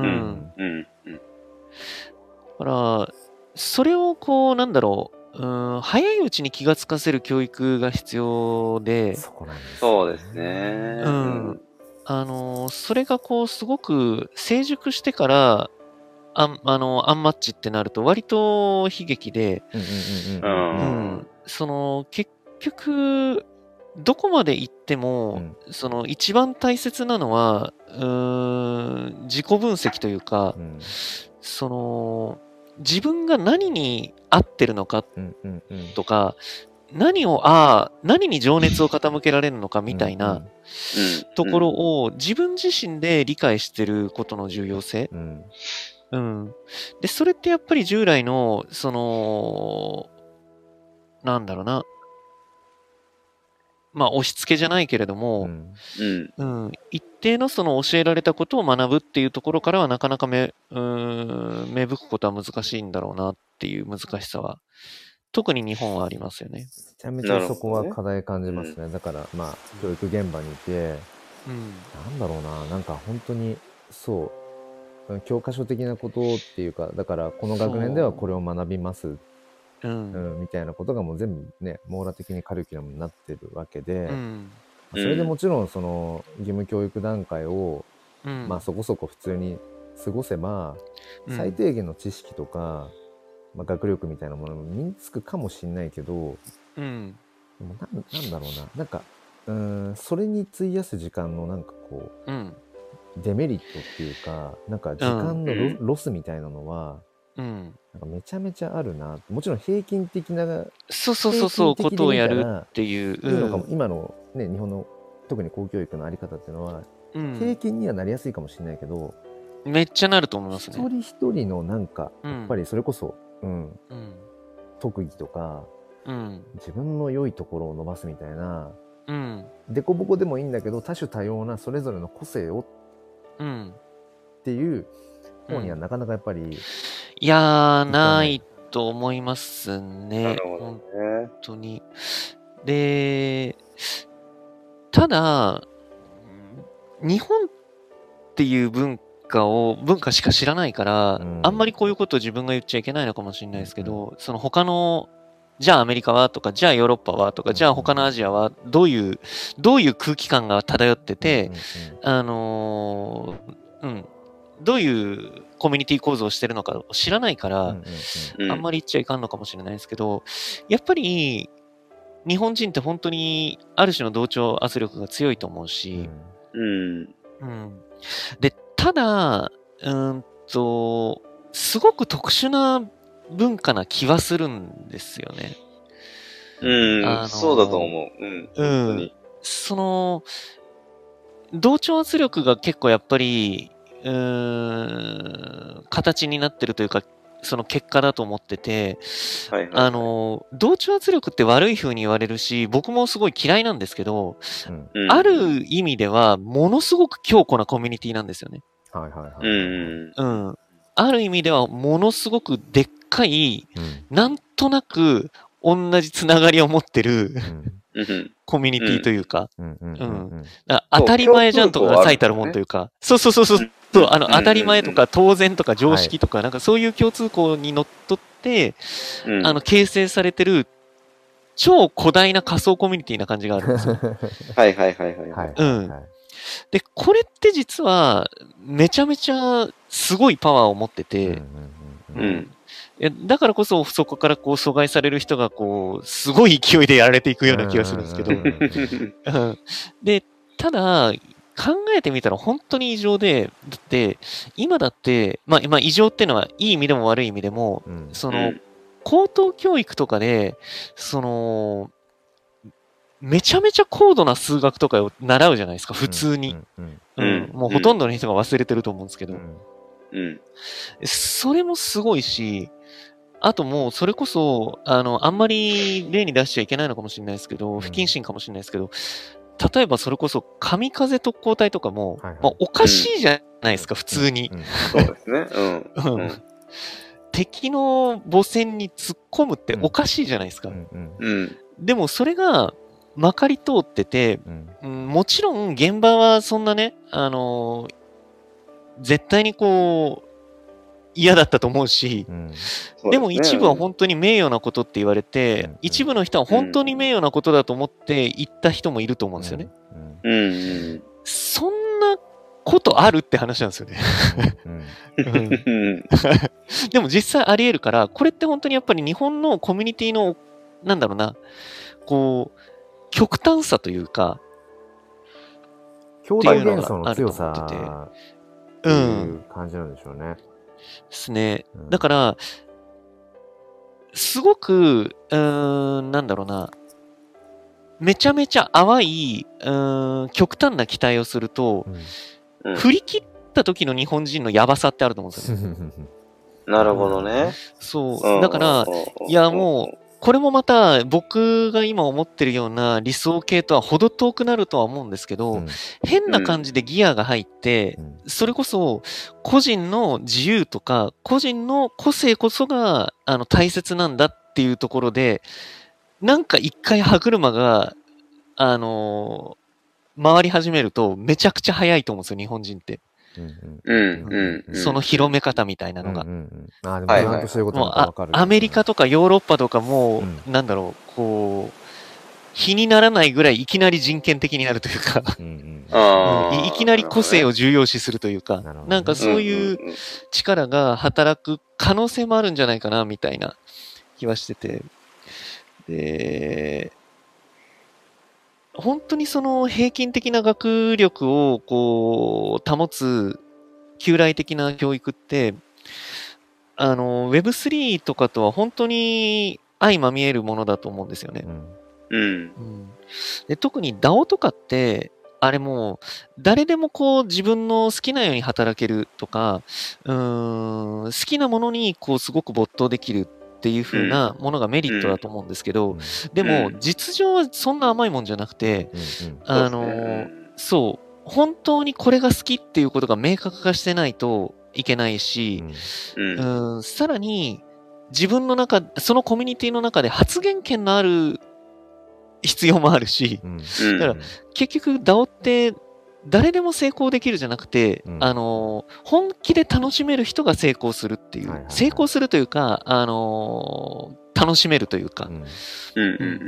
うん。だから、それをこう、なんだろう、うん、早いうちに気がつかせる教育が必要で、 そこなんですね。そうですね。 うん。あの、それがこう、すごく成熟してから、あ, あの、アンマッチってなると割と悲劇で、うん。その、結局、どこまで行っても、うん、その一番大切なのは、うーん、自己分析というか、うん、その、自分が何に合ってるのかとか、うんうんうん、何を、ああ、何に情熱を傾けられるのかみたいなところを自分自身で理解してることの重要性。うんうん。で、それってやっぱり従来の、その、なんだろうな、まあ、押し付けじゃないけれども、うんうん、一定のその教えられたことを学ぶっていうところからはなかなかめ、うーん、芽吹くことは難しいんだろうなっていう難しさは、特に日本はありますよね。めちゃめちゃそこは課題感じますね。ねだから、まあ、教育現場にいて、うん、なんだろうな、なんか本当に、そう、教科書的なことっていうか、だからこの学年ではこれを学びます。うん、みたいなことがもう全部ね網羅的にカリキュラムになってるわけで、うん、それでもちろんその義務教育段階を、うん、まあそこそこ普通に過ごせば、うん、最低限の知識とか、まあ、学力みたいなものも身につくかもしれないけど、うん、でも な, なんだろうななんかうーんそれに費やす時間のなんかこう、うん、デメリットっていうかなんか時間の ロ,、うん、ロスみたいなのは、うん、なんかめちゃめちゃあるな。もちろん平均的なそうそうそうそうことをやるっていう、 うん、いいのかも。今のね日本の特に公教育のあり方っていうのは、うん、平均にはなりやすいかもしれないけど、 めっちゃなると思いますね。 一人一人のなんかやっぱりそれこそ、うんうん、特技とか、うん、自分の良いところを伸ばすみたいな、うん、デコボコでもいいんだけど多種多様なそれぞれの個性を、うん、っていう方にはなかなかやっぱり、うん、 いやーないと思いますね。本当に。で、ただ、日本っていう文化を、文化しか知らないから、うん、あんまりこういうことを自分が言っちゃいけないのかもしれないですけど、うん、その他の、じゃあアメリカはとか、じゃあヨーロッパはとか、じゃあ他のアジアはどういう、どういう空気感が漂ってて、うん、あのー、うん、どういうコミュニティ構造をしてるのか知らないから、うんうんうん、あんまり言っちゃいかんのかもしれないですけど、やっぱり日本人って本当にある種の同調圧力が強いと思うし、うんうん、で、ただ、うんと、すごく特殊な文化な気はするんですよね。 うん、あのそうだと思う。うん、本当に。 その、同調圧力が結構やっぱり、うーん、形になってるというか、その結果だと思ってて、はいはいはい、あの、同調圧力って悪い風に言われるし、僕もすごい嫌いなんですけど、うん、ある意味では、ものすごく強固なコミュニティなんですよね。はいはいはい。うん。ある意味では、ものすごくでっかい、うん、なんとなく同じつながりを持ってる、うん、コミュニティというか、当たり前じゃんとかが最たるもんというか、そうそうそうそう、そう、あの、当たり前とか当然とか常識とか、なんかそういう共通項にのっとって、うん、あの、形成されてる、超古代な仮想コミュニティな感じがあるんですよ。 はいはいはいはい。 うん。で、これって実は、めちゃめちゃすごいパワーを持ってて、うん。だからこそ、そこからこう阻害される人が、こう、すごい勢いでやられていくような気がするんですけど。で、ただ、考えてみたら本当に異常で、だって、今だって、まあ、まあ、異常っていうのは、いい意味でも悪い意味でも、うん、その、高等教育とかで、その、めちゃめちゃ高度な数学とかを習うじゃないですか、普通に。うん。もうほとんどの人が忘れてると思うんですけど。うんうん。 それもすごいし、あともうそれこそ、あの、あんまり例に出しちゃいけないのかもしれないですけど、不謹慎かもしれないですけど、例えばそれこそ神風特攻隊とかも、はいはい、まあ、おかしいじゃないですか、うん、普通に、 うんうん。そうですね。うん。うん、 敵の母船に突っ込むっておかしいじゃないですか。 うんうん、 でもそれがまかり通ってて、うんうん、もちろん現場はそんなね、あのー、絶対にこう、嫌だったと思うし、うんでね、でも一部は本当に名誉なことって言われて、うん、一部の人は本当に名誉なことだと思って言った人もいると思うんですよね。 うんうん、 そんなことあるって話なんですよね。でも実際あり得るから、これって本当にやっぱり日本のコミュニティの、なんだろうな、こう、極端さというか、 兄弟幻想の強さっていう感じなんでしょうね。うんですね。だから、すごく、うーん、なんだろうな、めちゃめちゃ淡い、うーん、極端な期待をすると、うん、振り切った時の日本人のヤバさってあると思うんですよね。 なるほどね。 そう。だから、いやもう、これもまた僕が今思ってるような理想系とは程遠くなるとは思うんですけど、うん、変な感じでギアが入って、うん、それこそ個人の自由とか個人の個性こそがあの大切なんだっていうところで、なんか一回歯車が、あのー、回り始めるとめちゃくちゃ早いと思うんですよ、日本人って。その広め方みたいなのが。アメリカとかヨーロッパとかも、うん、なんだろう、こう、比にならないぐらいいきなり人権的になるというかうんうん、いきなり個性を重要視するというか、な, なんかそういう力が働く可能性もあるんじゃないかな、みたいな気はしてて。で、本当にその平均的な学力をこう保つ旧来的な教育って、あの、ウェブスリー とかとは本当に相まみえるものだと思うんですよね。 うん。うん、 で特に ダオ とかって、あれもう、誰でもこう自分の好きなように働けるとか、うーん、好きなものにこうすごく没頭できるっていう風なものがメリットだと思うんですけど、うん、でも実情はそんな甘いもんじゃなくて、うんうん、あの、そう、本当にこれが好きっていうことが明確化してないといけないし、うん、うんさらに自分の中、そのコミュニティの中で発言権のある必要もあるし、うん、だから結局 ダオ って誰でも成功できるじゃなくて、うん、あの本気で楽しめる人が成功するっていう、はいはいはい、成功するというか、あの楽しめるというか、うんうん、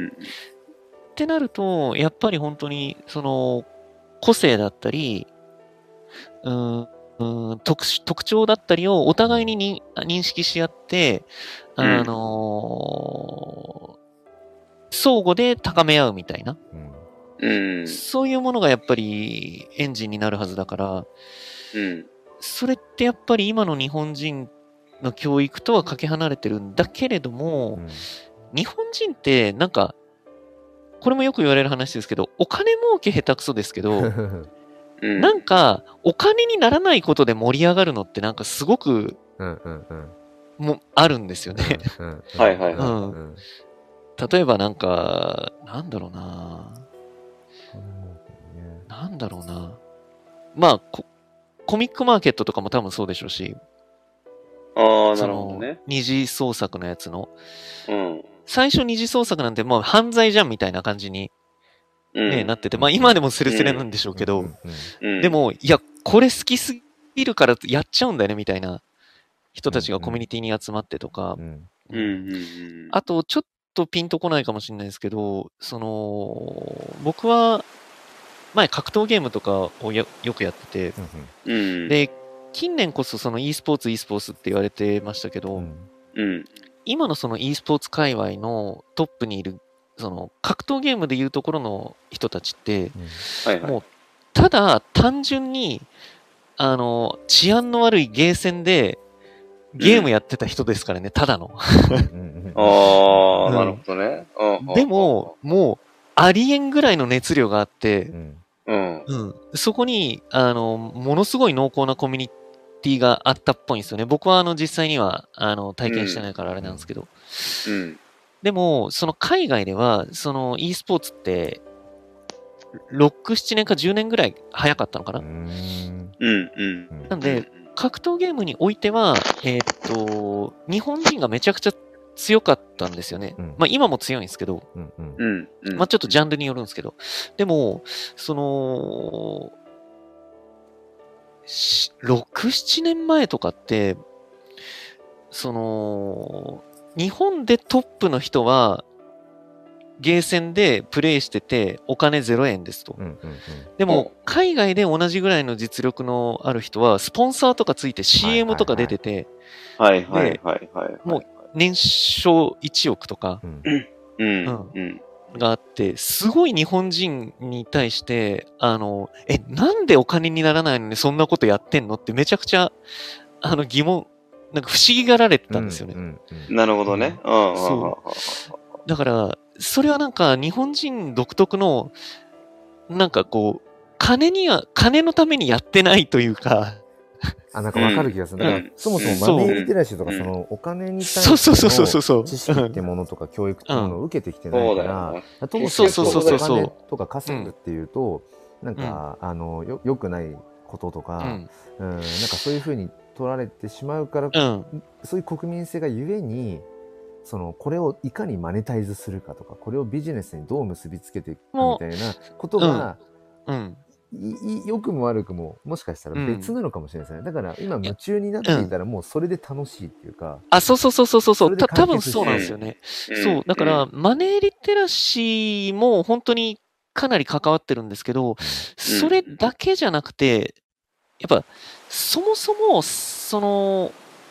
ってなるとやっぱり本当にその個性だったり、うん、うん、特, 特徴だったりをお互いにに認識し合って、あのー、相互で高め合うみたいな、うん、そういうものがやっぱりエンジンになるはずだから、うん、それってやっぱり今の日本人の教育とはかけ離れてるんだけれども、うん、日本人ってなんかこれもよく言われる話ですけど、お金儲け下手くそですけどうん、なんかお金にならないことで盛り上がるのってなんかすごくもあるんですよね。 はいはいはい。 例えばなんかなんだろうな、なんだろうな、まあ コ, コミックマーケットとかも多分そうでしょうし、 ああなるほどね。 二次創作のやつの、 うん、 最初二次創作なんてもう犯罪じゃんみたいな感じに。ね、うん、なってて、まあ今でもスレスレなんでしょうけど、うんうん、でも、いや、これ好きすぎるからやっちゃうんだよね、みたいな人たちがコミュニティに集まってとか、 うんうん、 あと、ちょっとピンとこないかもしれないですけど、その、僕は、前格闘ゲームとかをよくやってて、 うん、 で、近年こそその e スポーツ e スポーツって言われてましたけど、 うん、 今のその e スポーツ界隈のトップにいるその格闘ゲームでいうところの人たちって、 うんはいはい、 もうただ単純にあの治安の悪いゲーセンでゲームやってた人ですからね、うん、ただの。 ああ、うん、なるほどね。 でももうありえんぐらいの熱量があって、 うんうん、そこにあのものすごい濃厚なコミュニティがあったっぽいんですよね。僕はあの実際にはあの体験してないからあれなんですけど。 うん。 でも、その海外では、その e スポーツって、ろく、ななねんかじゅうねんぐらい早かったのかな。 うーん。 うんうん。 なんで、格闘ゲームにおいては、えーっと、日本人がめちゃくちゃ強かったんですよね。 うんまあ今も強いんですけど、 うんうんうんうん。 まあちょっとジャンルによるんですけど、でも、その、しろく、ななねんまえとかって、その、日本でトップの人は、ゲーセンでプレイしてて、お金ゼロえんですと。 うんうんうん。 でも、海外で同じぐらいの実力のある人は、スポンサーとかついて シーエム とか出てて、 はいはいはいはい。 もう年商いちおくとか、 うんうんうん。 があって、すごい日本人に対して、あの、え、なんでお金にならないのにそんなことやってんのってめちゃくちゃ、あの疑問、なんか不思議がられてたんですよね。 うんうんうんなるほどね。うんうんそうだから、それはなんか日本人独特の、なんかこう、金には、金のためにやってないというか、 あ、なんかわかる気がする。だから、 うんそもそもマネーリテラシーとか、そのお金に対そうそうそうそうしてそうの知識ってものとか教育ってものを受けてきてないそうだよからな、 ともそうそうそうそうお金とか稼ぐっていうと、なんうか、あの、よ、良くないこととうか、 ん。 うん、なんかそういうふうに取られてしまうから、 うん。 そういう国民性がゆえに、その、これをいかにマネタイズするかとか、これをビジネスにどう結びつけていくかみたいなことが、 うん。 いい良くも悪くももしかしたら別なのかもしれないですね。だから今夢中になっていたらもうそれで楽しいっていうか。 あ、そうそうそうそうそう。 それでた多分解決してそうなんですよね。 うんそう。だから、マネーリテラシーも本当にかなり関わってるんですけど、それだけじゃなくて、やっぱ、そもそも、その、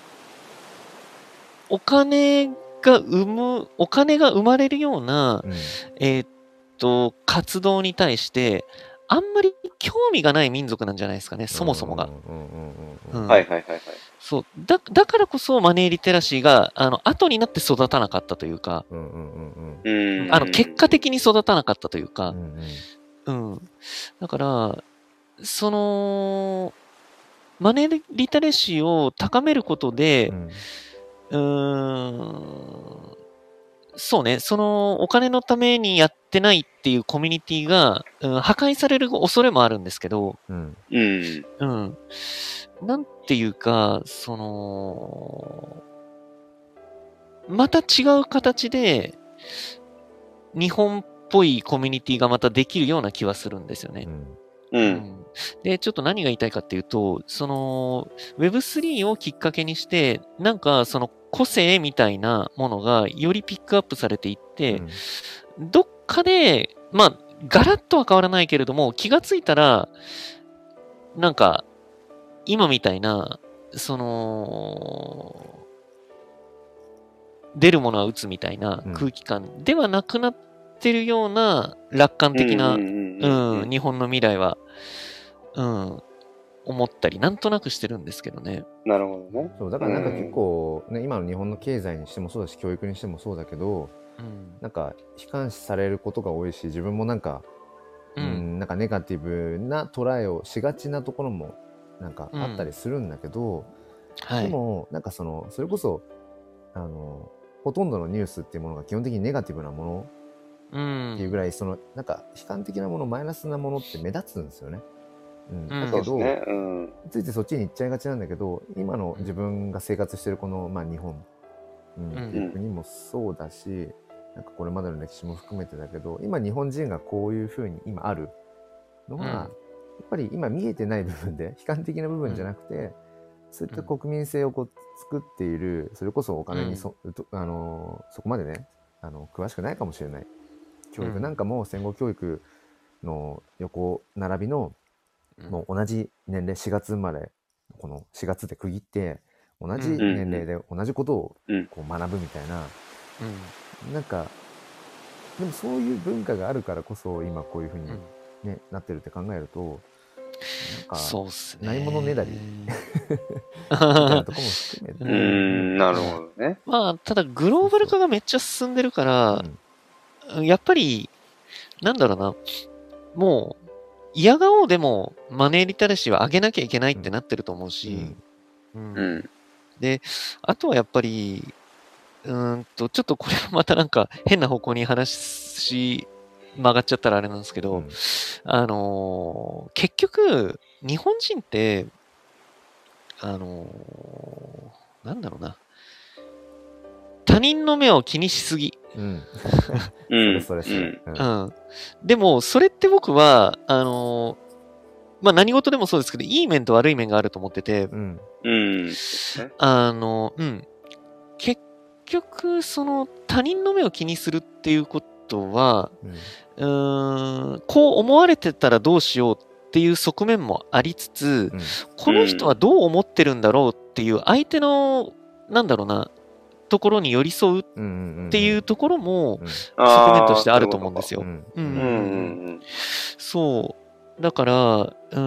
お金が生む、お金が生まれるような、 うんえーっと、活動に対して、あんまり興味がない民族なんじゃないですかね、そもそもが。 うんうんうんううんんはいはいはいはい。 そう。だ、だからこそマネーリテラシーが、あの、後になって育たなかったというか、 うんうんうんうん。 あの、結果的に育たなかったといううか、 んうん。だから、その、マネーリテラシーを高めることでう、んうーん、そうね、そのお金のためにやってないっていうコミュニティが、うん、破壊される恐れもあるんですけど、 うんうん。 うん。なんていうか、その、また違う形で、日本っぽいコミュニティがまたできるような気はするんですよね。 う。 うんんで、ちょっと何が言いたいかっていうと、その ウェブスリー をきっかけにして、なんかその個性みたいなものがよりピックアップされていって、どっかで、まあ、ガラッとは変わらないけれども、気がついたら、なんか、今みたいな、その、出るものは打つみたいな空気感ではなくなってるような楽観的な、うん、日本の未来は、うん、思ったり、なんとなくしてるんですけどね。 なるほどね。 そうだからなんか結構、ね、今の日本の経済にしてもそうだし教育にしてもそうだけど、 うん。 なんか悲観視されることが多いし自分もなんか、 ううんん、なんかネガティブなトライをしがちなところもなんかあったりするんだけど、 はい。 でもなんかそのそれこそあのほとんどのニュースっていうものが基本的にネガティブなものうん。 っていうぐらい、そのなんか悲観的なものマイナスなものって目立つんですよね。うん、 うんだけど、 そうですね。うん。 ついついそっちに行っちゃいがちなんだけど、今の自分が生活してるこの、まあ、日本、うんうんっていう国もそうだし、なんかこれまでの歴史も含めてだけど、今日本人がこういうふうに今あるのは、 うんやっぱり今見えてない部分で悲観的な部分じゃなくて、そういった国民性をこう作っている、それこそお金にそ、とあのそこまでねあの詳しくないかもしれない教育なんかも戦後教育の横並びのもう同じ年齢しがつ生まれこのしがつで区切って同じ年齢で同じことをこう学ぶみたいな、 うん。 なんかでもそういう文化があるからこそ今こういうふうに、ねなってるって考えるとなんかそうっすね。 ないものねだりみたいなとこも含めて、 うーん、なるほどね。 まあ、ただグローバル化がめっちゃ進んでるから、やっぱり、なんだろうな、もう、嫌顔でもマネーリテラシーは上げなきゃいけないってなってると思うし、 うん。 うん。 で、あとはやっぱり、うーんと、ちょっとこれはまたなんか変な方向に話曲がっちゃったらあれなんですけど、 うんあのー結局、日本人って、あのーなんだろうな、他人の目を気にしすぎ。 うん。 うん。 それそれそれ。 うん。でも、それって僕は、あのーまあ何事でもそうですけど、いい面と悪い面があると思ってて、 うん。 うん。 あの、うん。結局、その他人の目を気にするっていうことは、 うん。 うーん、こう思われてたらどうしようっていう側面もありつつ、 うん。 この人はどう思ってるんだろうっていう相手の、なんだろうな、ところに寄り添うっうんうんうん。 ていうところもうん側面とああ、 してあるとそういうことか。 思うんですよ。 うんうんうんうんうんうんそう。だから、うー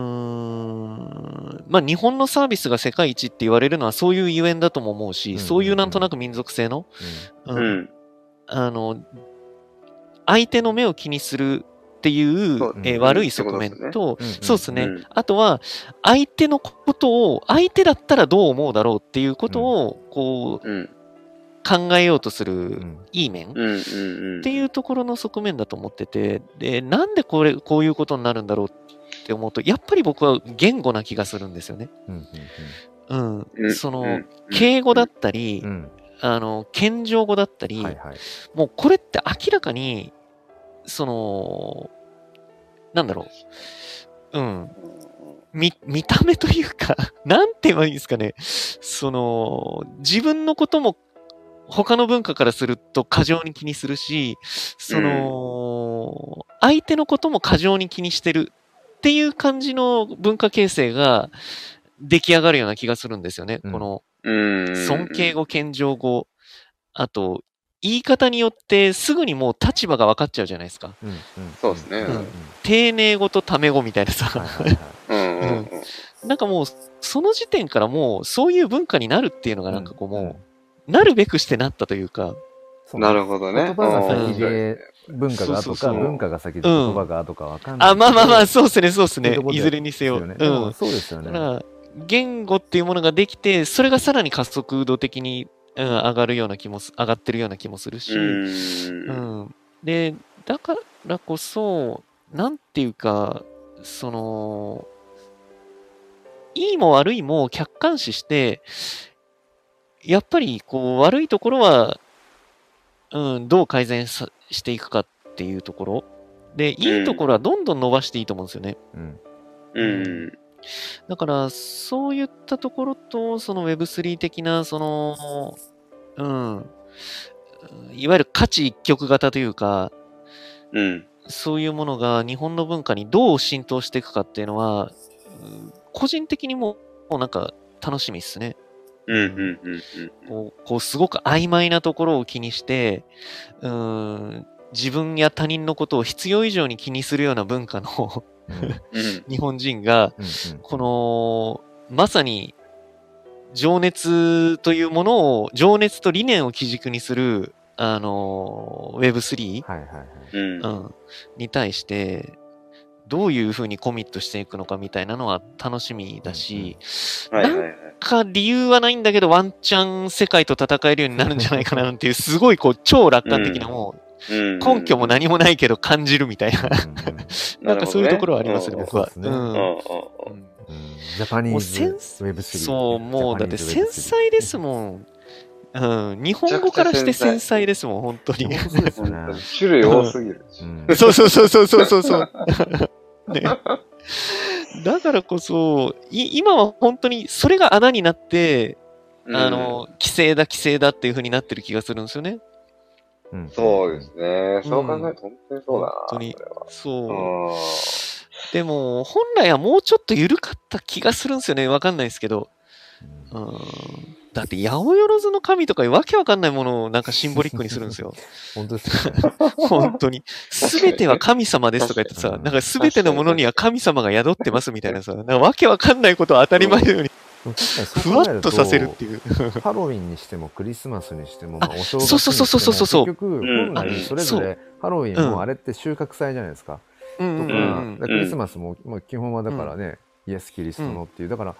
ん、まあ日本のサービスが世界一って言われるのはそういうゆえんだとも思うし、 うんそういうなんとなく民族性の、 うん。 う、 うんん。 あの、相手の目を気にするっていう、 そうえーうん悪い側面ってことと、 うんうんそうですね、 うんあとは、相手のことを、相手だったらどう思うだろうっていうことを、こう、 うん。 考えようとするんいい面、 うんうんうん。 っていうところの側面だと思ってて、で、なんでこれ、こういうことになるんだろうって思うと、やっぱり僕は言語な気がするんですよね。 うんうん。 うんその、 うん敬語だったり、 うんうんあの、謙譲語だったり、 はいはい。 もうこれって明らかに、その、なんだろう。うん。見、見た目というか、なんて言えばいいんですかね。その、自分のことも他の文化からすると過剰に気にするし、その、相手のことも過剰に気にしてるっていう感じの文化形成が出来上がるような気がするんですよね。 うんこの、 うん。 尊敬語、謙譲語、あと、言い方によってすぐにもう立場が分かっちゃうじゃないですか。 うんうんそうですね。 うん丁寧語とタメ語みたいなさ。 はいはいはい。 うんうんうん。 なんかもう、その時点からもう、そういう文化になるっていうのがなんかこうもう、 うんなるべくしてなったというか、 そうねなるほどね。 言葉がうん先で文化が後か、 そうそうそう文化が先で言葉が後かわかんないあ、 けど。 まあまあまあ、そうですね、そうですっていうと。ころでねいずれにせよ。 ですよね。 うでもん。 そうですよね。 だから、言語っていうものができて、それがさらに加速度的に、うん、上がるような気もす、上がってるような気もするし、 う。 うんん。で、だからこそ、なんていうか、その、いいも悪いも客観視して、やっぱりこう悪いところは、うん、どう改善さしていくかっていうところ。で、いいところはどんどん伸ばしていいと思うんですよね。 うん。 うん。 だから、そういったところと、その ウェブスリー 的な、その、うん、いわゆる価値一極型というか、 うん。 そういうものが日本の文化にどう浸透していくかっていうのは、うん個人的にももうなんか楽しみですね。 うん。うん。うん。 こう、こうすごく曖昧なところを気にして、うーん、自分や他人のことを必要以上に気にするような文化のうんうん。 日本人が、 うんこの、まさに、情熱というものを、情熱と理念を基軸にする、あの、ウェブスリー、 はいはいはい。 うん。 うん、に対して、どういうふうにコミットしていくのかみたいなのは楽しみだし、なんはいはいはい。 か理由はないんだけど、ワンチャン世界と戦えるようになるんじゃないかななんていう、すごいこう、超楽観的なもう、 うん。 根拠も何もないけど感じるみたいな、 うんうんなんかそういうところはありますね、 うん僕は。 そうですねうんうん。うん。 うんジャパニーズもうセンウェブスリー。 そう、もうだってジャパニー繊ズウェブスリー細ですもん。うん、日本語からして繊細ですもん、本当に。 そうですね。 種類多すぎる。 うんそうそうそうそうそうそうそう。ね。だからこそ、い今は本当にそれが穴になって、あの、規制だ、規制だっていう風になってる気がするんですよね。 うんそうですね。そう考えると本当にそうだな。 本当にそれは。 そう。 うでも、本来はもうちょっと緩かった気がするんですよね。わかんないですけど。うん。だって、八百万の神とかわけわかんないものをなんかシンボリックにするんですよ。 本当ですよね。 本当に。すべては神様ですとか言ってさ、 確かになんかすべてのものには神様が宿ってますみたいなさ、なんかわけわかんないことを当たり前のように、 でも確かにそうふ考えるとわっとさせるっていう。 ハロウィンにしてもクリスマスにしても、まあ、お正月そうそうそうそうそうそうにしても結局うん本来それぞれハロウィンもあれって収穫祭じゃないですか。 うんうんとかうんだからクリスマスも、まあ、基本はだからね、イエス・キリストのっていうだから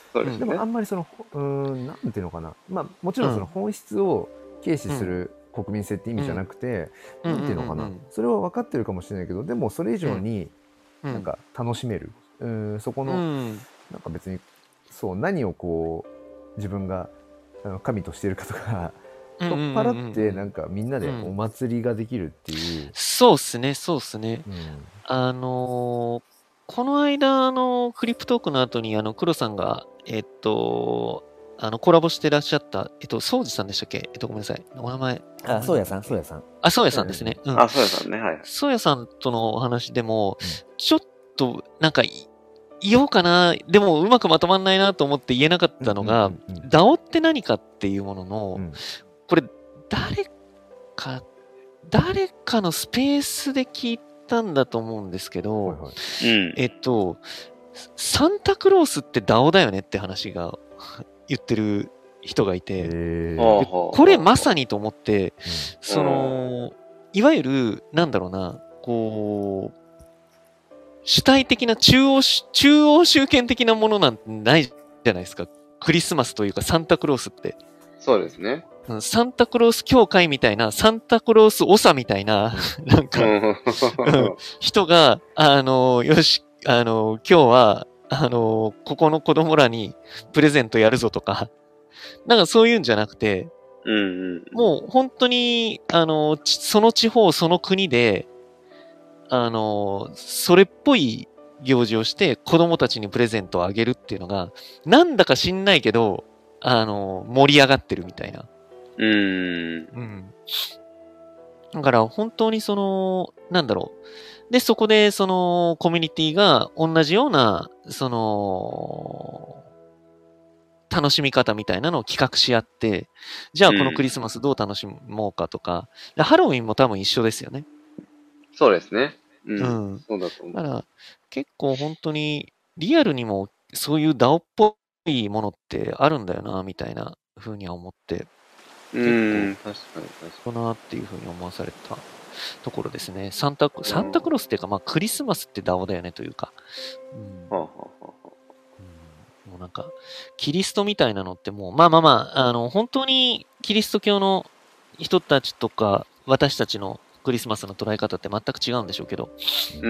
そうですね。 でもあんまりその、うーん、なんていうのかな。まあ、もちろんその本質を軽視する国民性って意味じゃなくて、 うんなんていうのかな。 うんうんうんそれは分かってるかもしれないけど、でもそれ以上にうんなんか楽しめる。うーん、そこの、 うんなんか別に、そう、何をこう、自分があの神としているかとか、取っ払ってなんかみんなでお祭りができるっていう。 そうっすね、そうっすね。 うん、 あのーこの間、あの、クリプトークの後に、あの、黒さんが、えっと、あの、コラボしてらっしゃった、えっと、宗司さんでしたっけえっと、ごめんなさい。お名前。 あ、そうやさん、そうやさん。 あ、宗谷さんですね。うん。 あ、そうですね、はい。 宗谷さんとのお話でも、ちょっと、なんか、言おうかな、でもうまくまとまんないなと思って言えなかったのが、ダオ って何かっていうものの、うん、これ、誰か、誰かのスペースで聞いたんだと思うんですけど、はいはい、えっと、サンタクロースって ダオ だよねって話が言ってる人がいて、これまさにと思って、うん、その、いわゆる、なんだろうな、こう、主体的な中央、中央集権的なものなんてないじゃないですか。クリスマスというかサンタクロースって。 そうですね。 サンタクロース協会みたいな、サンタクロース長みたいな、なんか、うん、人が、あの、よし、あの、今日は、あの、ここの子供らにプレゼントやるぞとか、なんかそういうんじゃなくて、 うんうん、 もう本当に、あの、その地方、その国で、あの、それっぽい行事をして子供たちにプレゼントをあげるっていうのが、なんだか知んないけど、あの、盛り上がってるみたいな。 うーん。 うん。だから本当にその、なんだろう。で、そこでそのコミュニティが同じような、その、楽しみ方みたいなのを企画し合って、じゃあこのクリスマスどう楽しもうかとか、うん、ハロウィンも多分一緒ですよね。 そうですね。うん。 うん、 そうだと思う。 だから結構本当にリアルにもそういう ダオ っぽいものってあるんだよな、みたいな風には思って。 うん、確かに確かなっていうふうに思わされたところですね。サンタ、サンタクロースっていうか、まあクリスマスって ダオ だよねというか。うん、はあはあはあうん、もうなんか、キリストみたいなのってもう、まあまあまあ、あの、本当にキリスト教の人たちとか、私たちのクリスマスの捉え方って全く違うんでしょうけど。 うん。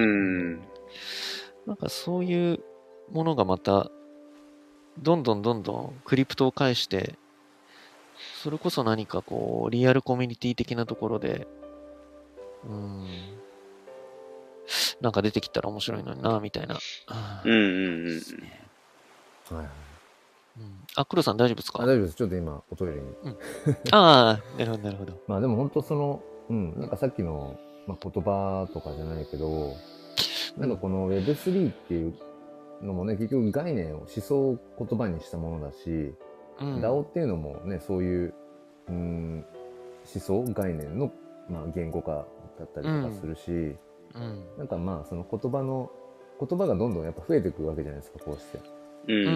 なんかそういうものがまた、どんどんどんどんクリプトを介して、それこそ何かこう、リアルコミュニティ的なところで、うん、なんか出てきたら面白いのにな、みたいな。 うんうんうん。はいはい。うん、あ、黒さん大丈夫ですか？ あ、大丈夫です。ちょっと今、おトイレに。 うん、ああ、なるほど、なるほど。 まあでも本当その、うん、なんかさっきの、まあ、言葉とかじゃないけど、なんかこの ウェブスリー っていうのもね、結局概念を思想を言葉にしたものだし、うん、ダオ っていうのもね、そういう、うん、思想概念の、まあ、言語化だったりとかするし、うんうん、なんかまあその言葉の言葉がどんどんやっぱ増えていくわけじゃないですか、こうして。 うんうん、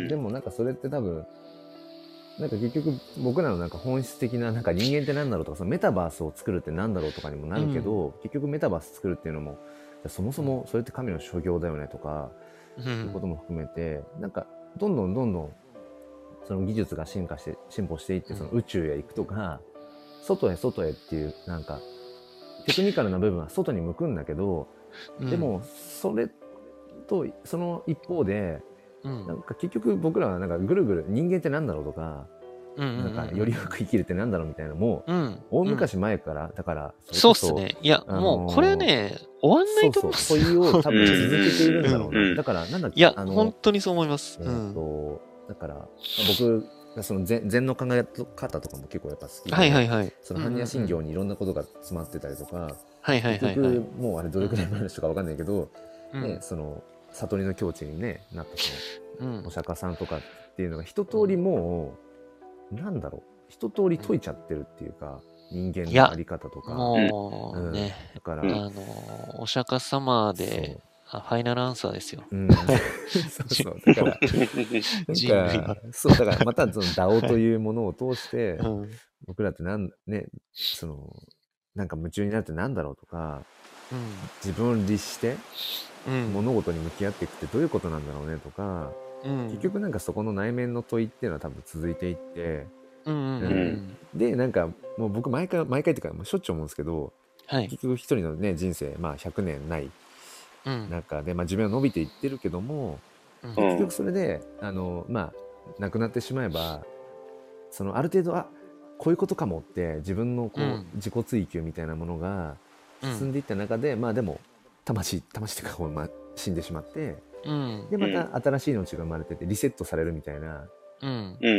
でもなんかそれって多分なんか結局僕らのなんか本質的ななんか人間ってなんだろうとか、そのメタバースを作るってなんだろうとかにもなるけど、うん、結局メタバース作るっていうのもそもそもそれって神の所業だよねとか、うん、いうことも含めてなんかどんどんどんどんその技術が進化して進歩していって、その宇宙へ行くとか、うん、外へ外へっていうなんかテクニカルな部分は外に向くんだけど、うん、でもそれとその一方で、うん、なんか結局僕らはなんかぐるぐる人間ってなんだろうとか、うんうんうんうん、なんかよりよく生きるってなんだろうみたいなのも、うん、大昔前からだからそうっすね。いや、あのー、もうこれはね終わんないと思います。 そうそう問いを多分続けているんだろうな。うんうん、だからなんだっけ、 いや本当にそう思います。 えーとだから僕その 禅, 禅の考え方とかも結構やっぱ好きで、 はいはいはい、 その般若心経にいろんなことが詰まってたりとか、 はいはいはいはい、 結局もうあれどれくらい前の人か分かんないけど、うんね、その悟りの境地に、ね、なったその、うん、お釈迦さんとかっていうのが一通りもう、うん、なんだろう一通り解いちゃってるっていうか、人間のあり方とかもうね、うん、だからあのお釈迦様でファイナルアンサーですよ。うん、 そうそうだからなんかそうだからまたその ダオ というものを通して、うん、僕らってなんねそのなんか夢中になるってなんだろうとか、うん、自分を律して、うん、物事に向き合っていくってどういうことなんだろうねとか、 うん、結局なんかそこの内面の問いっていうのは多分続いていって、 うんうんうん、 でなんかもう僕毎回毎回っていうかもうしょっちゅう思うんですけど、 はい、 結局一人のね人生まあひゃくねんない中で、まあ、自分は伸びていってるけども、うん、結局それであのまあ亡くなってしまえばそのある程度あこういうことかもって自分のこう、うん、自己追求みたいなものが進んでいった中で、うん、まあでも魂魂っていうかこう、まあ、死んでしまって、うん、でまた新しい命が生まれててリセットされるみたいな、うん、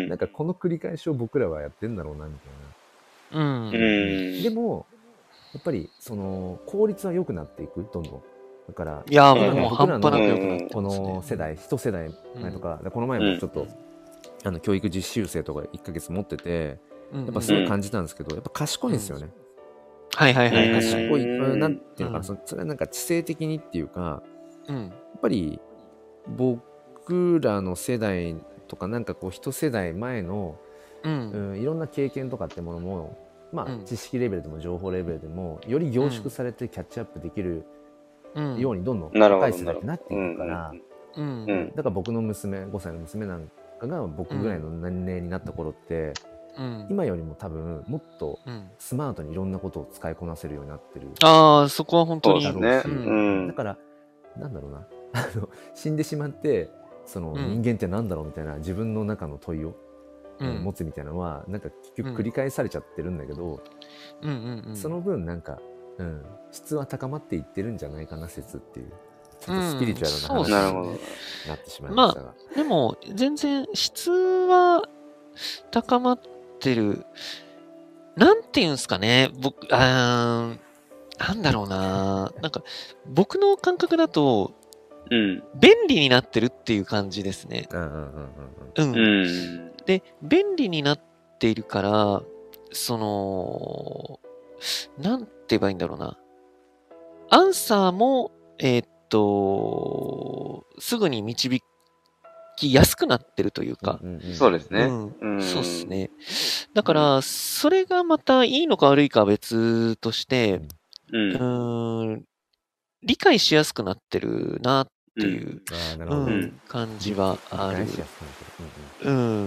なんかこの繰り返しを僕らはやってんだろうなみたいな、うんうん、でもやっぱりその効率は良くなっていくどんどんだからいやもう僕らのこの世代一世代前とか、うん、この前もちょっと、うん、あの教育実習生とかいっかげつ持っててやっぱすごい感じたんですけど、やっぱ賢いんですよね。 はいはいはい、 賢い、なんていうのかな、それはなんか知性的にっていうか、やっぱり僕らの世代とかなんかこう一世代前の、うん、いろんな経験とかってものも、まあ知識レベルでも情報レベルでもより凝縮されてキャッチアップできるようにどんどん若い世代になっていくから、だから僕の娘ごさいの娘なんかが僕ぐらいの年齢になった頃って、うん、今よりも多分もっとスマートにいろんなことを使いこなせるようになってる、 うん、ああそこは本当にだろうし、ね、うん、だからなんだろうなあの死んでしまってその人間ってなんだろうみたいな自分の中の問いを、うん、持つみたいなのはなんか結局繰り返されちゃってるんだけど、うんうんうん、その分なんか、うん、質は高まっていってるんじゃないかな説っていうちょっとスピリチュアルな話になってしまいましたが、 まあ、でも全然質は高まってるなんていうんですかね僕あなんだろうななんか僕の感覚だと、うん、便利になってるっていう感じですね。うん。で便利になっているからそのなんて言えばいいんだろうなアンサーもえー、っとすぐに導きやすくなってるというか、 うんうんうん、そうですね、 うん、そうですね。だからそれがまたいいのか悪いかは別として、うん、うーん理解しやすくなってるなっていう、うんうん、感じはある。うん、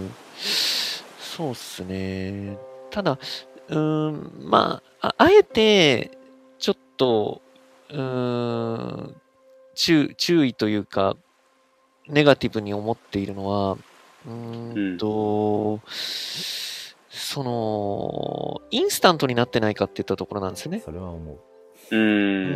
そうっすね。ただ、うーん、まあ、あ、あえて、ちょっと、うーん、注、注意というか、ネガティブに思っているのは、うーんと、うん、その、インスタントになってないかっていったところなんですよね。 それは思う。 うん。うん、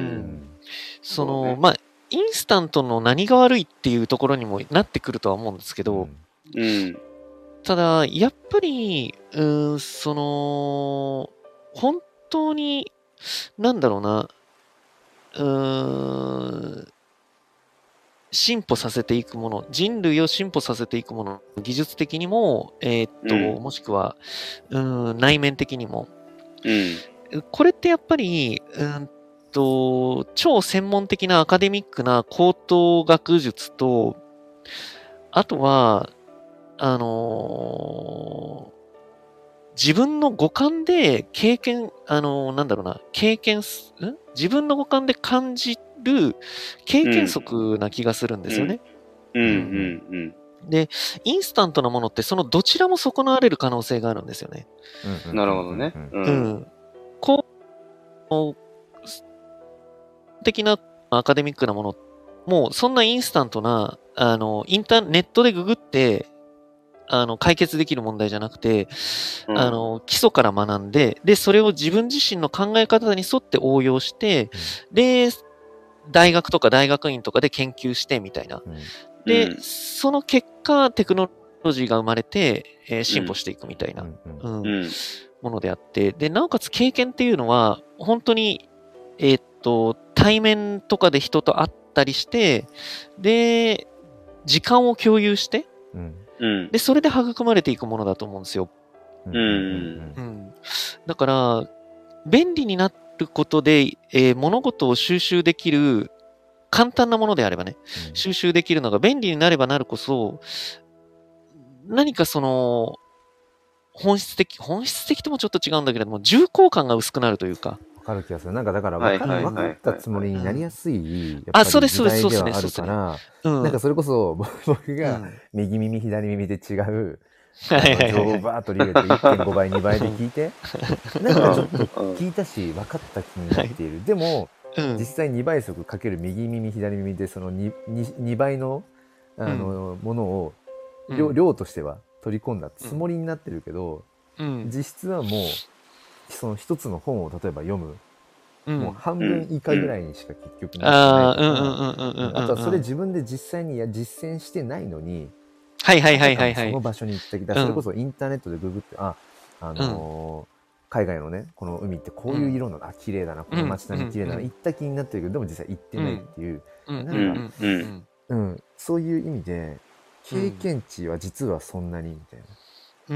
その、ね、まあ、インスタントの何が悪いっていうところにもなってくるとは思うんですけど、うん、ただ、やっぱり、うーん、その、本当に、なんだろうな、うーん、進歩させていくもの、人類を進歩させていくもの、技術的にも、えー、っと、うん、もしくは、うん、内面的にも、うん、これってやっぱり、うんと、超専門的なアカデミックな高等学術と、あとは、あのー、自分の五感で経験、あのー、なんだろうな、経験す、ん自分の五感で感じる経験則な気がするんですよね。 うん、うん、うん。 で、インスタントなものってそのどちらも損なわれる可能性があるんですよね。 うん、なるほどね。 うん。うん、こう、的なアカデミックなものもうそんなインスタントなあのインターネットでググってあの解決できる問題じゃなくて、うん、あの基礎から学んででそれを自分自身の考え方に沿って応用して、うん、で大学とか大学院とかで研究してみたいな、うん、で、うん、その結果テクノロジーが生まれて、えー、進歩していくみたいな、うんうん、ものであってでなおかつ経験っていうのは本当にえー、っと対面とかで人と会ったりしてで時間を共有して、うん、でそれで育まれていくものだと思うんですよ。うんうん、だから便利になることで、えー、物事を収集できる簡単なものであればね、うん、収集できるのが便利になればなるこそ何かその本質的本質的ともちょっと違うんだけれども重厚感が薄くなるというか。 わかる気がする。なんかだから分か,、 はいはいはい分かったつもりになりやすい、やっぱあ、 りそうです、そうです、 時代そうですね、 ではあるそうですね。 から、 うん。 なんかそれこそ僕がうん右耳左耳で違う、 はいはいあの情報をはいはい。 バーッと入れて いってんご 倍にばいで聞いて、なんかちょっとうん聞いたし分かった気になっている。でもうん実際にばい速かける右耳左耳でその 2, 2倍のあの、ものを量,、 うん量としては取り込んだつもりになってるけど、 うん実質はもうその一つの本を例えば読む、 うんもう半分以下ぐらいにしか結局なってないああ、 とうんうんうんうんうんうん。 か、あとはそれ自分で実際にや実践してないのに、 はいはいはあいはいはい。 たかもその場所に行ったり、だからそれこそインターネットでググって、あ、あのー海外のね、この海ってこういう色なの、あ、綺麗だな、この街並み綺麗だな、 うん行った気になってるけど、でも実際行ってないっていう、 うんなんか、 うんうんうん、そういう意味で、経験値は実はそんなにみたいな。 うん。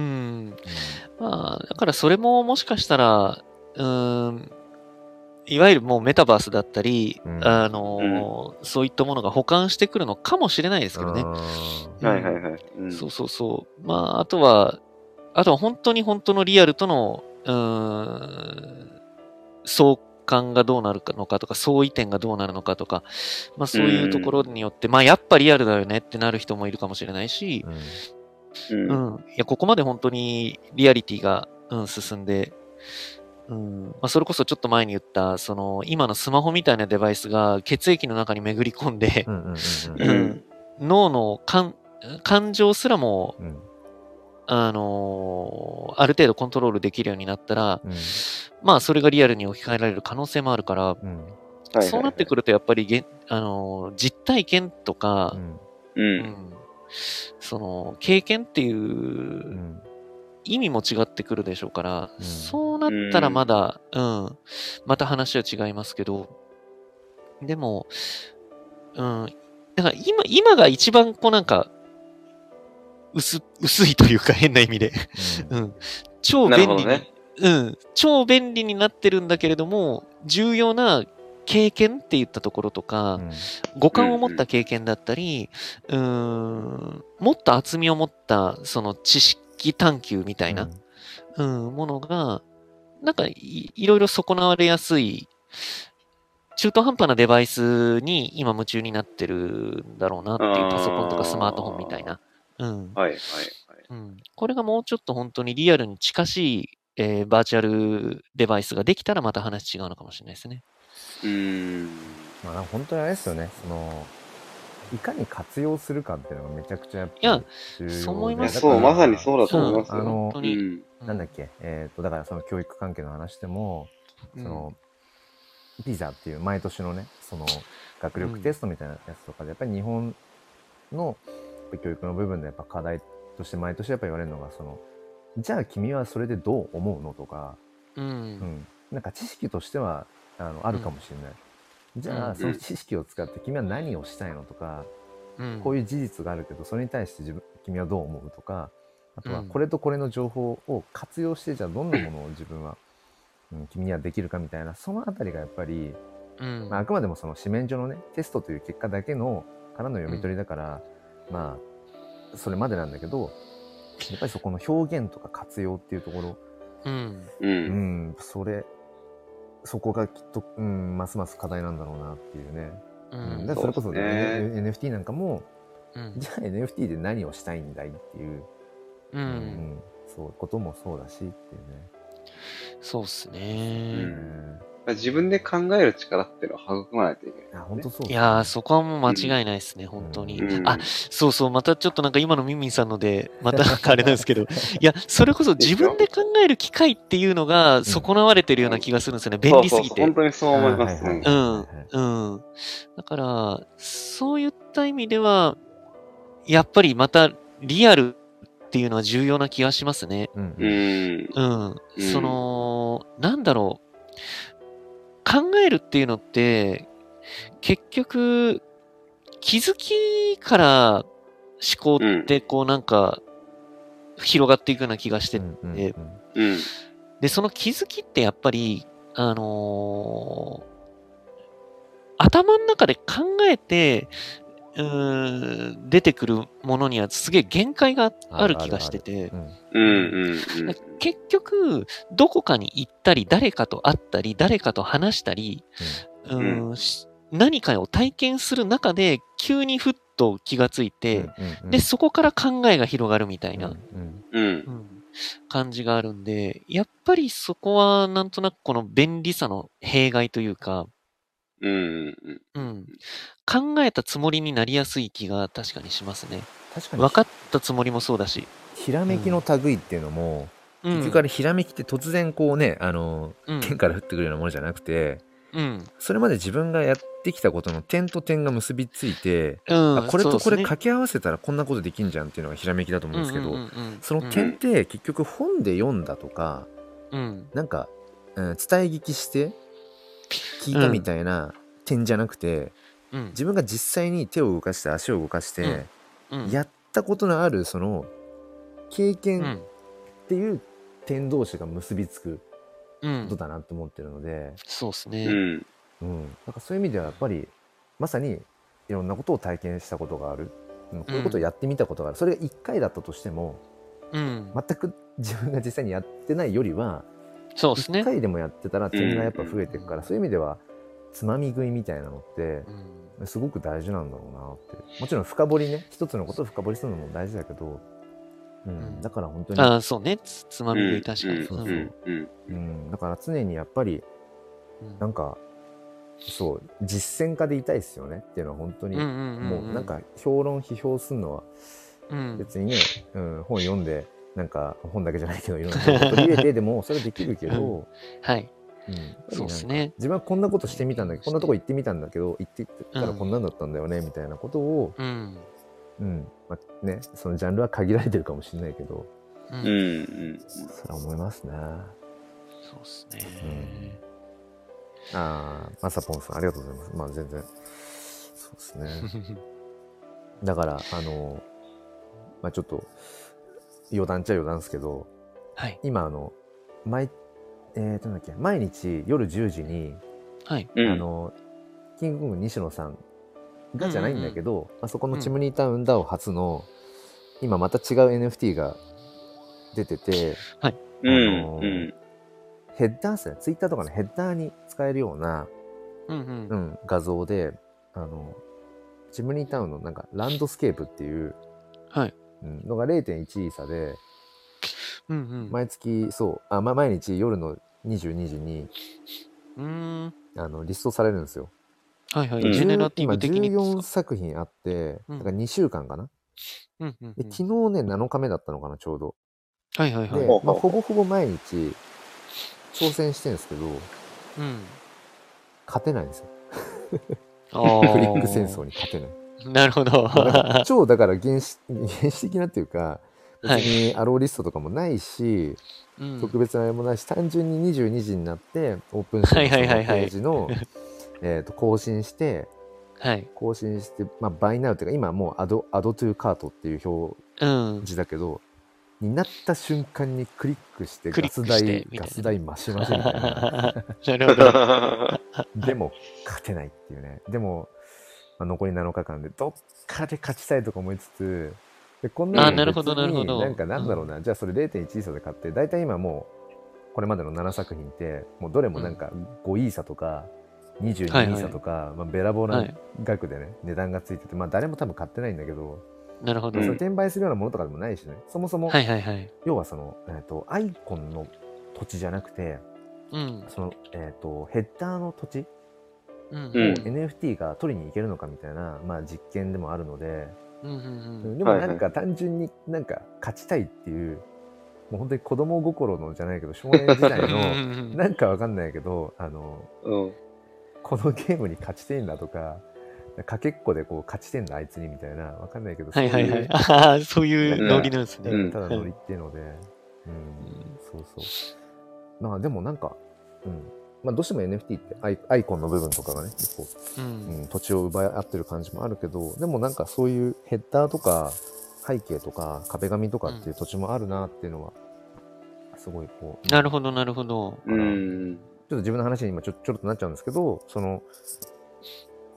まあ、だからそれももしかしたら、うーん、いわゆるもうメタバースだったり、 うんあのーそういったものが保管してくるのかもしれないですけどね。 あうんはいはいはい。うんそうそうそう。まあ、あとは、あとは本当に本当のリアルとの、うーん、相関がどうなるのかとか、相違点がどうなるのかとか、まあそういうところによって、まあやっぱリアルだよねってなる人もいるかもしれないしー、うんうんうん。いや、ここまで本当にリアリティが、うん、進んで、うん。まあ、それこそちょっと前に言った、その、今のスマホみたいなデバイスが血液の中に巡り込んでう、んうんうんううんん脳の感、感情すらも、 うんあのーある程度コントロールできるようになったら、 うんまあ、それがリアルに置き換えられる可能性もあるから、 うんはいはいそうなってくると、やっぱりげん、あのー実体験とかう、んう。 うんんその、経験っていううん意味も違ってくるでしょうから、 うんそうなったらまだ、うん、また話は違いますけど、でも、うん、だから今、今が一番こうなんか、薄、薄いというか変な意味で、うん、超なる便利に、 ほどね。 うん、超便利になってるんだけれども、重要な経験って言ったところとか、 うん五感を持った経験だったり、うーん、もっと厚みを持った、その知識探求みたいな、うん、ものが、なんかい、いろいろ損なわれやすい、中途半端なデバイスに今夢中になってるんだろうなっていう、パソコンとかスマートフォンみたいな。うん。 はいはいはい。 うん、これがもうちょっと本当にリアルに近しい、えーバーチャルデバイスができたらまた話違うのかもしれないですね。 うーん。 まあなんか本当にあれですよね、そのいかに活用するかっていうのがめちゃくちゃやっぱいや重要で、 そう思いますいや、そう、まさにそうだと思いますよ。 あの本当に。 うん。 なんだっけ、えっ、とだからその教育関係の話でも、 うんそのピザっていう毎年のね、その学力テストみたいなやつとかでやっぱり日本の教育の部分でやっぱ課題として毎年やっぱ言われるのが、そのじゃあ君はそれでどう思うのとか、 うん。 うん、なんか知識としてはあのあるかもしれない。じゃうんあその知識を使って君は何をしたいのとか、 うん。 こういう事実があるけどそれに対して自分君はどう思うとか、あとはうんこれとこれの情報を活用してじゃあどんなものを自分は、うん、君にはできるかみたいな、そのあたりがやっぱり、 うんまあ、あくまでもその紙面上のねテストという結果だけのからの読み取りだから、まあそれまでなんだけど、やっぱりそこの表現とか活用っていうところ、 うん。 う。 うんん、それそこがきっと、うん、ますます課題なんだろうなっていうね。 ううん、 んだからそれこそ、 そうですね N- エヌエフティー なんかも、 うんじゃあ エヌエフティー で何をしたいんだいっていう、 う。 うんんそうこともそうだしっていうね。 そうっすうね。 ん自分で考える力っていうのを育まないといけない、ね。 あ、本当そうですね。 いやー、そこはもう間違いないですね、本当に。 うんあ、そうそう、またちょっとなんか今のミンミンさんので、またなんかあれなんですけど、いや、それこそ自分で考える機会っていうのが損なわれてるような気がするんですよね、便利すぎて。 そうそうそう、本当にそう思います。 あはいはいうん、 はうん。だから、そういった意味では、やっぱりまたリアルっていうのは重要な気がしますね。 うんううんん。 うん。 うんその、なんだろう。考えるっていうのって、結局、気づきから思考ってこうなんか広がっていくような気がしてて、 うんうんうん。 で、その気づきってやっぱり、あのー頭の中で考えて、 うーん、出てくるものにはすげえ限界がある気がしてて、 うんうんうん。 結局、どこかに行ったり、誰かと会ったり、誰かと話したり、うーんし何かを体験する中で、急にふっと気がついて、で、そこから考えが広がるみたいな、 うんうん感じがあるんで、やっぱりそこはなんとなくこの便利さの弊害というか、 うんうんうん、考えたつもりになりやすい気が確かにしますね。 確かに分かったつもりもそうだし。 ひらめきの類っていうのも、 うん、 結局あれひらめきって突然こうね、あの、 うん天から降ってくるようなものじゃなくて、 うん、 それまで自分がやってきたことの点と点が結びついて、 うん、 あこれとこれそうですね掛け合わせたらこんなことできんじゃんっていうのがひらめきだと思うんですけど、 うんうんうんうんその点って結局本で読んだとか、 うんなんか、うん、伝え聞きして聞いたみたいな点じゃなくて、 うん自分が実際に手を動かして足を動かして、 うんやったことのあるその経う験んっていう点同士が結びつくうんことだなと思ってるので、 そうですね。 うん。 うん、なんかそういう意味ではやっぱりまさにいろんなことを体験したことがある、うん、こういうことをやってみたことがある、それがいっかいだったとしてもうん、 全く自分が実際にやってないよりは1 そうですね。 回でもやってたら点がやっぱ増えていくから、そういう意味ではつまみ食いみたいなのってうんすごく大事なんだろうなって。もちろん深掘りね、一つのことを深掘りするのも大事だけど、うん、だから本当に、 ああ、そうね。つつまみ食い確かに。 そうそううんうん、だから常にやっぱりうんなんかそう実践家でいたいですよねっていうのは本当に、 うんうんうんうんもうなんか評論批評するのはうん別にね、うん、本読んでなんか本だけじゃないけどいろんな情報取り入れてでもそれできるけど、 はい。 うん、やっぱりそうなんかですね。 自分はこんなことしてみたんだけどこんなとこ行ってみたんだけど行ってたらうんこんなんだったんだよねみたいなことを、 うん。 うんまあね、そのジャンルは限られてるかもしれないけど、 う。 うんんうん。 それは思いますね。 そうですね。 ああ、まさぽんさんありがとうございます。まあ全然そうですね。だからあのまあちょっと余談っちゃ余談ですけど、 はい。 今あの毎えー、となんだっけ毎日夜じゅうじに、 はい。 うんあのキングコング西野さんがじゃないんだけど、 うんまあ、そこのチムニータウンダオ初の今また違う エヌエフティー が出てて、 はい。 うんあのーうんヘッダーですね、ツイッターとかのヘッダーに使えるような、 うんうんう。ん、画像であのチムニータウンのなんかランドスケープっていう、 はい。 うん、のが れいてんいち イーサでうんうん。 毎月そうあ、まあ、毎日夜のにじゅうにじにうーん。 あのリストされるんですよ。 はいはい。 うんジェネラティ今ブ的にじゅうよんですか。 さく品あって、 うんだからにしゅうかんかな。 うんうんうん。 で昨日ねなのかめだったのかなちょうど。 はいはいはい。 で、 ほうほうまあ、ほぼほぼ毎日挑戦してるんですけどうん。 勝てないんですよ。 ああ。 クリック戦争に勝てない。 なるほど。 なんか超だから原始原始的なっていうか別はいにアローリストとかもないし、 うん特別なあれもないし単純ににじゅうにじになってオープンシーのそのペはいはいはいはいージのえーと更新してはい。 更新してまあバイナウっていうか今もうアドアドトゥーカートっていう表うん。 示だけどになった瞬間にクリックしてクリックしガス代てみたいなガス代増し増しみたいななるほど。 でも勝てないっていうね。でも、まあ、残りなのかかんでどっかで勝ちたいとか思いつつでこんなのあなるほど別になるほどなんかなんだろうな、じゃあそれ れいてんいち イーサで買って大体今もうこれまでのななさく品ってもうどれもなんかごイーサとかにじゅうにイはいはいーサとか、まあ、べらぼうはない額でね、値段がついててまあ誰も多分買ってないんだけど、 なるほど。 うんそれ転売するようなものとかでもないしね、そもそも、 はいはいはい。 要はその、えー、とアイコンの土地じゃなくてうん。 その、えー、とヘッダーの土地うん。 うんエヌエフティー が取りに行けるのかみたいな、まあ、実験でもあるので、 うんうんうん。 でもなんはいはか単純になんか勝ちたいっていうもう本当に子供心のじゃないけど少年時代ののなんかわかんないけどあのうんこのゲームに勝ちてんだとかかけっこでこう勝ちてんだあいつにみたいなわかんないけどはいはいはい。 うああ、そういうノリなんですね。 ううんんただノリっていうので、うんそうそうまあでもなんか、うんまあ、どうしても エヌエフティー ってアイアイコンの部分とかがね結構うん。 うん、土地を奪い合ってる感じもあるけどでもなんかそういうヘッダーとか背景とか壁紙とかっていう土地もあるなっていうのはすごいこう、 なるほどなるほど。 うんちょっと自分の話に今ちょちょっとなっちゃうんですけどその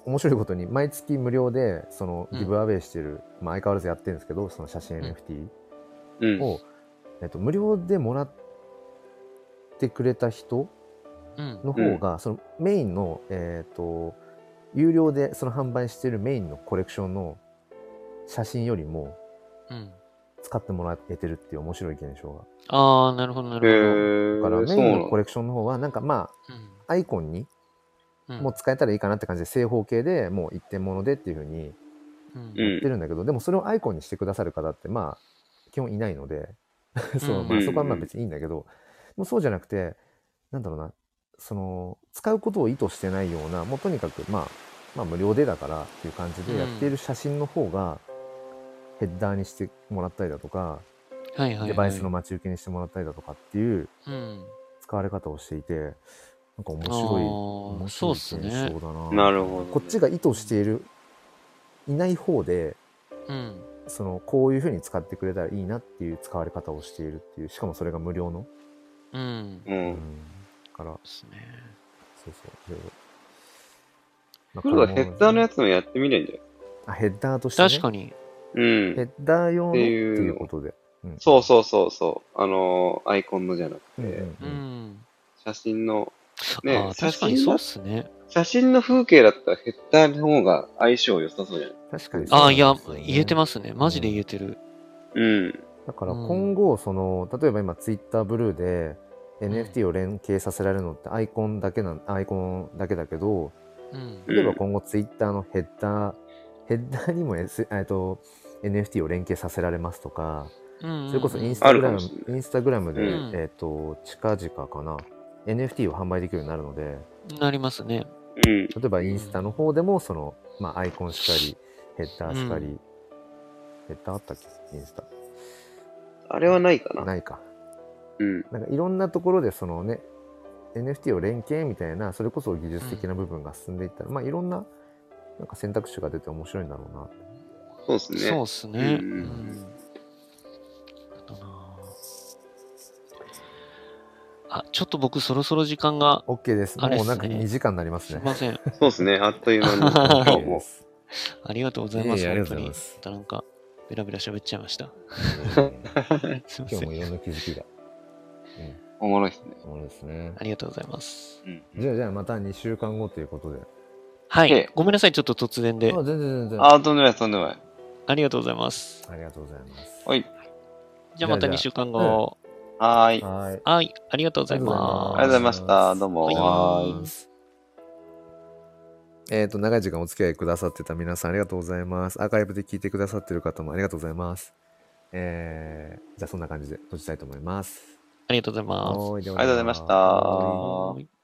面白いことに毎月無料でそのギブアウェイしてる、うん、まあ、相変わらずやってるんですけど、その写真 エヌエフティー を、うん、えっと、無料でもらってくれた人の方が、うん、そのメインの、えっと、有料でその販売してるメインのコレクションの写真よりも使ってもらえてるっていう面白い現象が。 ああ、なるほどなるほど。だからメインのコレクションの方はなんかまあ、うん、アイコンにもう使えたらいいかなって感じで正方形でもう一点物でっていう風にやってるんだけど、うん、でもそれをアイコンにしてくださる方ってまあ基本いないのでそう、まあ、そこはまあ別にいいんだけど、もうそうじゃなくてなんだろうな、その使うことを意図してないような、もうとにかくまあまあ無料でだからっていう感じでやっている写真の方がヘッダーにしてもらったりだとか、はいはいはい、デバイスの待ち受けにしてもらったりだとかっていう使われ方をしていて、なんか面白い面白い現象だな。 なるほど、ね。 こっちが意図しているいない方で、うん、そのこういう風に使ってくれたらいいなっていう使われ方をしているっていう、しかもそれが無料の。 うん。 うん。からですね。 そうそう。 これはヘッダーのやつもやってみれんじゃない？ あ、ヘッダーとして、ね。 確かに。 うん。 ヘッダー用のっていうことで。 うん、そうそうそうそう。あのー、アイコンのじゃなくて、 うんうんうん、 写真の、 ね、写真そうっすね。 写真の風景だったらヘッダーの方が相性良さそうじゃない？ 確かにそう、ね。あ、いや、言えてますね。マジで言えてる。 うん。 だから今後、その、例えば今ツイッターブルーで エヌエフティー を連携させられるのってアイコンだけな、アイコンだけだけど、うん、例えば今後ツイッターのヘッダー、ヘッダーにも、S、えっと エヌエフティー を連携させられますとか、うん、それこそインスタグラム、インスタグラムで、うん、えっと、近々かな、エヌエフティー を販売できるようになるので、 なりますね。 例えばインスタの方でも、その、まあ、アイコンしかり、ヘッダーしかり、うん、ヘッダーあったっけインスタ。 あれはないかな。 ないか。 うん。 なんかいろんなところで、そのね、エヌエフティー を連携みたいな、それこそ技術的な部分が進んでいったら、うん、まあいろんな、なんか選択肢が出て面白いんだろうな。 そうですね。 そうですね。うん。うんあ、ちょっと僕そろそろ時間が、 ね。OK です。もうなんかにじかんになりますね。 すいません。 そうですね。あっという間に。今日も。 ありがとうございます。 えー、ありがとうございまます。 またなんか、ベラベラ喋っちゃいました。 今日もいろんな気づきが。 うん、おもろいですね。 おもろいですね。 ありがとうございます。 うん、 じゃあじゃあまたにしゅうかんごということで。 はい。ごめんなさい。ちょっと突然で。 あ、全然全然。 あ、とんでもない、とんでもない。 ありがとうございます。 ありがとうございます。 はい。 じゃあまたにしゅうかんご。 はい。 はい。ありがとうございます。 ありがとうございました。どうも。はい。 えっと、長い時間お付き合いくださってた皆さんありがとうございます。アーカイブで聞いてくださってる方もありがとうございます。えー、じゃあそんな感じで閉じたいと思います。 ありがとうございます。 ありがとうございました。